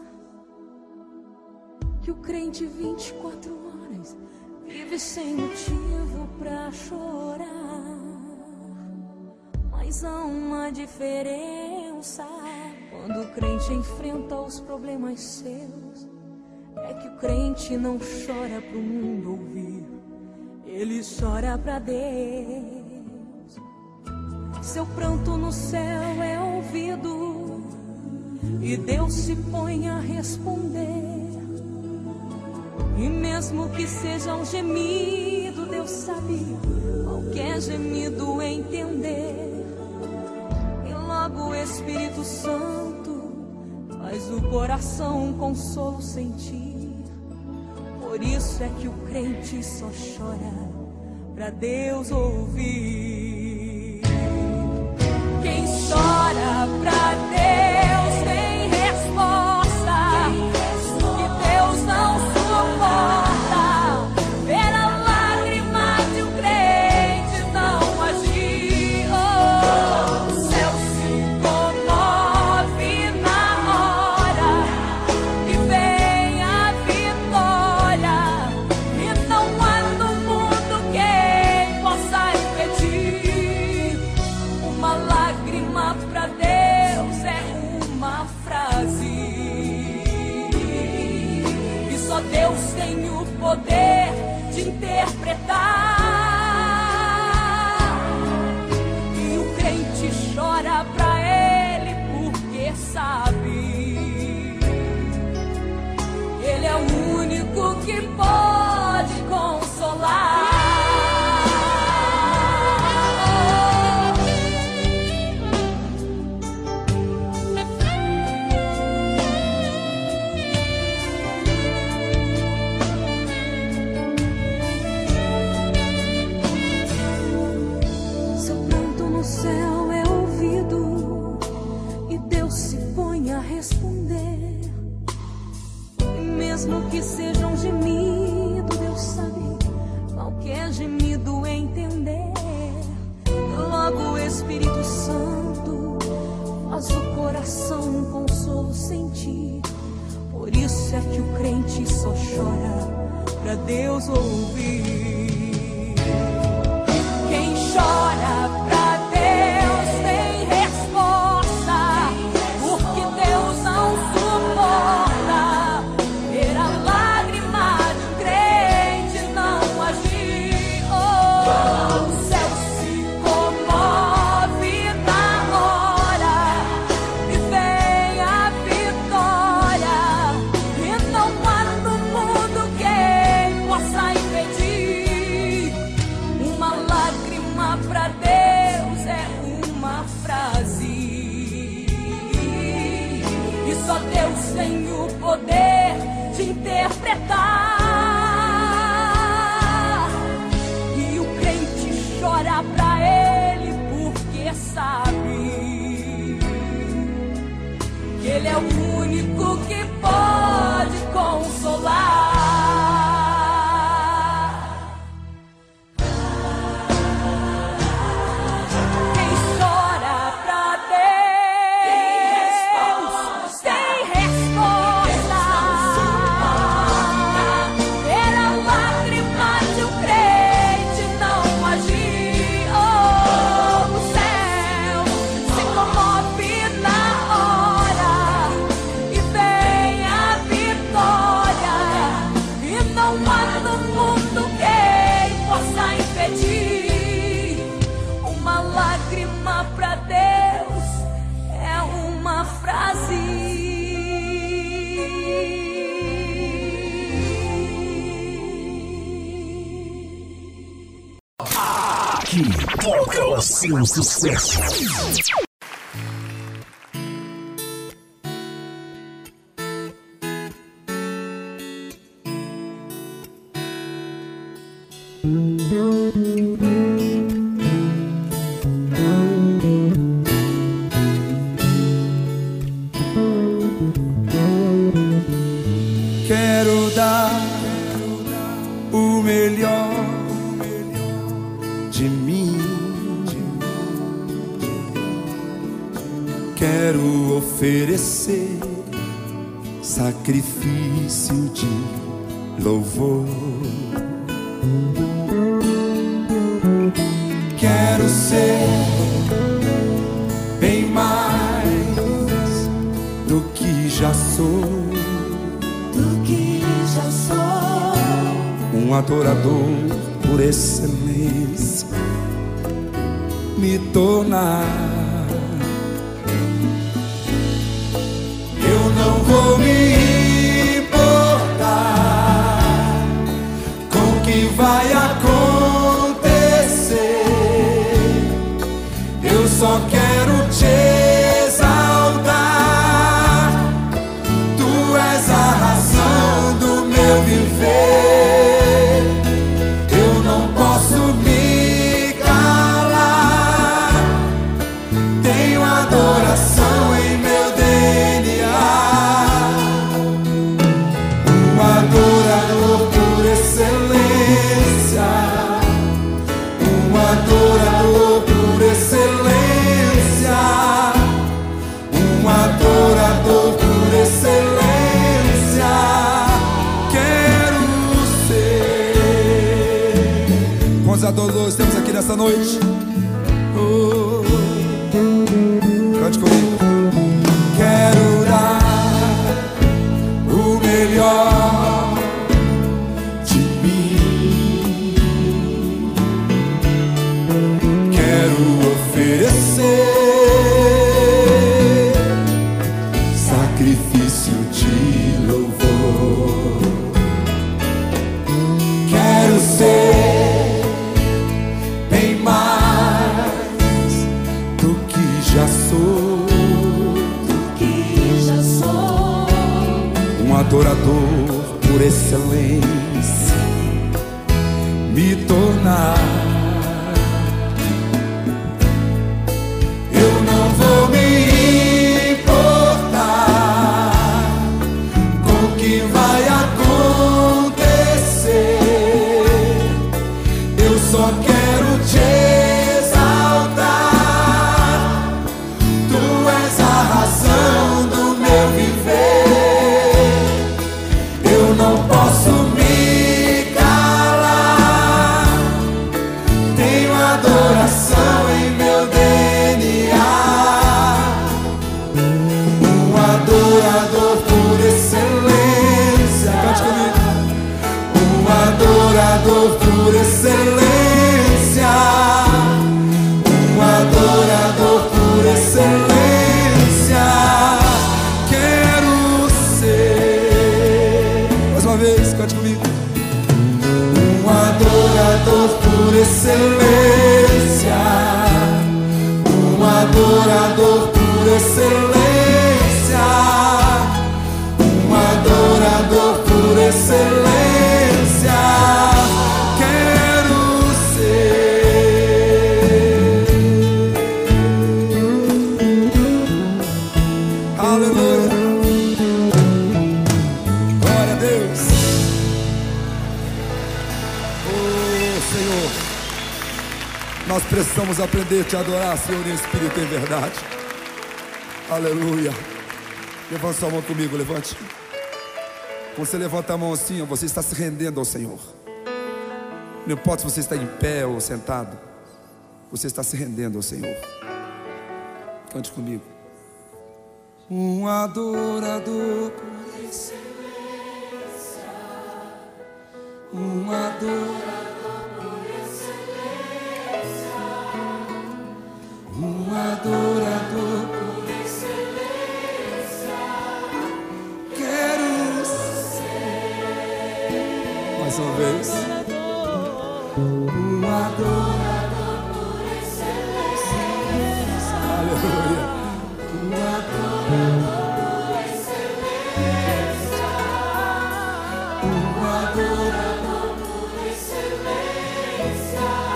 [SPEAKER 2] que o crente 24 horas vive sem motivo pra chorar. Mas há uma diferença quando o crente enfrenta os problemas seus. É que o crente não chora pro mundo ouvir, ele chora pra Deus. Seu pranto no céu é ouvido e Deus se põe a responder. E mesmo que seja um gemido, Deus sabe qualquer gemido entender. E logo o Espírito Santo faz o coração um consolo sentir. Por isso é que o crente só chora pra Deus ouvir. Quem chora pra Deus tem resposta, que Deus não suporta ver a lágrima de um crente não agir. Oh, o céu se comove na hora e vem a vitória, e não há no mundo quem possa impedir. Uma lágrima pra Deus é uma frase, e só Deus tem o poder de interpretar. E o crente chora pra Ele porque sabe, Ele é o único que pode consolar. Seu pranto no céu é ouvido e Deus se põe a responder. E mesmo que seja um gemido, Deus sabe qualquer gemido entender. Logo o Espírito Santo faz o coração um consolo sentir. Por isso é que o crente só chora pra Deus ouvir. Quem chora pra Deus tem resposta, porque Deus não suporta ver a lágrima de um crente não agir. Oh, o céu se comove na hora e vem a vitória, e não há no mundo quem possa impedir. Uma lágrima pra Deus é uma frase, e só Deus tem o poder de interpretar. E o crente chora pra Ele porque sabe que Ele é o único que pode consolar. Quem chora pra Deus tem resposta. Ver a lágrima de um crente não agir. Oh, o céu se comove na hora e vem a vitória, e não há no mundo quem possa impedir. Uma lágrima pra Deus é uma frase.
[SPEAKER 1] Aqui toca o seu sucesso.
[SPEAKER 11] Quero dar o melhor de mim. Quero oferecer sacrifício de louvor. Quero ser bem mais do que já sou. Um adorador por excelência, me tornar. Eu não vou me importar com o que vai acontecer. Eu só quero te exaltar. Tu és a razão do meu viver. Eu não posso me calar. Tenho adoração em meu DNA. Um adorador por excelência. Um adorador por excelência. Um adorador por excelência. Quero ser. Quantos adoradores temos aqui nessa noite? Oh, cante comigo. Quero dar o melhor de mim. Quero oferecer sacrifício de louvor. Quero ser bem mais do que já sou. Um adorador por excelência, me tornar. Eu não vou me importar com o que vai acontecer. Eu só quero te exaltar. Tu és a razão do meu viver. Eu não posso me calar. Tenho adoração em meu DNA. Um adorador por excelência. Cante comigo. Um adorador por excelência. Um adorador por excelência. Quero ser. Mais uma vez, cante comigo. Um adorador por excelência. Um adorador por excelência. Um adorador por excelência. Quero ser. Aleluia. Glória a Deus. Oh, Senhor, nós precisamos aprender a te adorar, Senhor, em espírito e em verdade. Aleluia. Levante sua mão comigo, levante. Quando você levanta a mão assim, ó, você está se rendendo ao Senhor. Não importa se você está em pé ou sentado, você está se rendendo ao Senhor. Cante comigo. Um adorador por excelência. Um adorador por excelência. Um adorador por excelência. Quero ser. Mais uma vez. Um adorador por excelência. Aleluia. Um adorador por excelência. Um adorador por excelência.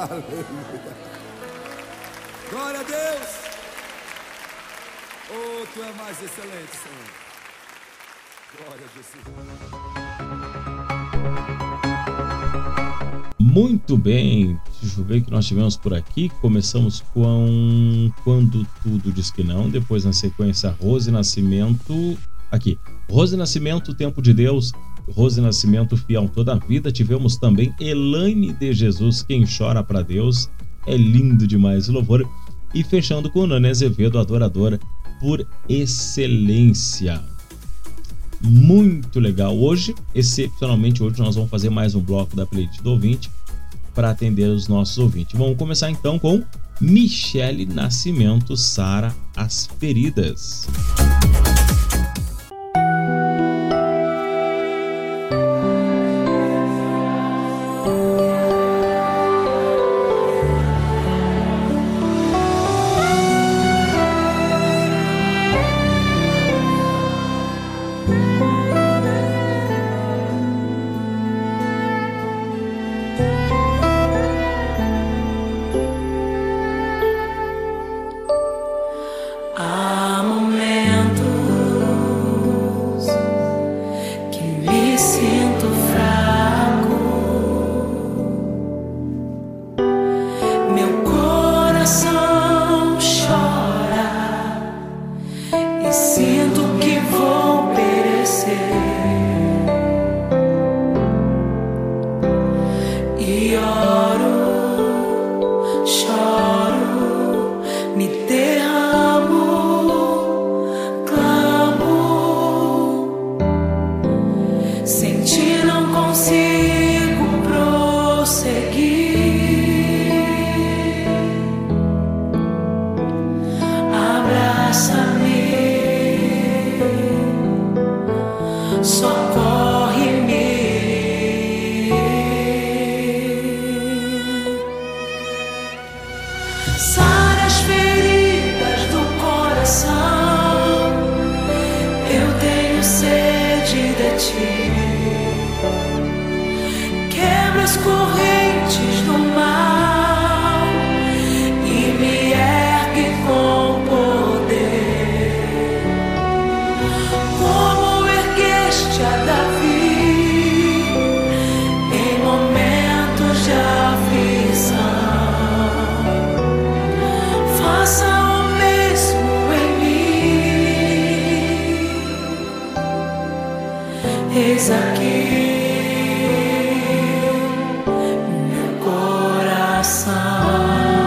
[SPEAKER 21] Aleluia. Glória a Deus. Oh, tu é mais excelente, Senhor. Glória a Jesus.
[SPEAKER 4] Muito bem, deixa eu ver o que nós tivemos por aqui. Começamos com Quando Tudo Diz Que Não. Depois, na sequência, Rose Nascimento. Aqui, Rose Nascimento, Tempo de Deus. Rose Nascimento, Fiel Toda a Vida. Tivemos também Elaine de Jesus, Quem Chora Pra Deus. É lindo demais o louvor. E fechando com Nani Azevedo, Adoradora por Excelência. Muito legal. Hoje, excepcionalmente hoje, nós vamos fazer mais um bloco da playlist do ouvinte para atender os nossos ouvintes. Vamos começar então com Michele Nascimento, Sara as Feridas.
[SPEAKER 2] Há momentos que me sinto fraco, meu coração chora e sinto que vou perecer. E oro, choro, me derramo, clamo, sem ti não consigo prosseguir. Abraça-me, socorre-me. Sara as feridas do coração, eu tenho sede de ti. Quebra as correntes do mal e me ergue com poder, como ergueste a Davi em momentos de aflição. Faça o mesmo em mim. Eis aqui meu coração.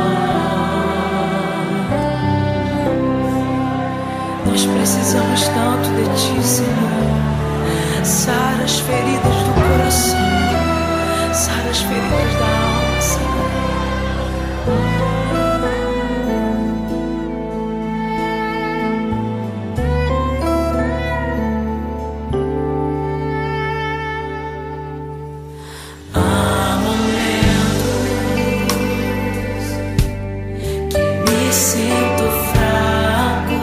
[SPEAKER 2] Nós precisamos tanto de ti, Senhor. Sara as feridas do coração, sara as feridas da alma, Senhor. Há momentos que me sinto fraco,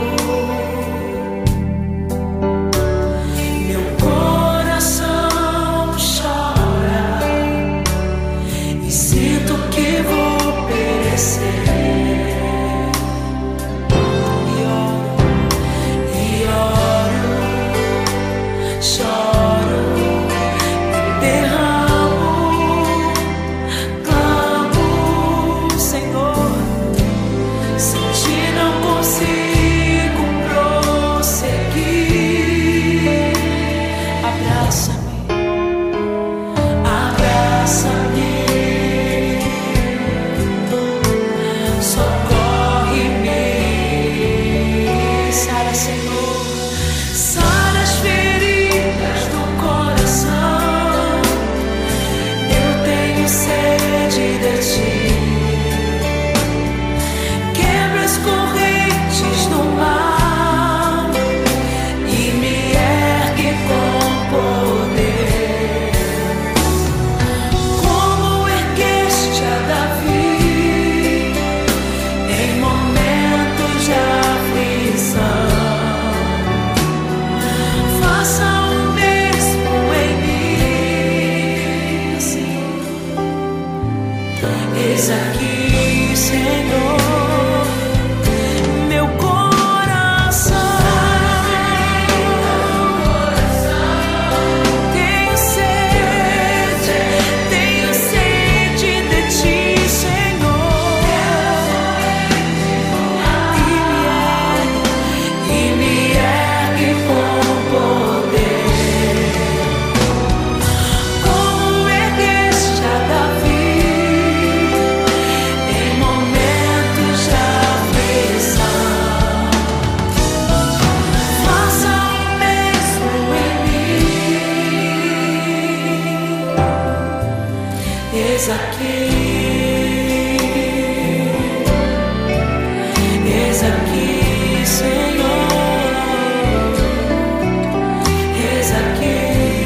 [SPEAKER 2] meu coração chora e Eis aqui, Senhor, eis aqui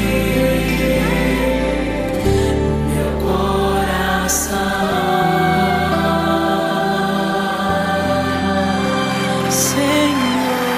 [SPEAKER 2] meu coração, Senhor.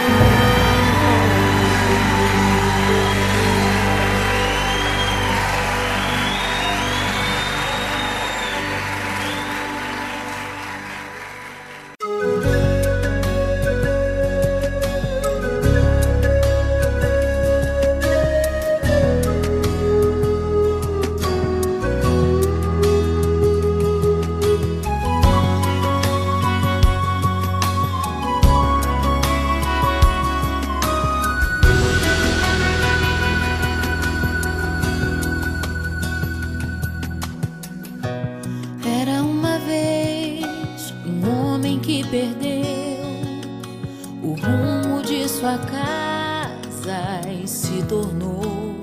[SPEAKER 7] Era uma vez um homem que perdeu o rumo de sua casa e se tornou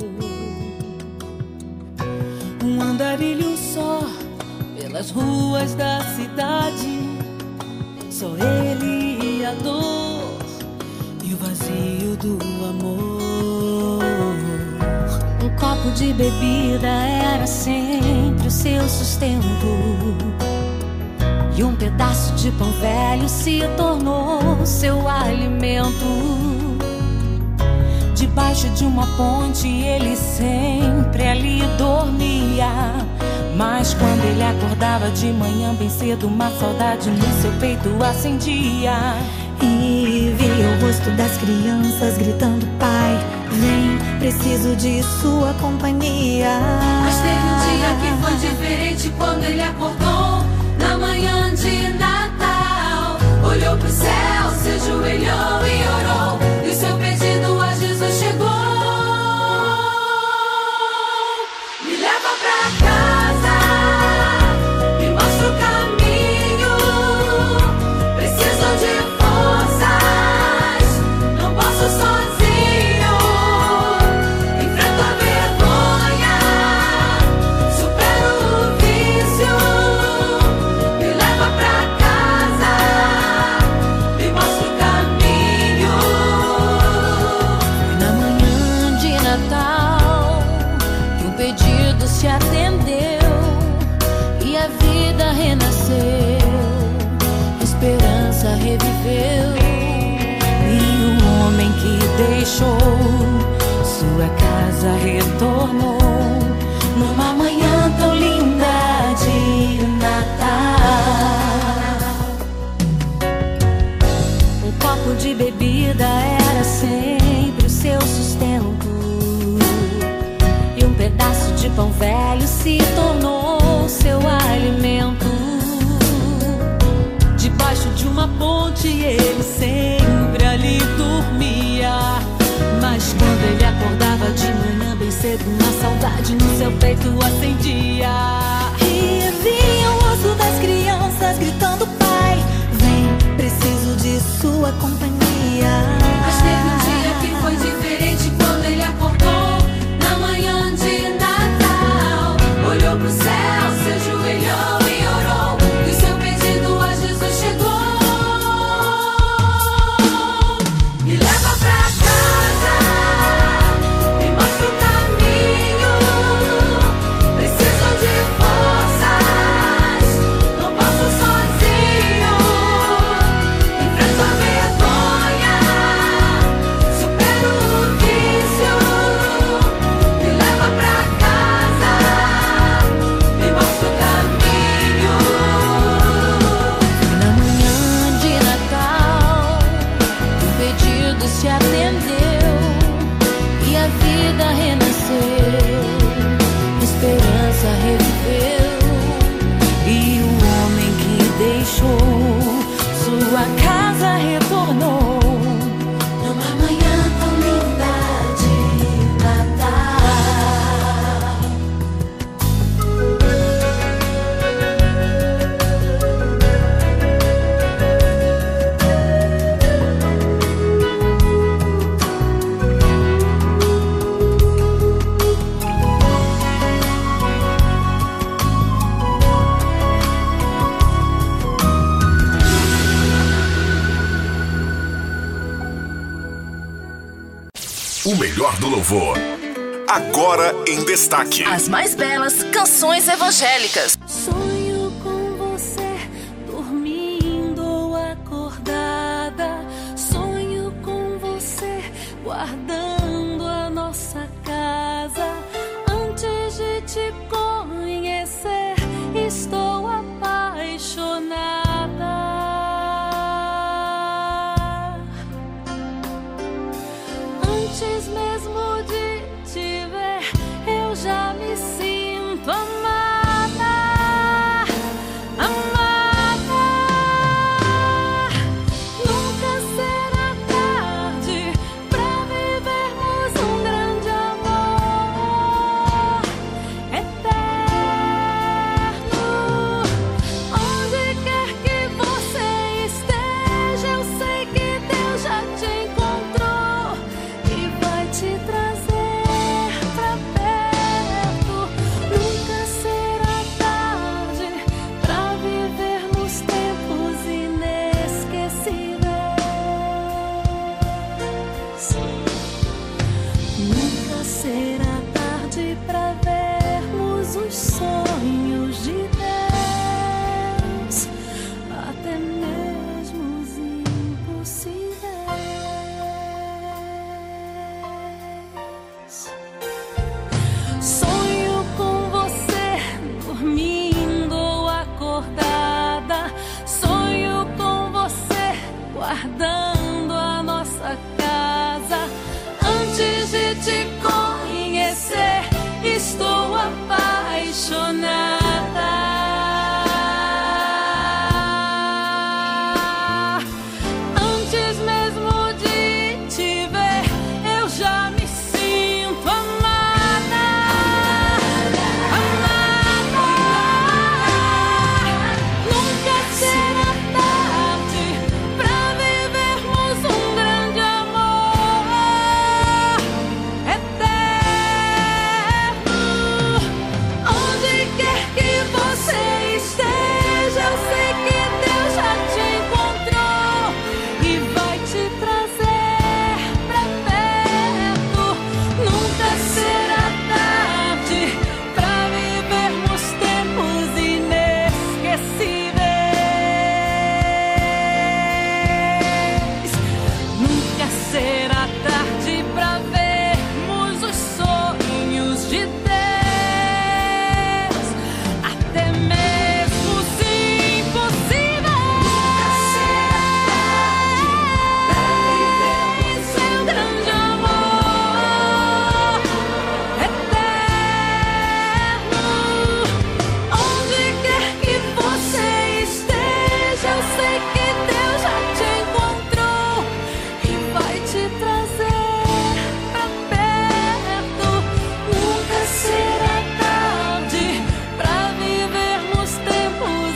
[SPEAKER 7] um andarilho só pelas ruas da cidade. Só ele e a dor e o vazio do amor. Um copo de bebida era sempre o seu sustento, e um pedaço de pão velho se tornou seu alimento. Debaixo de uma ponte ele sempre ali dormia, mas quando ele acordava de manhã bem cedo, uma saudade no seu peito acendia.
[SPEAKER 2] E via o rosto das crianças gritando: pai, vem, preciso de sua companhia.
[SPEAKER 20] Mas teve um dia que foi diferente quando ele acordou na manhã de Natal. Olhou pro céu, se ajoelhou e orou, e o seu pedido a Jesus chegou. Me leva pra casa, me mostra o caminho. Preciso de forças, não posso sozinho. Enfrento a vergonha, supero o vício. Me leva pra casa, me mostra o caminho.
[SPEAKER 7] Foi na manhã de Natal que um pedido se atendeu e a vida renasceu, esperança reviveu. E o homem que deixou sua casa retornou numa manhã tão linda de Natal. Um copo de bebida era sempre o seu sustento, e um pedaço de pão velho se tornou seu alimento. Debaixo de uma ponte ele sempre ali dormia, mas quando ele acordava de manhã bem cedo, uma saudade no seu peito acendia.
[SPEAKER 2] E via o rosto das crianças gritando: pai, vem, preciso de sua companhia.
[SPEAKER 20] Mas teve um dia que foi diferente quando ele acordou na manhã de Natal. Olhou pro céu, se ajoelhou e orou, e o seu pedido a Jesus chegou. Me leva pra casa, me mostra o caminho. Preciso de forças, não posso sozinho. Enfrento a vergonha,
[SPEAKER 1] O melhor do louvor. Agora em destaque.
[SPEAKER 3] As mais belas canções evangélicas.
[SPEAKER 7] Sonho com você, dormindo ou acordada. Sonho com você, guardando a nossa casa. Antes de te conhecer, estou apaixonada. Antes mesmo de te ver, eu já me sinto amada, amada. Nunca será tarde pra vivermos um grande amor eterno. Onde quer que você esteja, eu sei que Deus já te encontrou e vai te trazer pra perto. Nunca será tarde pra vivermos tempos inesquecíveis. Nunca será tarde pra vermos os sonhos de Deus, até mesmo os impossíveis. Sonho com você, dormindo ou acordada. Sonho com você, guardando a nossa casa. Antes de te conhecer, estou apaixonada. Antes mesmo de te ver, eu já me sinto amada, amada. Nunca será tarde pra vivermos um grande amor eterno. Onde quer que você esteja, eu sei que Deus já te encontrou e vai te trazer pra perto. Nunca será tarde pra vivermos tempos inesquecíveis. Nunca será tarde pra vermos os sonhos de Deus, até mesmo os impossíveis. Seu grande amor eterno. Onde quer que você esteja, eu sei que Deus já te encontrou e vai te trazer pra perto. Nunca será tarde pra vivermos tempos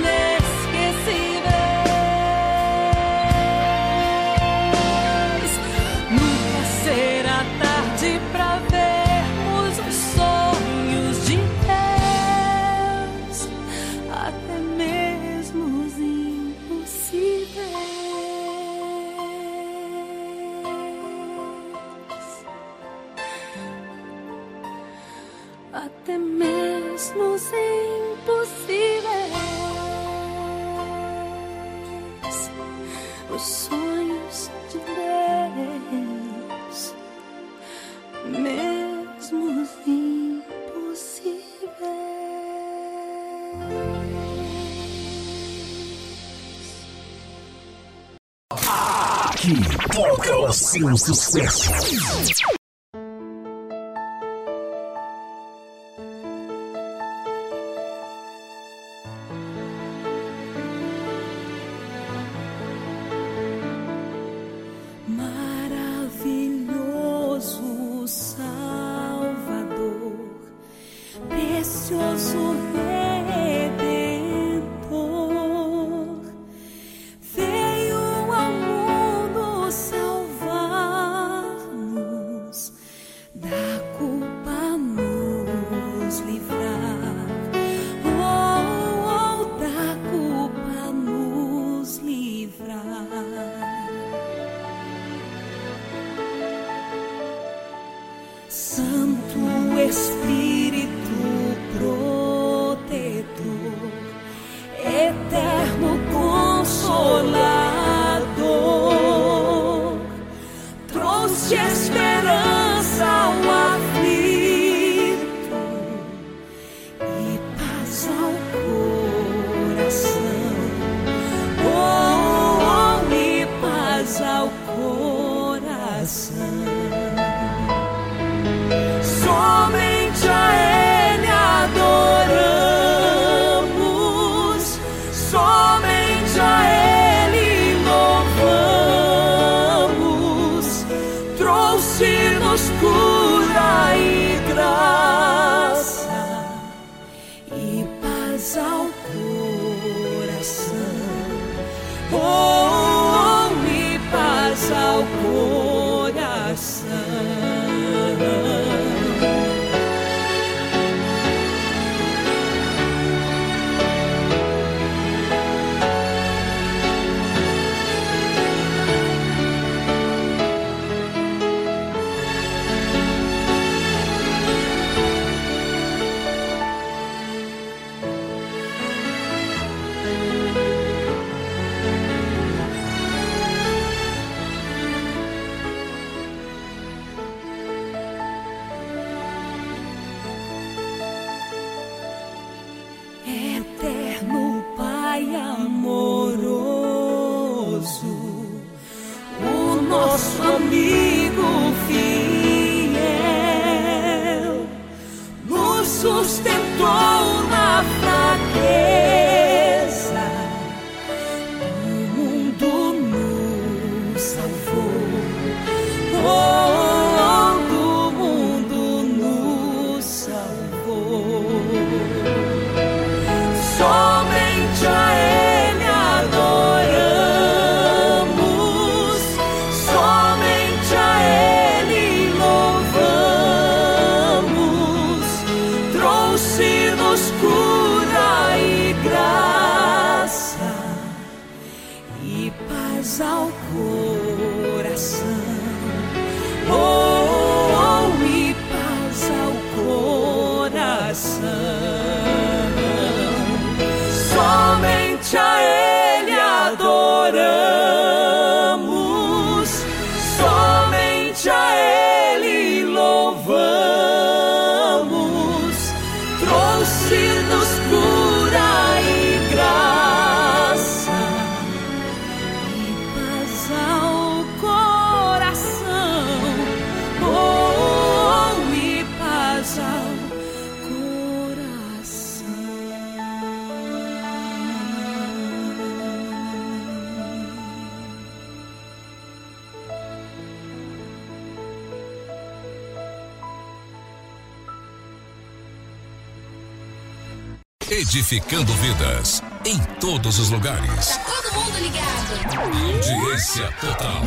[SPEAKER 7] inesquecíveis. Nunca será tarde pra vermos os sonhos de Deus, até mesmo os impossíveis. Até mesmo os impossíveis. Os sonhos de Deus, mesmo os impossíveis.
[SPEAKER 1] Aqui toca o seu sucesso.
[SPEAKER 7] Maravilhoso Salvador, precioso Redentor, veio ao mundo salvar-nos, da culpa nos livrar. Oh, da culpa nos livrar.
[SPEAKER 16] Santo Espírito protetor, eterno consolador, trouxe esperança ao aflito e paz ao coração. Oh, e paz ao coração. Somente a Ele adoramos, somente a Ele louvamos. Trouxe-nos cura e graça e paz ao coração. Oh, e paz ao coração. Eterno Pai amoroso, o nosso amigo fiel, nos sustentou na fraqueza, o mundo nos salvou. Oh, do mundo nos salvou. Somente a Ele adoramos, somente a Ele louvamos. Trouxe-nos cura e graça e paz ao coração. Oh, e paz ao coração. Somente a Ele adoramos, somente a Ele louvamos. Trouxe-nos cura e graça e paz ao coração. Oh, e paz ao
[SPEAKER 19] Edificando vidas em todos os lugares.
[SPEAKER 20] Tá todo mundo ligado.
[SPEAKER 19] Audiência total.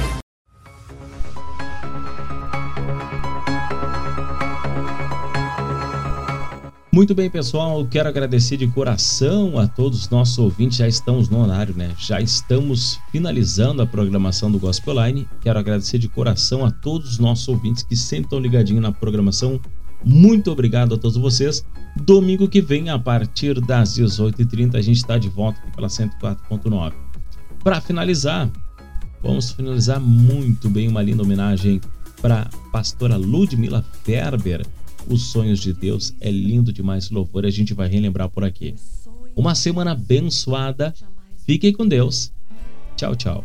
[SPEAKER 4] Muito bem, pessoal, quero agradecer de coração a todos os nossos ouvintes. Já estamos no horário, né? Já estamos finalizando a programação do Gospel Line. Quero agradecer de coração a todos os nossos ouvintes que sempre estão ligadinhos na programação. Muito obrigado a todos vocês. Domingo que vem, a partir das 18h30, a gente está de volta aqui pela 104.9. Para finalizar, vamos finalizar muito bem uma linda homenagem para a pastora Ludmila Ferber. Os sonhos de Deus é lindo demais, louvor, a gente vai relembrar por aqui. Uma semana abençoada. Fiquem com Deus. Tchau, tchau.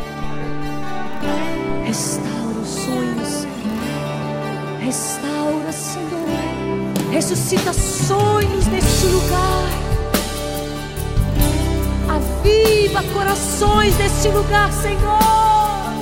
[SPEAKER 16] Restaura os sonhos, restaura, Senhor. Ressuscita sonhos neste lugar. Aviva corações neste lugar, Senhor.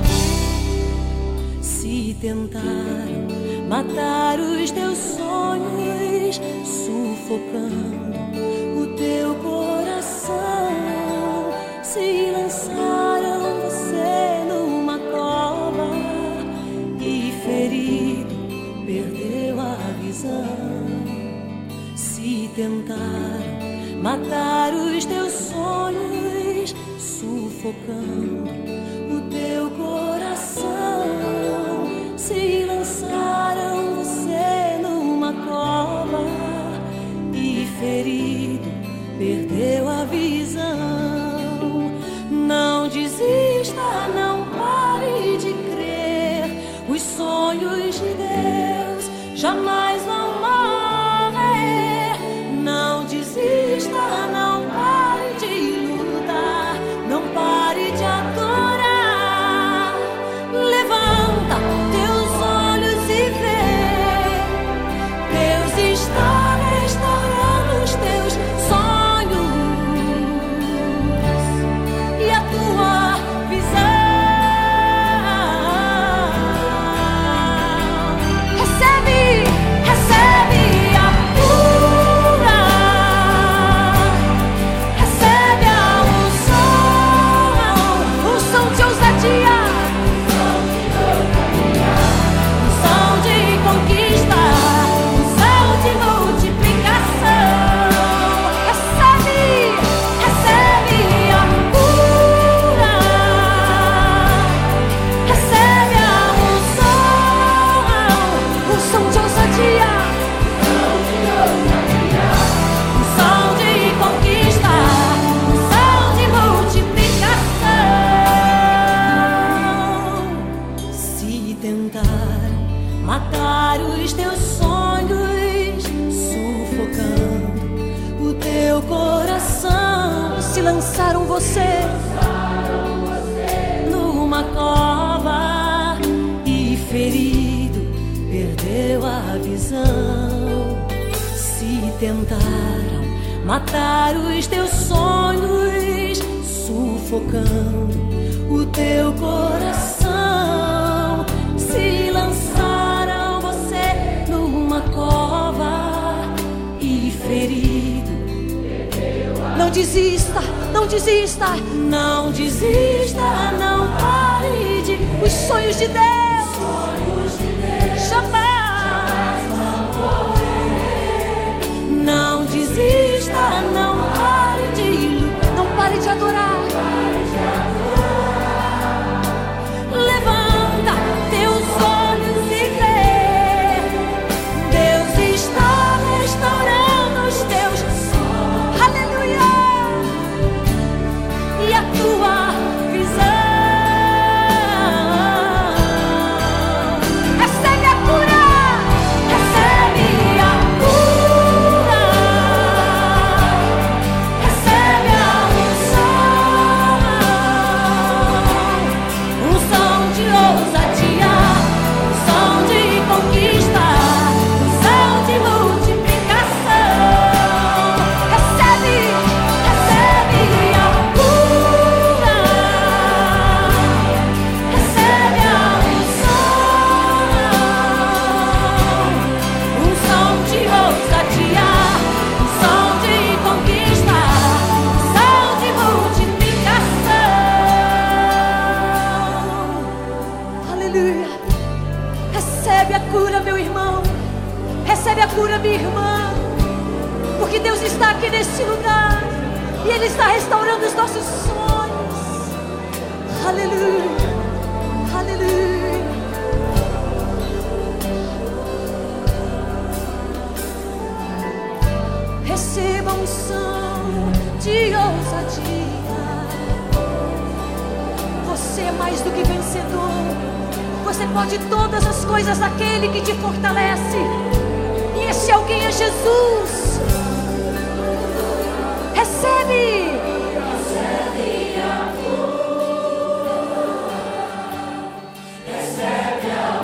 [SPEAKER 16] Se tentar matar os teus sonhos, sufocando o teu coração, se lançaram você numa cova e ferido perdeu a visão. Se tentar matar os teus sonhos, sufocando o teu coração, se lançaram
[SPEAKER 2] jamais vão morrer. Não desista, não pare de lutar, não pare de adorar. Levanta teus olhos e vê, Deus está restaurando os teus sonhos e a tua visão. Recebe, recebe a cura, recebe a unção de ousadia, unção de conquista, unção de multiplicação. Recebe, recebe a cura, recebe a unção de ousadia, unção de conquista, unção de multiplicação. Se tentar matar os teus sonhos, sufocando o teu coração, se lançaram você numa cova e ferido perdeu a visão. Se tentaram matar os teus sonhos, sufocando o teu coração, se lançaram você numa cova e ferido. Não desista, não desista, não desista, não pare de os sonhos de Deus. Jamais vão morrer. Não desista, não pare de adorar. Levanta teus olhos e vê, Deus está restaurando os teus sonhos. Aleluia! E a tua visão. Recebe a cura, recebe a cura, recebe a unção de ousadia, unção de conquista, unção de multiplicação. Recebe, recebe a cura, recebe a unção de ousadia, unção de conquista, unção de multiplicação. Aleluia. Recebe a cura, meu irmão. Recebe a cura, minha irmã. Porque Deus está aqui nesse lugar e Ele está restaurando os nossos sonhos. Aleluia. Aleluia. Receba a unção de ousadia. Você é mais do que vencedor. Você pode todas as coisas naquele que te fortalece. E esse alguém é Jesus. Recebe. Recebe a cura, recebe a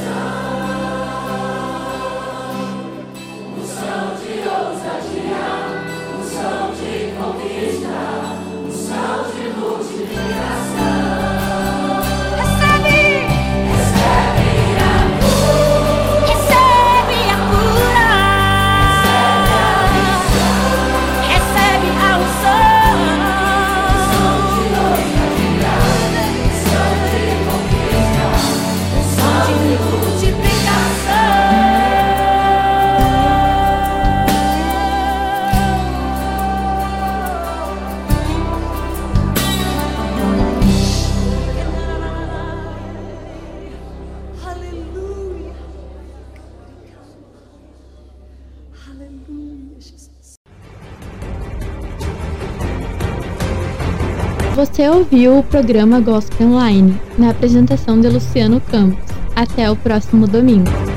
[SPEAKER 2] unção de ousadia, unção de conquista, unção de multiplicação.
[SPEAKER 13] Você ouviu o programa Gospel Online, na apresentação de Luciano Campos. Até o próximo domingo.